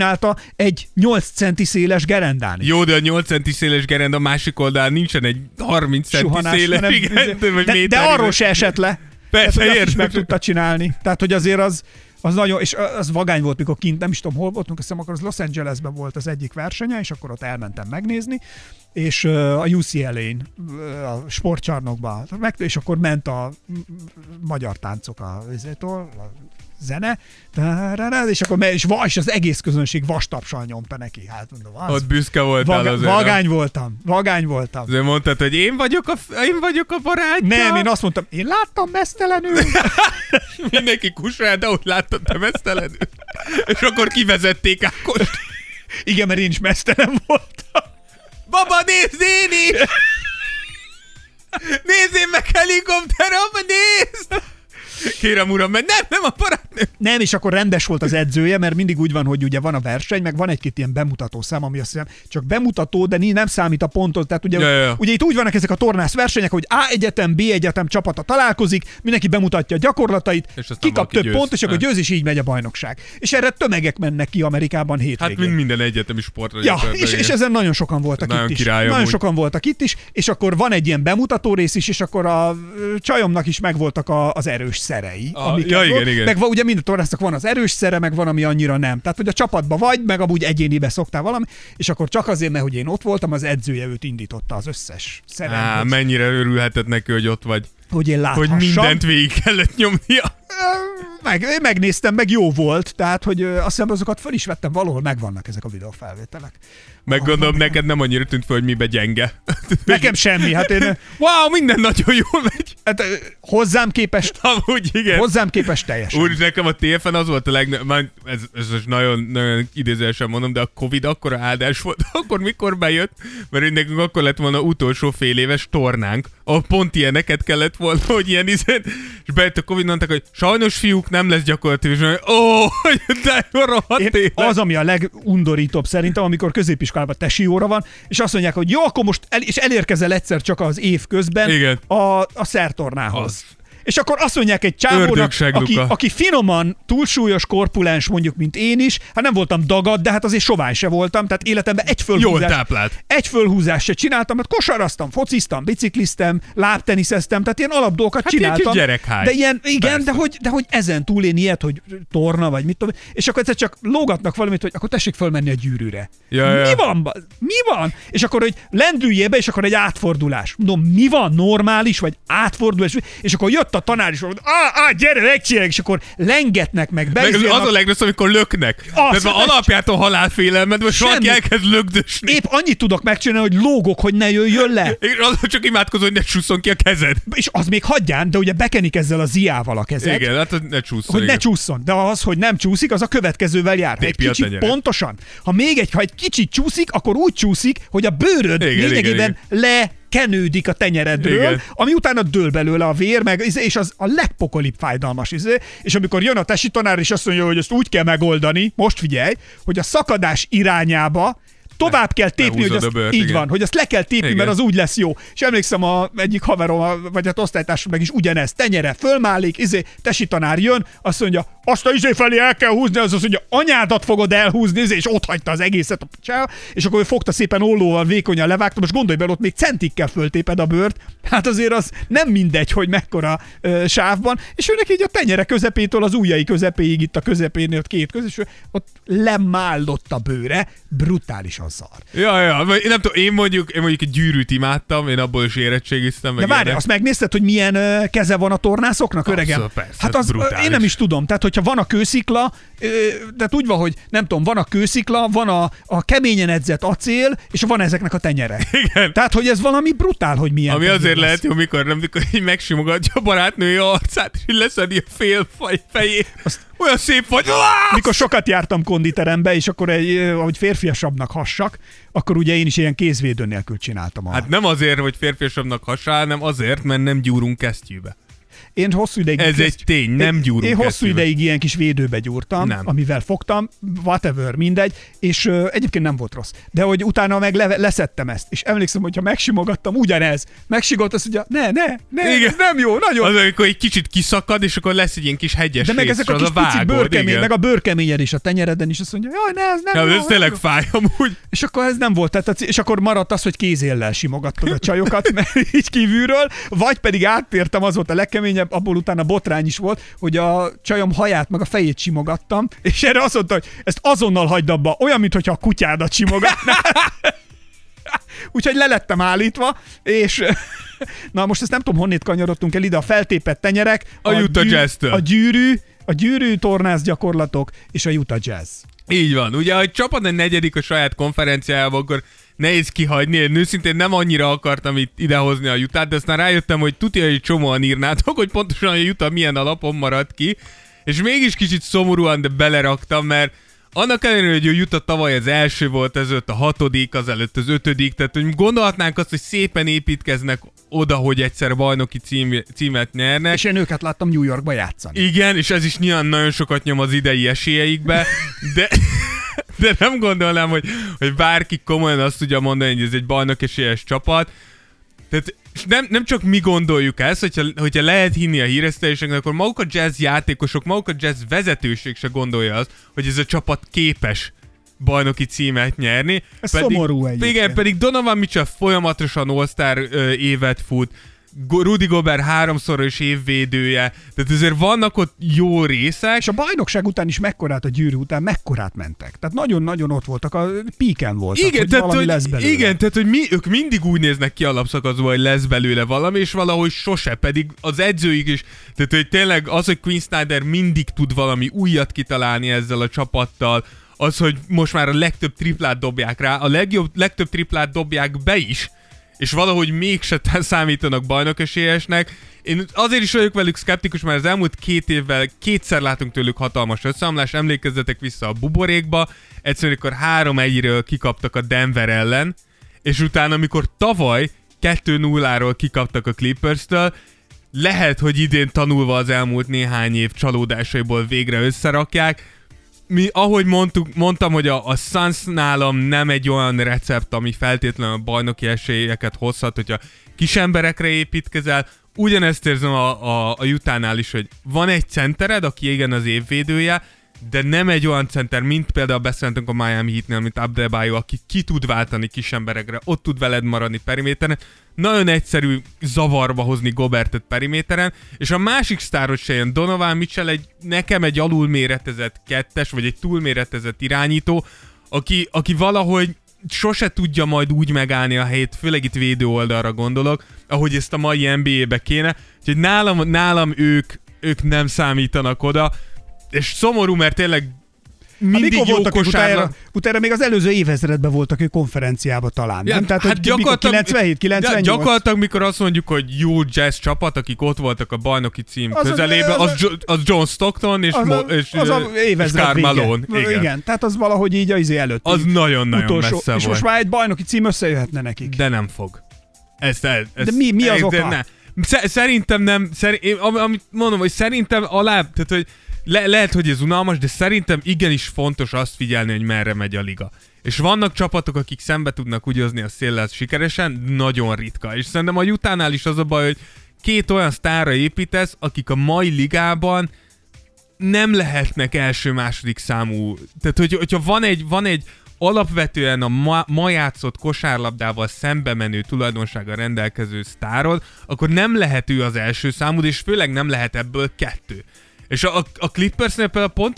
csinálta egy 8 centi széles gerendán is. Jó, de a 8 centi széles gerenda másik oldalán nincsen egy 30 centi széles. De arról se esett le. Persze, tehát, azt is meg tudta csinálni. Tehát, hogy azért az nagyon, és az vagány volt, mikor kint, nem is tudom, hol voltunk, azt hiszem, akkor az Los Angelesben volt az egyik versenye, és akkor ott elmentem megnézni, és a UCLA-n, a sportcsarnokban, és akkor ment a magyar táncok a zene, és akkor és az egész közönség vastapsal nyomta neki. Hát mondom, ott büszke voltál azért. Vagány voltam. Azért mondtad, hogy én vagyok a barátja. Nem, én azt mondtam, én láttam mesztelenül. Mindenki kusrál, de ott láttad te mesztelenül. És akkor kivezették Ákost. Igen, mert én is mesztelen voltam. Baba, nézd én is! Nézzél meg helikopterre, nézd! Kérem uram, mert nem a barátnő. Nem, és akkor rendes volt az edzője, mert mindig úgy van, hogy ugye van a verseny, meg van egy-két ilyen bemutató szám, ami azt hiszem csak bemutató, de nem számít a pontot. Tehát ugye itt úgy vannak ezek a tornász versenyek, hogy A egyetem, B egyetem csapata találkozik, mindenki bemutatja a gyakorlatait, kikap több pont, és akkor győz, és így megy a bajnokság. És erre tömegek mennek ki Amerikában hétvégén. Hát mint minden egyetemi sportra. Ja, és ezen nagyon sokan voltak itt is. Nagyon sokan voltak itt is, és akkor van egy ilyen bemutató rész is, és akkor a csajomnak is megvoltak az erős szerei. Igen. Meg ugye mind a tornásznak van az erős szere, meg van, ami annyira nem. Tehát, hogy a csapatba vagy, meg amúgy egyénibe szoktál valami, és akkor csak azért, mert hogy én ott voltam, az edzője őt indította az összes szerem. Mennyire örülhetett neki, hogy ott vagy. Hogy én láthassam. Hogy mindent végig kellett nyomnia. Megnéztem, meg jó volt, tehát, hogy azt hiszem, azokat föl is vettem, valahol megvannak ezek a videófelvételek. Meg gondolom, neked nem annyira tűnt fel, hogy mibe gyenge. Nekem semmi, hát én... Wow, minden nagyon jól megy. Hát hozzám képest... Amúgy igen. Hozzám képest teljesen. Úr, nekem a TF-en az volt a legnagyobb, ez most nagyon, nagyon idézősen mondom, de a Covid akkora áldás volt, akkor mikor bejött, mert nekünk akkor lett volna utolsó fél éves tornánk, ahol pont ilyeneket kellett volna, hogy ilyen és bejött a Covid, mondták, hogy sajnos fiúk nem lesz gyakorlatilag, és de jó rohadt. Az, ami a legundorítóbb szerintem, amikor középiskolában tesi óra van, és azt mondják, hogy jó, akkor most és elérkezel egyszer csak az év közben a szertornához. És akkor azt mondják egy csávónak, aki finoman túlsúlyos, korpulens mondjuk, mint én is, hát nem voltam dagad, de hát azért sovány se voltam, tehát életemben egy fölhúzást se csináltam, hát kosaraztam, fociztam, bicikliztem, lábteniszeztem, tehát ilyen alapdolgokat csináltam. De ilyen, igen, de hogy ezen túl én ilyet, hogy torna, vagy mit tudom, és akkor egyszer csak lógatnak valamit, hogy akkor tessék fölmenni a gyűrűre. Mi van? És akkor, hogy lendüljél be, és akkor egy átfordulás. Mondom, mi van? Normális, vagy átfordulás? És akkor jött a tanár is mondta, gyere, megcsinálják, és akkor lengetnek meg. Az a legrosszabb, amikor löknek. Tehát már alapjától halálfélelmed, most valaki elkezd lögdösni. Épp annyit tudok megcsinálni, hogy lógok, hogy ne jöjjön le. És csak imádkozol, hogy ne csúszson ki a kezed. És az még hagyján, de ugye bekenik ezzel a ziával a kezed. Igen, hát ne csúszson. Hogy ne csúszson. De az, hogy nem csúszik, az a következővel jár. Egy kicsit pontosan. Ha egy kicsit csúszik, akkor úgy csúszik, hogy a bőröd lényegében kenődik a tenyeredről, ami utána dől belőle a vér, és az a legpokolibb fájdalmas. És amikor jön a tesi tanár, és azt mondja, hogy ezt úgy kell megoldani, most figyelj, hogy a szakadás irányába tovább kell tépni, hogy azt, bőrt, így van, hogy azt le kell tépni, mert az úgy lesz jó. És emlékszem, egyik haverom, vagy hát osztálytársam meg is ugyanez, tenyere fölmálik, tesi tanár jön, azt mondja, azt a felé el kell húzni, az mondja, anyádat fogod elhúzni, és ott hagyta az egészet a csáv, és akkor ő fogta szépen ollóval, vékonyan levágta, most gondolj bele, ott még centikkel föltéped a bőrt, hát azért az nem mindegy, hogy mekkora sávban, és őnek így a tenyere közepétől az ujjai közepéig, itt a közepénél két közé, és ott lemállott a bőre, brutálisan szar. Ja, én nem tudom, én mondjuk egy gyűrűt imádtam, én abból is érettségiztem. De várj, azt megnézted, hogy milyen keze van a tornászoknak, öregem? Persze, hát az, én nem is tudom, tehát hogyha van a kőszikla, de úgy van, hogy nem tudom, van a kőszikla, van a keményen edzett acél, és van ezeknek a tenyere. Igen. Tehát, hogy ez valami brutál, hogy milyen. Ami azért lehet jó, mikor így megsimogatja a barátnője arcát, és leszedi a fél fejét. Olyan szép vagy! Mikor sokat jártam konditerembe, és akkor ahogy férfiasabbnak hassak, akkor ugye én is ilyen kézvédő nélkül csináltam. Hát nem azért, hogy férfiasabbnak hassál, hanem azért, mert nem gyúrunk kesztyűbe. Én hosszú ideig... Ez egy tény, nem gyúrunk Én hosszú eszébe. ideig ilyen kis védőbe gyúrtam, Nem. amivel fogtam, whatever, mindegy, és egyébként nem volt rossz. De hogy utána meg leszettem ezt, és emlékszem, hogyha megsimogattam, ugyanez. Megsigott, azt mondja, ne, Igen. ez nem jó, nagyon. Az, amikor egy kicsit kiszakad, és akkor lesz egy ilyen kis hegyes De meg rész, ezek a és kis az a pici vágod, bőrkemény, igen. meg a bőrkeményed is a tenyereden is azt mondja, jaj, ne, ez nem Ja, jó. ez tényleg nem jó. fáj amúgy. És akkor ez nem volt, tehát és akkor maradt az, hogy kézéllel simogattad a csajokat, mert így kívülről, vagy pedig áttértem, az volt a legkeményebb, abból utána botrány is volt, hogy a csajom haját meg a fejét simogattam, és erre azt mondta, hogy ezt azonnal hagyd abba, olyan, mintha a kutyádat simogatnál. Úgyhogy lelettem állítva, és na most ezt nem tudom, honnét kanyarodtunk el ide, a feltépett tenyerek, A Utah Jazz-től. a gyűrű tornász gyakorlatok és a Utah Jazz. Így van. Ugye, ha egy csapat egy negyedik a saját konferenciájában, akkor nehéz kihagyni. Én őszintén nem annyira akartam itt idehozni a Utah-t, de aztán rájöttem, hogy tudja, hogy csomóan írnátok, hogy pontosan a Utah milyen alapon maradt ki. És mégis kicsit szomorúan, de beleraktam, mert annak ellenére, hogy a Utah tavaly az első volt, ezelőtt a 6., azelőtt az 5., tehát hogy gondolhatnánk azt, hogy szépen építkeznek oda, hogy egyszer bajnoki címet nyernek. És én őket láttam New Yorkba játszani. Igen, és ez is nyilván nagyon sokat nyom az idei esélyeikbe, de nem gondolnám, hogy bárki komolyan azt tudja mondani, hogy ez egy bajnok esélyes csapat. Tehát nem csak mi gondoljuk ezt, hogyha lehet hinni a híreszteléseknek, akkor maguk a Jazz játékosok, maguk a Jazz vezetőség se gondolja azt, hogy ez a csapat képes bajnoki címet nyerni. Ez szomorú egyébként. Igen, pedig Donovan Mitchell folyamatosan All-Star évet fut, Rudy Gobert 3-szoros évvédője, tehát azért vannak ott jó részek. És a bajnokság után is mekkorát, a gyűrű után mekkorát mentek. Tehát nagyon-nagyon ott voltak, a píken voltak, Igen, hogy tehát, valami lesz belőle. Igen, tehát hogy ők mindig úgy néznek ki alapszakaszban, hogy lesz belőle valami, és valahogy sose, pedig az edzőik is, tehát hogy tényleg az, hogy Quinn Snyder mindig tud valami újat kitalálni ezzel a csapattal, az, hogy most már a legtöbb triplát dobják rá, a legtöbb triplát dobják be is, és valahogy mégse számítanak bajnokesélyesnek. Én azért is vagyok velük szkeptikus, mert az elmúlt 2 évvel kétszer látunk tőlük hatalmas összeomlást, emlékezzetek vissza a buborékba, egyszerűen amikor 3-1-ről kikaptak a Denver ellen, és utána, amikor tavaly 2-0-ról kikaptak a Clippers-től, lehet, hogy idén tanulva az elmúlt néhány év csalódásaiból végre összerakják. Ahogy mondtam, hogy a Suns nálam nem egy olyan recept, ami feltétlenül a bajnoki esélyeket hozhat, hogyha kis emberekre építkezel. Ugyanezt érzem a Utah-nál is, hogy van egy centered, aki igen az évvédője, de nem egy olyan center, mint például beszéltünk a Miami Heatnél, mint Adebayo, aki ki tud váltani kis emberekre, ott tud veled maradni periméteren. Nagyon egyszerű zavarba hozni Gobertet periméteren, és a másik sztárod se jön, Donovan Mitchell nekem egy alulméretezett kettes, vagy egy túlméretezett irányító, aki valahogy sose tudja majd úgy megállni a helyét, főleg itt védő oldalra gondolok, ahogy ezt a mai NBA-be kéne, úgyhogy nálam ők nem számítanak oda, és szomorú, mert tényleg mindig jó kosárra. Utána még az előző évezredben voltak ők konferenciába talán, nem? Tehát, hogy gyakorlatilag 97-98. Gyakorlatilag, mikor azt mondjuk, hogy jó Jazz csapat, akik ott voltak a bajnoki cím közelében, az John Stockton és Karl Malone. Igen, tehát az valahogy így az előtt. Az nagyon-nagyon messze volt. És most már egy bajnoki cím összejöhetne nekik. De nem fog. De mi az oka? Szerintem nem. Amit mondom, hogy szerintem alá, tehát hogy lehet, hogy ez unalmas, de szerintem igenis fontos azt figyelni, hogy merre megy a liga. És vannak csapatok, akik szembe tudnak úgy hozni a széllel sikeresen, nagyon ritka. És szerintem a Utah-nál is az a baj, hogy 2 olyan sztárra építesz, akik a mai ligában nem lehetnek első-második számú. Tehát, hogyha van egy alapvetően a ma játszott kosárlabdával szembe menő tulajdonsággal rendelkező sztárod, akkor nem lehet ő az első számú, és főleg nem lehet ebből 2. És a Clippersnél például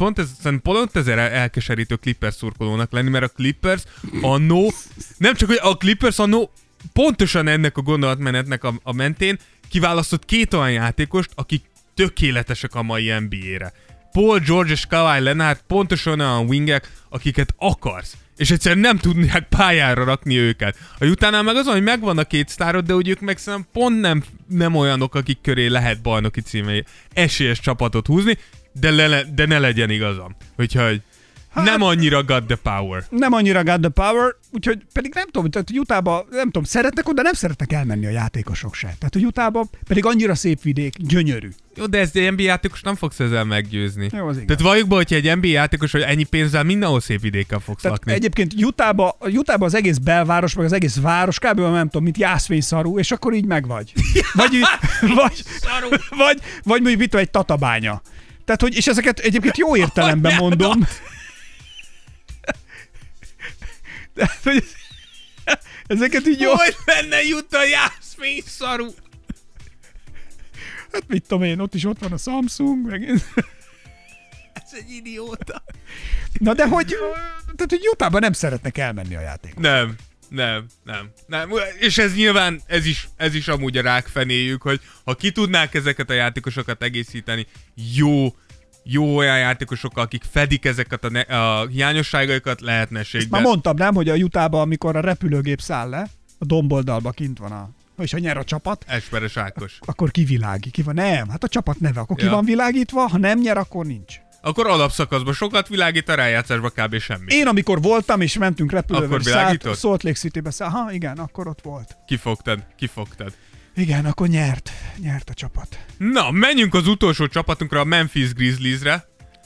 pont ez elkeserítő Clippers szurkolónak lenni, mert a Clippers annó, nem csak, hogy a Clippers annó pontosan ennek a gondolatmenetnek a mentén kiválasztott 2 olyan játékost, akik tökéletesek a mai NBA-re. Paul George és Kawhi Leonard pontosan olyan wingek, akiket akarsz. És egyszerűen nem tudják pályára rakni őket. A Utah-nál meg azon, hogy megvan a 2 sztárod, de úgy ők meg szerintem pont nem olyanok, akik köré lehet bajnoki címei esélyes csapatot húzni, de ne legyen igazam. Úgyhogy nem annyira got the power. Nem annyira got the power, úgyhogy pedig nem tudom, tehát Utahba, nem tudom, szeretnek oda, nem szeretnek elmenni a játékosok se. Tehát, hogy Utahba pedig annyira szép vidék, gyönyörű. Jó, de ezt egy NBA játékos nem fogsz ezzel meggyőzni. Jó, az igaz. Tehát valljuk be, hogyha egy NBA játékos, hogy ennyi pénzzel mindenhol szép vidéken fogsz Tehát lakni. egyébként Utahba az egész belváros, meg az egész város kb. Nem tudom, mint jászfényszarú, és akkor így megvagy. Vagy mondjuk mit egy tatabánya. Tehát, hogy, és ezeket egyébként jó értelemben mondom. Tehát, hogy ezeket így jó... Hogy lenne Utah jászfényszarú? Hát mit tudom én, ott van a Samsung, meg... Ez egy idióta. Na de hogy... Tehát, hogy Utahba nem szeretnek elmenni a játékok. Nem. És ez nyilván, ez is amúgy a rákfenéjük, hogy ha ki tudnák ezeket a játékosokat egészíteni jó olyan játékosokkal, akik fedik ezeket a hiányosságaikat, lehetne esély. Már mondtam, nem, hogy a Utahba, amikor a repülőgép száll le, a domboldalba kint van és ha nyer a csapat, Esperes Ákos. akkor kivilágít. Nem, hát a csapat neve, akkor ki van világítva, ha nem nyer, akkor nincs. Akkor alapszakaszban sokat világít, a rájátszásban kb. Semmi. Én amikor voltam, és mentünk repülővel, világított? Salt Lake City-be igen, akkor ott volt. Kifogtad. Igen, akkor nyert a csapat. Na, menjünk az utolsó csapatunkra, a Memphis Grizzliesre,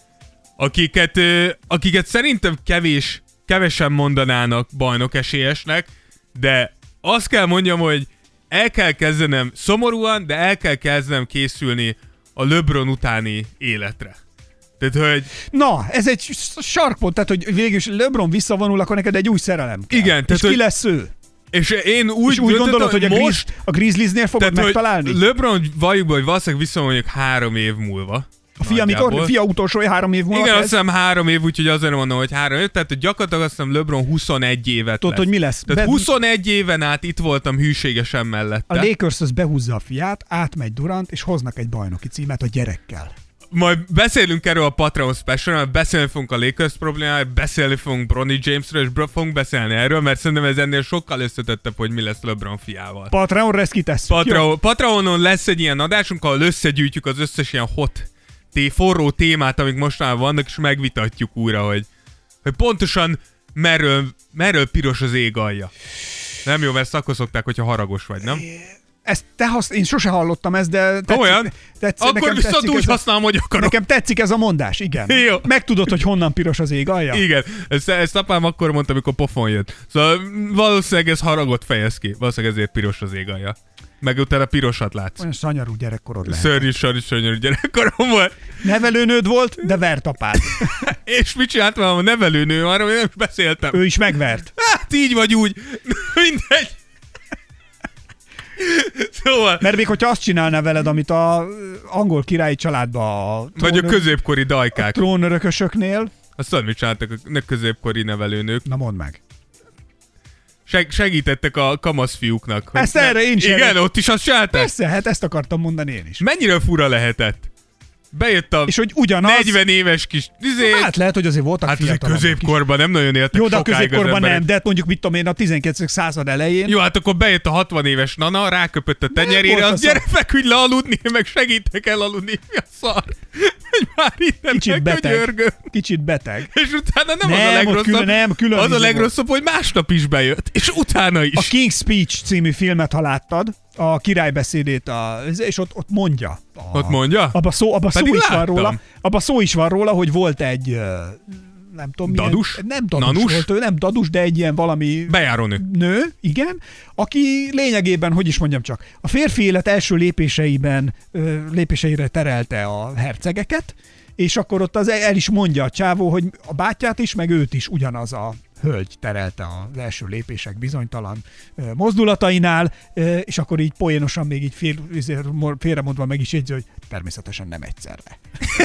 akiket szerintem kevesen mondanának bajnok esélyesnek, de azt kell mondjam, hogy el kell kezdenem szomorúan, de el kell kezdenem készülni a LeBron utáni életre. Tehát, hogy... Na, ez egy sarkpont, tehát, hogy végül is LeBron visszavonul, akkor neked egy új szerelem kell. Igen, és ki lesz ő? És én úgy gondolod, hogy a Grizzliesnél fogod megtalálni? LeBron valljuk be, hogy valószínűleg visszavonjuk 3 év múlva. A fia mikor? A fia utolsó 3 év múlva? Igen, azt hiszem 3 év, úgyhogy azért mondom, hogy 3 év. Tehát gyakorlatilag azt hiszem LeBron 21 évet tudod, hogy mi lesz? Tehát 21 éven át itt voltam hűségesen mellette. A Lakers az behúzza a fiát, átmegy Durant, és hoznak egy bajnoki címet a gyerekkel. Majd beszélünk erről a Patreon Special, mert beszélni fogunk a Lakers problémáról, beszélni fogunk Bronny Jamesről, és fogunk beszélni erről, mert szerintem ez ennél sokkal összetettebb, hogy mi lesz LeBron fiával. Patreonra ezt kitesszük. Patreonon lesz egy ilyen adásunk, ahol összegyűjtjük az összes ilyen forró témát, amik mostanában vannak, és megvitatjuk újra, hogy pontosan merről piros az ég alja. Nem jó, mert akkor szokták, hogyha haragos vagy, nem? Én sose hallottam ezt, de tetszik, akkor viszont úgy használom, hogy akarom. Nekem tetszik ez a mondás, igen. Jó. Megtudod, hogy honnan piros az ég alja? Igen, ezt apám akkor mondta, amikor pofon jött. Szóval valószínűleg ez haragot fejez ki. Valószínűleg ezért piros az ég alja. Meg utána pirosat látsz. Olyan szanyarú gyerekkorod lehet. Szörnyű gyerekkorom volt. Nevelőnőd volt, de vert apád. És mit csináltam a nevelőnő? Arra nem is beszéltem. Ő is megvert. Hát így vagy úgy. Mindegy. Szóval... Mert még hogyha azt csinálná veled, amit a angol királyi családban vagy a középkori dajkák. A trónörökösöknél. Azt tudod, mit csináltak a középkori nevelőnők? Na mondd meg. Segítettek a kamasz fiúknak. Ezt erre én is. Igen, ott is azt csinálták? Persze, hát ezt akartam mondani én is. Mennyire fura lehetett? Bejött a és hogy ugyanaz, 40 éves kis Hát lehet, hogy azért voltak fiatalabbak. Hát középkorban nem nagyon éltek jó, de a középkorban nem, de hát mondjuk mit tudom én a 19. század elején. Jó, hát akkor bejött a 60 éves nana, ráköpött a tenyerére, az gyere feküdj le aludni, meg segítek el aludni. Mi a szar? Hogy már innen megkönyörgöm. Kicsit beteg. És utána nem az a legrosszabb, az a legrosszabb, hogy másnap is bejött, és utána is. A King's Speech című filmet, ha láttad, a királybeszédét, és ott mondja. Ott mondja? Abba szó is van róla, hogy volt egy nem tudom dadus? Nem dadus volt ő, nem dadus, de egy ilyen valami bejárónő. Nő, igen, aki lényegében, hogy is mondjam csak, a férfi élet első lépéseire terelte a hercegeket, és akkor ott el is mondja a csávó, hogy a bátyját is, meg őt is ugyanaz a hölgy terelte az első lépések bizonytalan mozdulatainál, és akkor így poénosan még így félremondva meg is jegyzi, hogy természetesen nem egyszerre.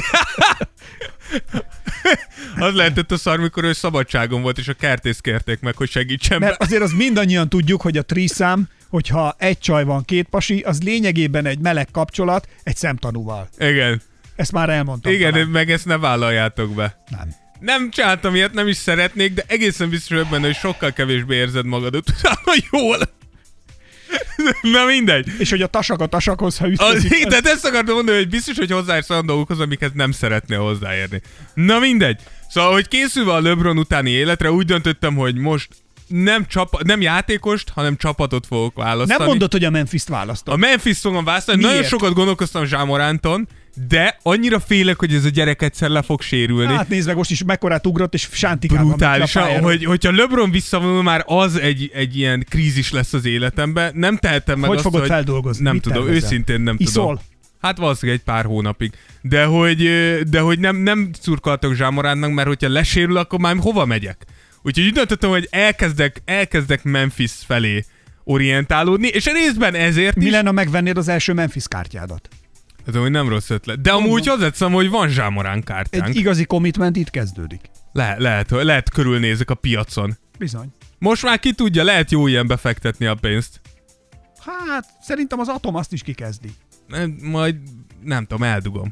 Az lehetett a szar, mikor ő szabadságon volt, és a kertész kérték meg, hogy segítsen. Mert azért az mindannyian tudjuk, hogy a threesome, hogyha egy csaj van, 2 pasi, az lényegében egy meleg kapcsolat egy szemtanúval. Igen. Ezt már elmondtam. Igen, talán. meg ezt ne vállaljátok be. Nem csináltam ilyet, nem is szeretnék, de egészen biztos vagyok benne, hogy sokkal kevésbé érzed magadat utána jól. Na mindegy. És hogy a tasak a tasakhoz, ha ütközik. Tehát ezt akartam mondani, hogy biztos, hogy hozzáérsz olyan dolgokhoz, amikhez nem szeretnél hozzáérni. Na mindegy. Szóval, hogy készülve a LeBron utáni életre, úgy döntöttem, hogy most nem játékost, hanem csapatot fogok választani. Nem mondod, hogy a Memphis-t választod. A Memphis-t fogom választani. Miért? Nagyon sokat gondolkoztam Ja Moranton, de annyira félek, hogy ez a gyerek egyszer le fog sérülni. Hát nézd meg, most is mekkorát ugrott, és sántikában. Brutálisan, hogyha LeBron visszavonul, már az egy ilyen krízis lesz az életemben. Nem tehetem meg hogy azt, fogod hogy... feldolgozni? Nem Mit tudom, tervezel? őszintén nem Iszol? tudom. Hát valószínűleg egy pár hónapig. De hogy nem szurkoltok Ja Morantnak, mert hogyha lesérül, akkor már hova megyek? Úgyhogy úgy döntöttem, hogy elkezdek Memphis felé orientálódni, és részben ezért Mi is... lenne, ha megvennéd az első Memphis kártyádat? Ez amúgy nem rossz ötlet. De amúgy hozzáteszem, hogy van Ja Morant kártyánk. Egy igazi commitment itt kezdődik. Lehet körülnézek a piacon. Bizony. Most már ki tudja, lehet jó ilyen befektetni a pénzt. Hát, szerintem az Atom azt is kikezdi. Majd nem tudom, eldugom.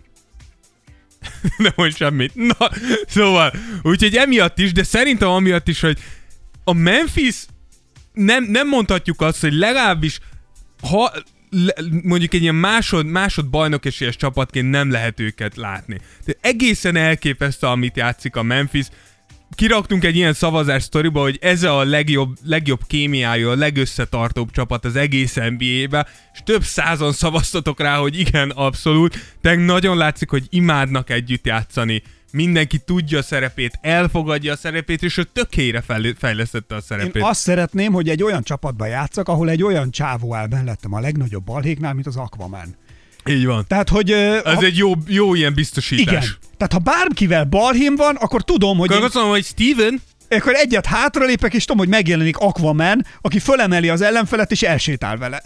Nem mond semmit. Na, szóval, úgyhogy emiatt is, de szerintem amiatt is, hogy a Memphis nem mondhatjuk azt, hogy legalábbis ha mondjuk egy ilyen másod bajnok esélyes csapatként nem lehet őket látni. De egészen elképesztő, amit játszik a Memphis. Kiraktunk egy ilyen szavazás sztoriba, hogy ez a legjobb kémiája, a legösszetartóbb csapat az egész NBA-be, és több százan szavaztatok rá, hogy igen, abszolút. De nagyon látszik, hogy imádnak együtt játszani. Mindenki tudja a szerepét, elfogadja a szerepét, és ő tökélyre fejlesztette a szerepét. Én azt szeretném, hogy egy olyan csapatban játszak, ahol egy olyan csávó áll mellettem a legnagyobb balhéknál, mint az Aquaman. Így van. Tehát, hogy... Ez egy jó ilyen biztosítás. Igen. Tehát, ha bárkivel balhém van, akkor tudom, hogy... Akkor azt mondom, hogy Steven... Akkor egyet hátralépek, és tudom, hogy megjelenik Aquaman, aki fölemeli az ellenfelet, és elsétál vele.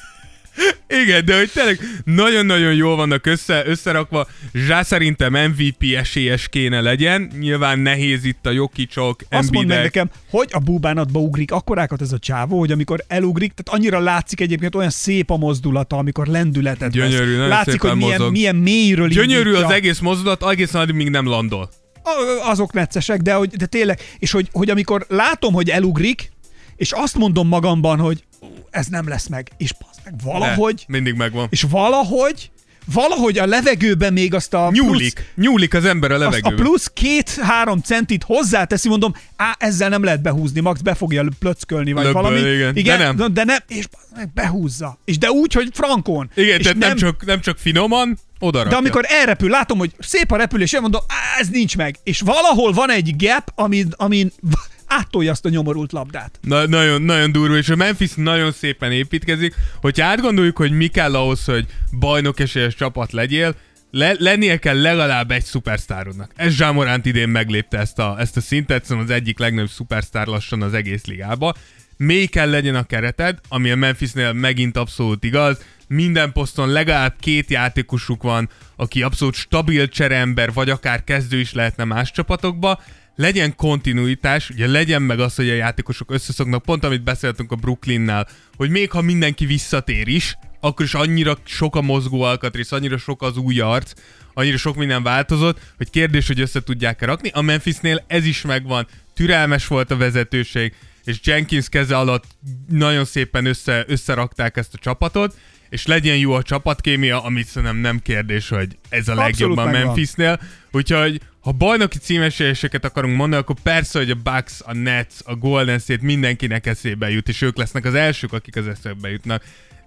Igen, de hogy tényleg nagyon-nagyon jól vannak összerakva. Ja szerintem MVP esélyes kéne legyen. Nyilván nehéz itt a Jokicok, Azt mondd meg Embiidek. nekem, hogy a búbánatba ugrik akkorákat ez a csávó, hogy amikor elugrik, tehát annyira látszik egyébként olyan szép a mozdulata, amikor lendületet Gyönyörű, vesz. nagyon Látszik, szépen hogy mozog. milyen mélyről Gyönyörű indítja. az egész mozdulat, egészen addig még nem landol. Azok neccesek, de tényleg, és hogy amikor látom, hogy elugrik, és azt mondom magamban, hogy ez nem lesz meg, és bazd meg, valahogy, De, mindig megvan. és valahogy a levegőben még azt a Nyúlik az ember a azt a levegőben. plusz 2-3 centit hozzáteszi, mondom, ezzel nem lehet behúzni, max be fogja plöckölni, vagy Löbből, valami. igen. De nem. És meg behúzza. És de úgy, hogy frankon. Igen, és tehát nem csak finoman, odarakja. de amikor elrepül, látom, hogy szép a repülés, én mondom, ez nincs meg. És valahol van egy gap, amin áttolja azt a nyomorult labdát. Nagyon durva, és a Memphis nagyon szépen építkezik. Hogyha átgondoljuk, hogy mi kell ahhoz, hogy bajnok esélyes csapat legyél, lennie kell legalább egy szupersztárodnak. Ez Ja Morant idén meglépte ezt a szintet, szóval az egyik legnagyobb szupersztár lassan az egész ligába. Mély kell legyen a kereted, ami a Memphisnél megint abszolút igaz. Minden poszton legalább 2 játékosuk van, aki abszolút stabil csereember, vagy akár kezdő is lehetne más csapatokba. Legyen kontinuitás, ugye legyen meg az, hogy a játékosok összeszoknak, pont amit beszéltünk a Brooklynnál, hogy még ha mindenki visszatér is, akkor is annyira sok a mozgó alkatrész, annyira sok az új arc, annyira sok minden változott, hogy kérdés, hogy össze tudják-e rakni. A Memphisnél ez is megvan, türelmes volt a vezetőség, és Jenkins keze alatt nagyon szépen összerakták ezt a csapatot, és legyen jó a csapatkémia, amit szerintem nem kérdés, hogy ez a legjobb a Memphisnél. Úgyhogy ha bajnoki címesélyeseket akarunk mondani, akkor persze, hogy a Bucks, a Nets, a Golden State mindenkinek eszébe jut, és ők lesznek az elsők, akik az eszébe jutnak.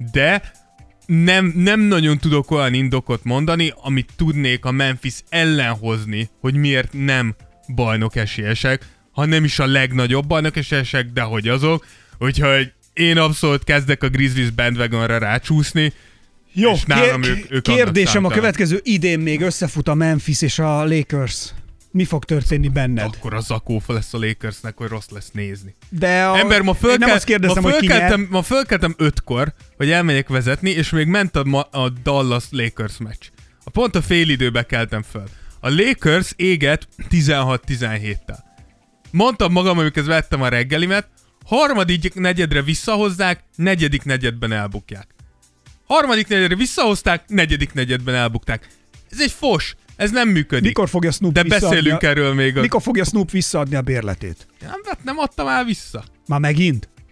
De nem nagyon tudok olyan indokot mondani, amit tudnék a Memphis ellen hozni, hogy miért nem bajnok esélyesek, ha nem is a legnagyobb bajnok esélyesek, de hogy azok. Úgyhogy én abszolút kezdek a Grizzlies bandwagonra rácsúszni. Jó, és nálam ők kérdésem a következő, idén még összefut a Memphis és a Lakers. Mi fog történni benned? Akkor a zakófa lesz a Lakersnek, hogy rossz lesz nézni. De Ember, ma fölkeltem 5-kor, hogy elmegyek vezetni, és még ment a Dallas Lakers meccs. Pont a félidőbe keltem föl. A Lakers éget 16-17-tel. Mondtam magam, amikor vettem a reggelimet, harmadik negyedre visszahozzák, negyedik negyedben elbukják. Harmadik negyedre visszahozták, negyedik negyedben elbukták. Ez egy fos, ez nem működik. Mikor fogja Snoop de beszélünk erről még. Mikor fogja Snoop visszaadni a bérletét? Nem adtam el vissza. Már megint?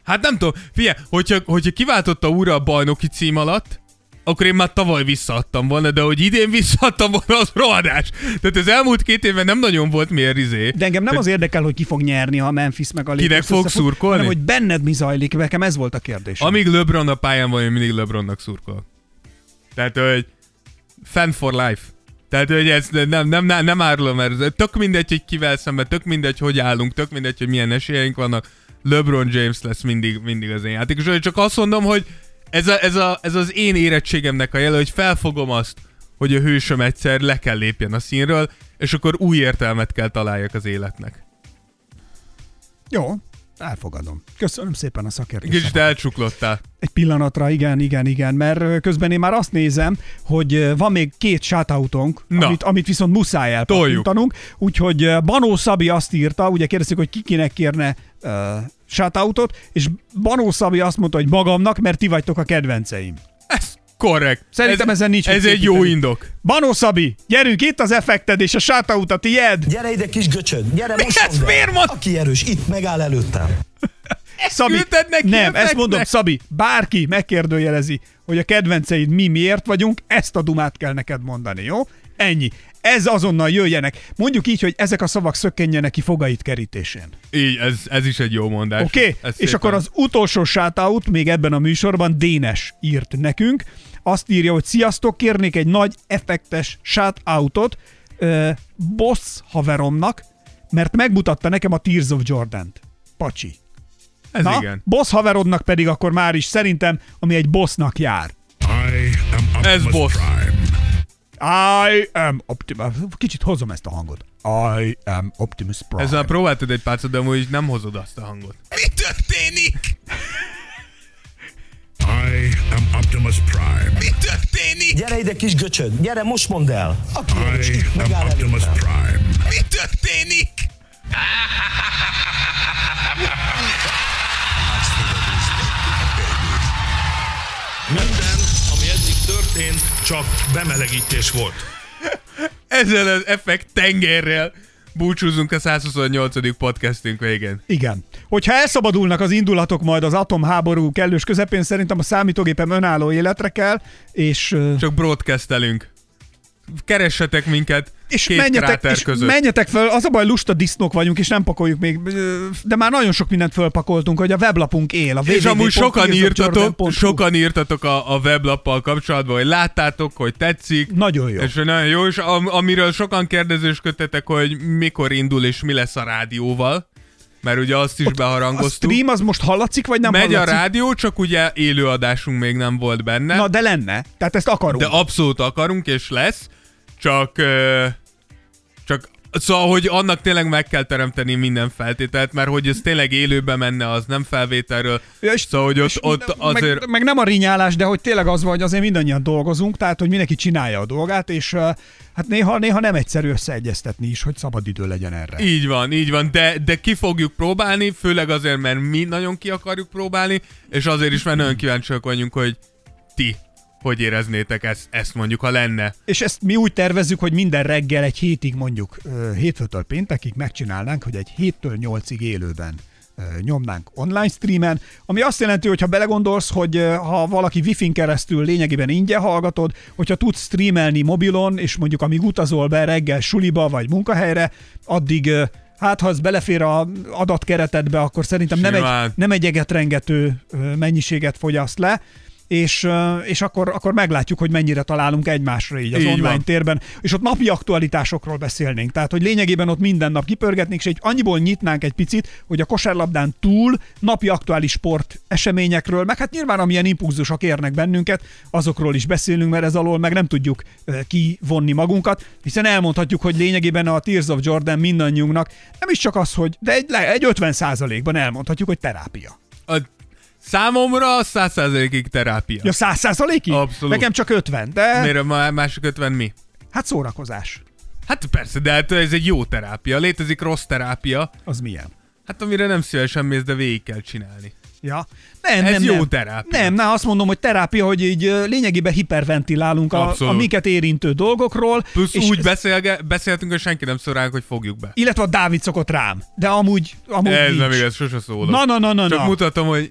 Hát nem tudom, figyelj, hogyha kiváltotta újra a bajnoki cím alatt, akkor én már tavaly visszaadtam volna, de hogy idén visszaadtam volna, az rohadás. Tehát az elmúlt 2 évben nem nagyon volt miért De engem nem az érdekel, hogy ki fog nyerni, ha a Memphis meg a Lakers kinek fog szurkolni? hanem hogy benned mi zajlik, nekem ez volt a kérdés. Amíg LeBron a pályán van, én mindig LeBronnak szurkolok. Tehát, hogy fan for life. Tehát, hogy ez nem árulom, mert tök mindegy, hogy kivel szemben, tök mindegy, hogy állunk, tök mindegy, hogy milyen esélyeink vannak. LeBron James lesz mindig az én játékos. Csak azt mondom, hogy ez az én érettségemnek a jele, hogy felfogom azt, hogy a hősöm egyszer le kell lépjen a színről, és akkor új értelmet kell találjak az életnek. Jó, elfogadom. Köszönöm szépen a szakértést. Kicsit elcsuklottál. Egy pillanatra, igen, mert közben én már azt nézem, hogy van még 2 shoutoutunk, amit viszont muszáj elpattintanunk. Úgyhogy Banó Szabi azt írta, ugye kérdeztük, hogy kinek kérne shoutoutot, és Banó Szabi azt mondta, hogy magamnak, mert ti vagytok a kedvenceim. Ez korrekt. Szerintem ezen nincs. Ez egy jó indok. Banó Szabi, gyerünk, itt az effekted és a shoutout a tiéd. Gyere ide, kis göcsöd, gyere most mondd el. Aki erős, itt megáll előttem. Szabi, nem, ezt mondom, Szabi, bárki megkérdőjelezi, hogy a kedvenceid miért vagyunk, ezt a dumát kell neked mondani, jó? Ennyi. Ez azonnal jöjjenek. Mondjuk így, hogy ezek a szavak szökkenjenek ki fogait kerítésén. Így, ez is egy jó mondás. Oké? És akkor az utolsó shoutout még ebben a műsorban Dénes írt nekünk. Azt írja, hogy sziasztok, kérnék egy nagy effektes shoutoutot boss haveromnak, mert megmutatta nekem a Tears of Jordan-t. Pacsi. Ez igen. Boss haverodnak pedig akkor már is szerintem, ami egy bossnak jár. Ez boss. I am Optimus. Kicsit hozom ezt a hangot. I am Optimus Prime. Ezzel próbáltad egy párcot, de amúgy nem hozod azt a hangot. Mi történik? I am Optimus Prime. Mi történik? Gyere ide, kis göcsöd, gyere most mondd el. Aki erős, itt I am megáll Optimus előttem. Prime. Mi történik? Minden, ami eddig történt, csak bemelegítés volt. Ezzel az effekt tengerrel búcsúzunk a 128. podcastünk végén. Igen. Hogyha elszabadulnak az indulatok majd az atomháború kellős közepén, szerintem a számítógépem önálló életre kell, és... Csak broadcastelünk. Keressetek minket és két kráter között. Menjetek fel, az a baj, lusta disznók vagyunk, és nem pakoljuk még, de már nagyon sok mindent fölpakoltunk, hogy a weblapunk él. És amúgy sokan írtatok a weblappal kapcsolatban, hogy láttátok, hogy tetszik. Nagyon jó. És nagyon jó, és amiről sokan kérdezősködtetek, hogy mikor indul és mi lesz a rádióval. Mert ugye azt is beharangoztuk. A stream az most hallatszik, vagy nem Megy hallatszik? A rádió, csak ugye élőadásunk még nem volt benne. Na, de lenne. Tehát ezt akarunk. De abszolút akarunk, és lesz. Csak szóval, hogy annak tényleg meg kell teremteni minden feltételt, mert hogy ez tényleg élőbe menne, az nem felvételről. Szóval, hogy ott azért... Meg nem a rinyálás, de hogy tényleg az van, hogy azért mindannyian dolgozunk, tehát, hogy mindenki csinálja a dolgát, és hát néha nem egyszerű összeegyeztetni is, hogy szabadidő legyen erre. Így van, de ki fogjuk próbálni, főleg azért, mert mi nagyon ki akarjuk próbálni, és azért is, mert nagyon kíváncsiak vagyunk, hogy ti hogy éreznétek ezt mondjuk, ha lenne. És ezt mi úgy tervezzük, hogy minden reggel egy hétig mondjuk, hétfőtől péntekig megcsinálnánk, hogy egy 7-től 8-ig élőben nyomnánk online streamen, ami azt jelenti, hogy ha belegondolsz, hogy ha valaki Wi-Fi-n keresztül lényegében ingyen hallgatod, hogyha tudsz streamelni mobilon, és mondjuk amíg utazol be reggel suliba vagy munkahelyre, addig hát ha ez belefér az adatkeretedbe, akkor szerintem nem egy egetrengető mennyiséget fogyaszt le, és akkor meglátjuk, hogy mennyire találunk egymásra így az így online van. térben, és ott napi aktualitásokról beszélnénk. Tehát, hogy lényegében ott minden nap kipörgetnénk, és annyiból nyitnánk egy picit, hogy a kosárlabdán túl napi aktuális sport eseményekről, meg hát nyilván amilyen impulzusok érnek bennünket, azokról is beszélünk, mert ez alól meg nem tudjuk kivonni magunkat, hiszen elmondhatjuk, hogy lényegében a Tears of Jordan mindannyiunknak nem is csak az, hogy, de egy 50%-ban elmondhatjuk, hogy terápia. Számomra 100%-ig terápia. Ja, 100%-ig? Abszolút. Nekem csak 50, de... Miért a másik 50 mi? Hát szórakozás. Hát persze, de hát ez egy jó terápia. Létezik rossz terápia. Az milyen? Hát amire nem szívesen mész, de végig kell csinálni. Ja. Ez jó terápia. Nem, azt mondom, hogy terápia, hogy így lényegében hiperventilálunk a minket érintő dolgokról. Plusz úgy beszéltünk, hogy senki nem szól ránk, hogy fogjuk be. Illetve a Dávid szokott rám, de amúgy ez nincs. Nem igaz, sose szólok. Na. Csak mutatom, hogy...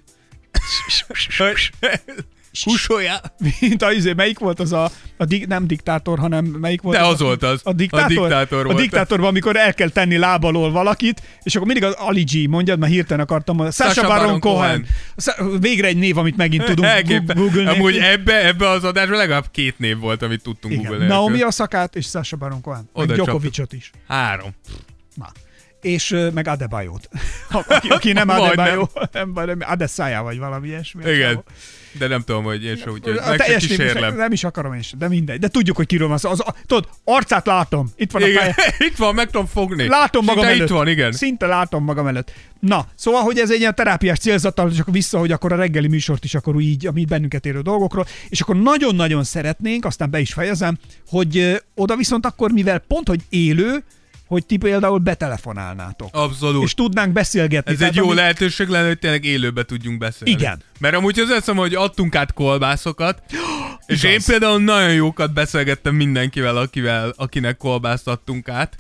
Húsolja. Mint melyik volt az nem diktátor, hanem melyik volt? De az volt az. A diktátor volt. A diktátorban, amikor el kell tenni láb alól valakit, és akkor mindig az Ali G, mondjad, mert hirtelen akartam. Sacha Baron Cohen. Végre egy név, amit megint tudunk googlni. Amúgy ebbe az adásban legalább 2 név volt, amit tudtunk googlni. Naomi Osakát és Sacha Baron Cohen. Meg Djokovicot is. 3. Na. És meg Adebayot. Aki nem Adebayo, Adesanya vagy valami ilyesmi. Igen. De nem tudom, hogy én sem, úgyhogy meg se kísérlem. Nem is akarom én sem, de mindegy. De tudjuk, hogy kiről van szó. Tudod, arcát látom. Itt van igen, a feje. Itt van, meg tudom fogni. Látom magam előtt. Itt van, igen. Szinte látom magam előtt. Na, szóval, hogy ez egy ilyen terápiás célzattal, csak vissza, hogy akkor a reggeli műsort is akkor így, amit bennünket érő dolgokról, és akkor nagyon-nagyon szeretnénk, aztán be is fejezem, hogy oda viszont akkor, mivel pont, hogy élő, hogy ti például betelefonálnátok. Abszolút. És tudnánk beszélgetni. Ez egy jó lehetőség lenne, hogy tényleg élőbe tudjunk beszélni. Igen. Mert amúgy az eszem, hogy adtunk át kolbászokat, és én például nagyon jókat beszélgettem mindenkivel, akinek kolbászt adtunk át.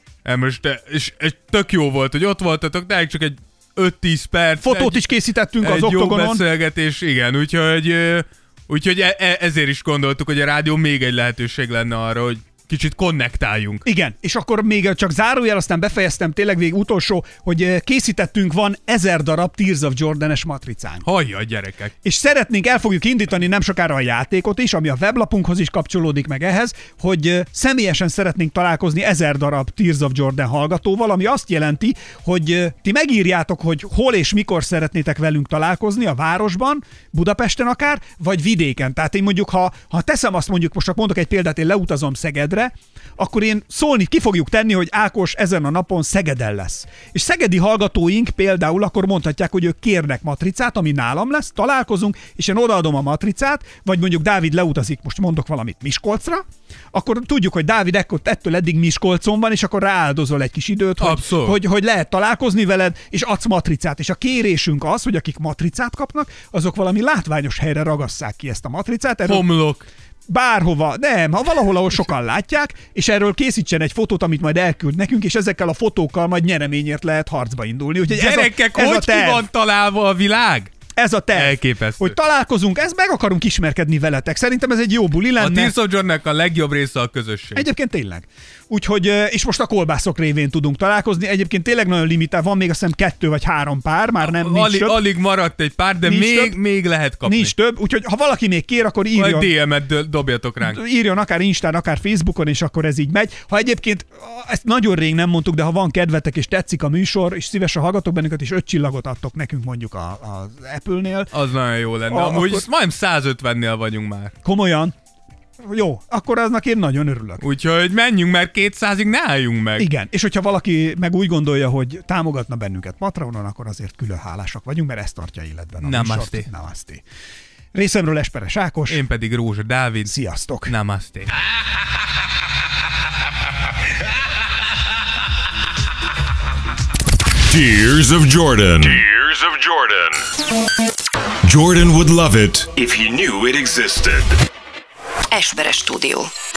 És tök jó volt, hogy ott voltatok, de csak egy 5-10 perc. Fotót is készítettünk az Oktogonon. Egy jó beszélgetés, igen. Úgyhogy ezért is gondoltuk, hogy a rádió még egy lehetőség lenne arra, hogy kicsit konnektáljunk. Igen, és akkor még csak zárójel, aztán befejeztem tényleg végig utolsó, hogy készítettünk, van 1000 darab Tears of Jordan-es matricánk. Hajja, gyerekek! És szeretnénk, el fogjuk indítani nem sokára a játékot is, ami a weblapunkhoz is kapcsolódik meg ehhez, hogy személyesen szeretnénk találkozni 1000 darab Tears of Jordan hallgatóval, ami azt jelenti, hogy ti megírjátok, hogy hol és mikor szeretnétek velünk találkozni, a városban, Budapesten akár, vagy vidéken. Tehát én mondjuk, ha teszem azt, mondjuk most csak mondok egy példát, én leutazom Szegedre, akkor én szólni ki fogjuk tenni, hogy Ákos ezen a napon Szegeden lesz. És szegedi hallgatóink például akkor mondhatják, hogy ők kérnek matricát, ami nálam lesz, találkozunk, és én odaadom a matricát, vagy mondjuk Dávid leutazik, most mondok valamit Miskolcra, akkor tudjuk, hogy Dávid ettől eddig Miskolcon van, és akkor rááldozol egy kis időt, hogy lehet találkozni veled, és adsz matricát. És a kérésünk az, hogy akik matricát kapnak, azok valami látványos helyre ragasszák ki ezt a matricát. Homlok. Bárhova, nem, ha valahol, ahol sokan látják, és erről készítsen egy fotót, amit majd elküld nekünk, és ezekkel a fotókkal majd nyereményért lehet harcba indulni. Úgyhogy gyerekek, hogy ki van találva a világ? Ez a terv. Elképesztő. Hogy találkozunk, meg akarunk ismerkedni veletek. Szerintem ez egy jó buli lenne. A Tears of Jordan-nek a legjobb része a közösség. Egyébként tényleg. Úgyhogy, és most a kolbászok révén tudunk találkozni. Egyébként tényleg nagyon limitál, van még azt hiszem 2 vagy 3 pár, már nem nincs több. Alig maradt egy pár, de még lehet kapni. Nincs több, úgyhogy ha valaki még kér, akkor írjon. Vagy DM-et dobjatok ránk. Írjon akár Instán, akár Facebookon, és akkor ez így megy. Ha egyébként, ezt nagyon rég nem mondtuk, de ha van kedvetek és tetszik a műsor, és szívesen hallgatok bennünket, és 5 csillagot adtok nekünk mondjuk az Apple-nél. Az nagyon jó lenne. Amúgy akkor... majdnem 150-nél vagyunk már. Komolyan? Jó, akkor aznak én nagyon örülök. Úgyhogy menjünk, mert 200-ig ne álljunk meg. Igen, és hogyha valaki meg úgy gondolja, hogy támogatna bennünket Patreonon, akkor azért külön hálásak vagyunk, mert ez tartja életben a Namaste. műsort. Namaste. Részemről Esperes Ákos. Én pedig Rózsa Dávid. Sziasztok. Namaste. Tears of Jordan. Tears of Jordan. Jordan would love it if he knew it existed. Esperes Stúdió.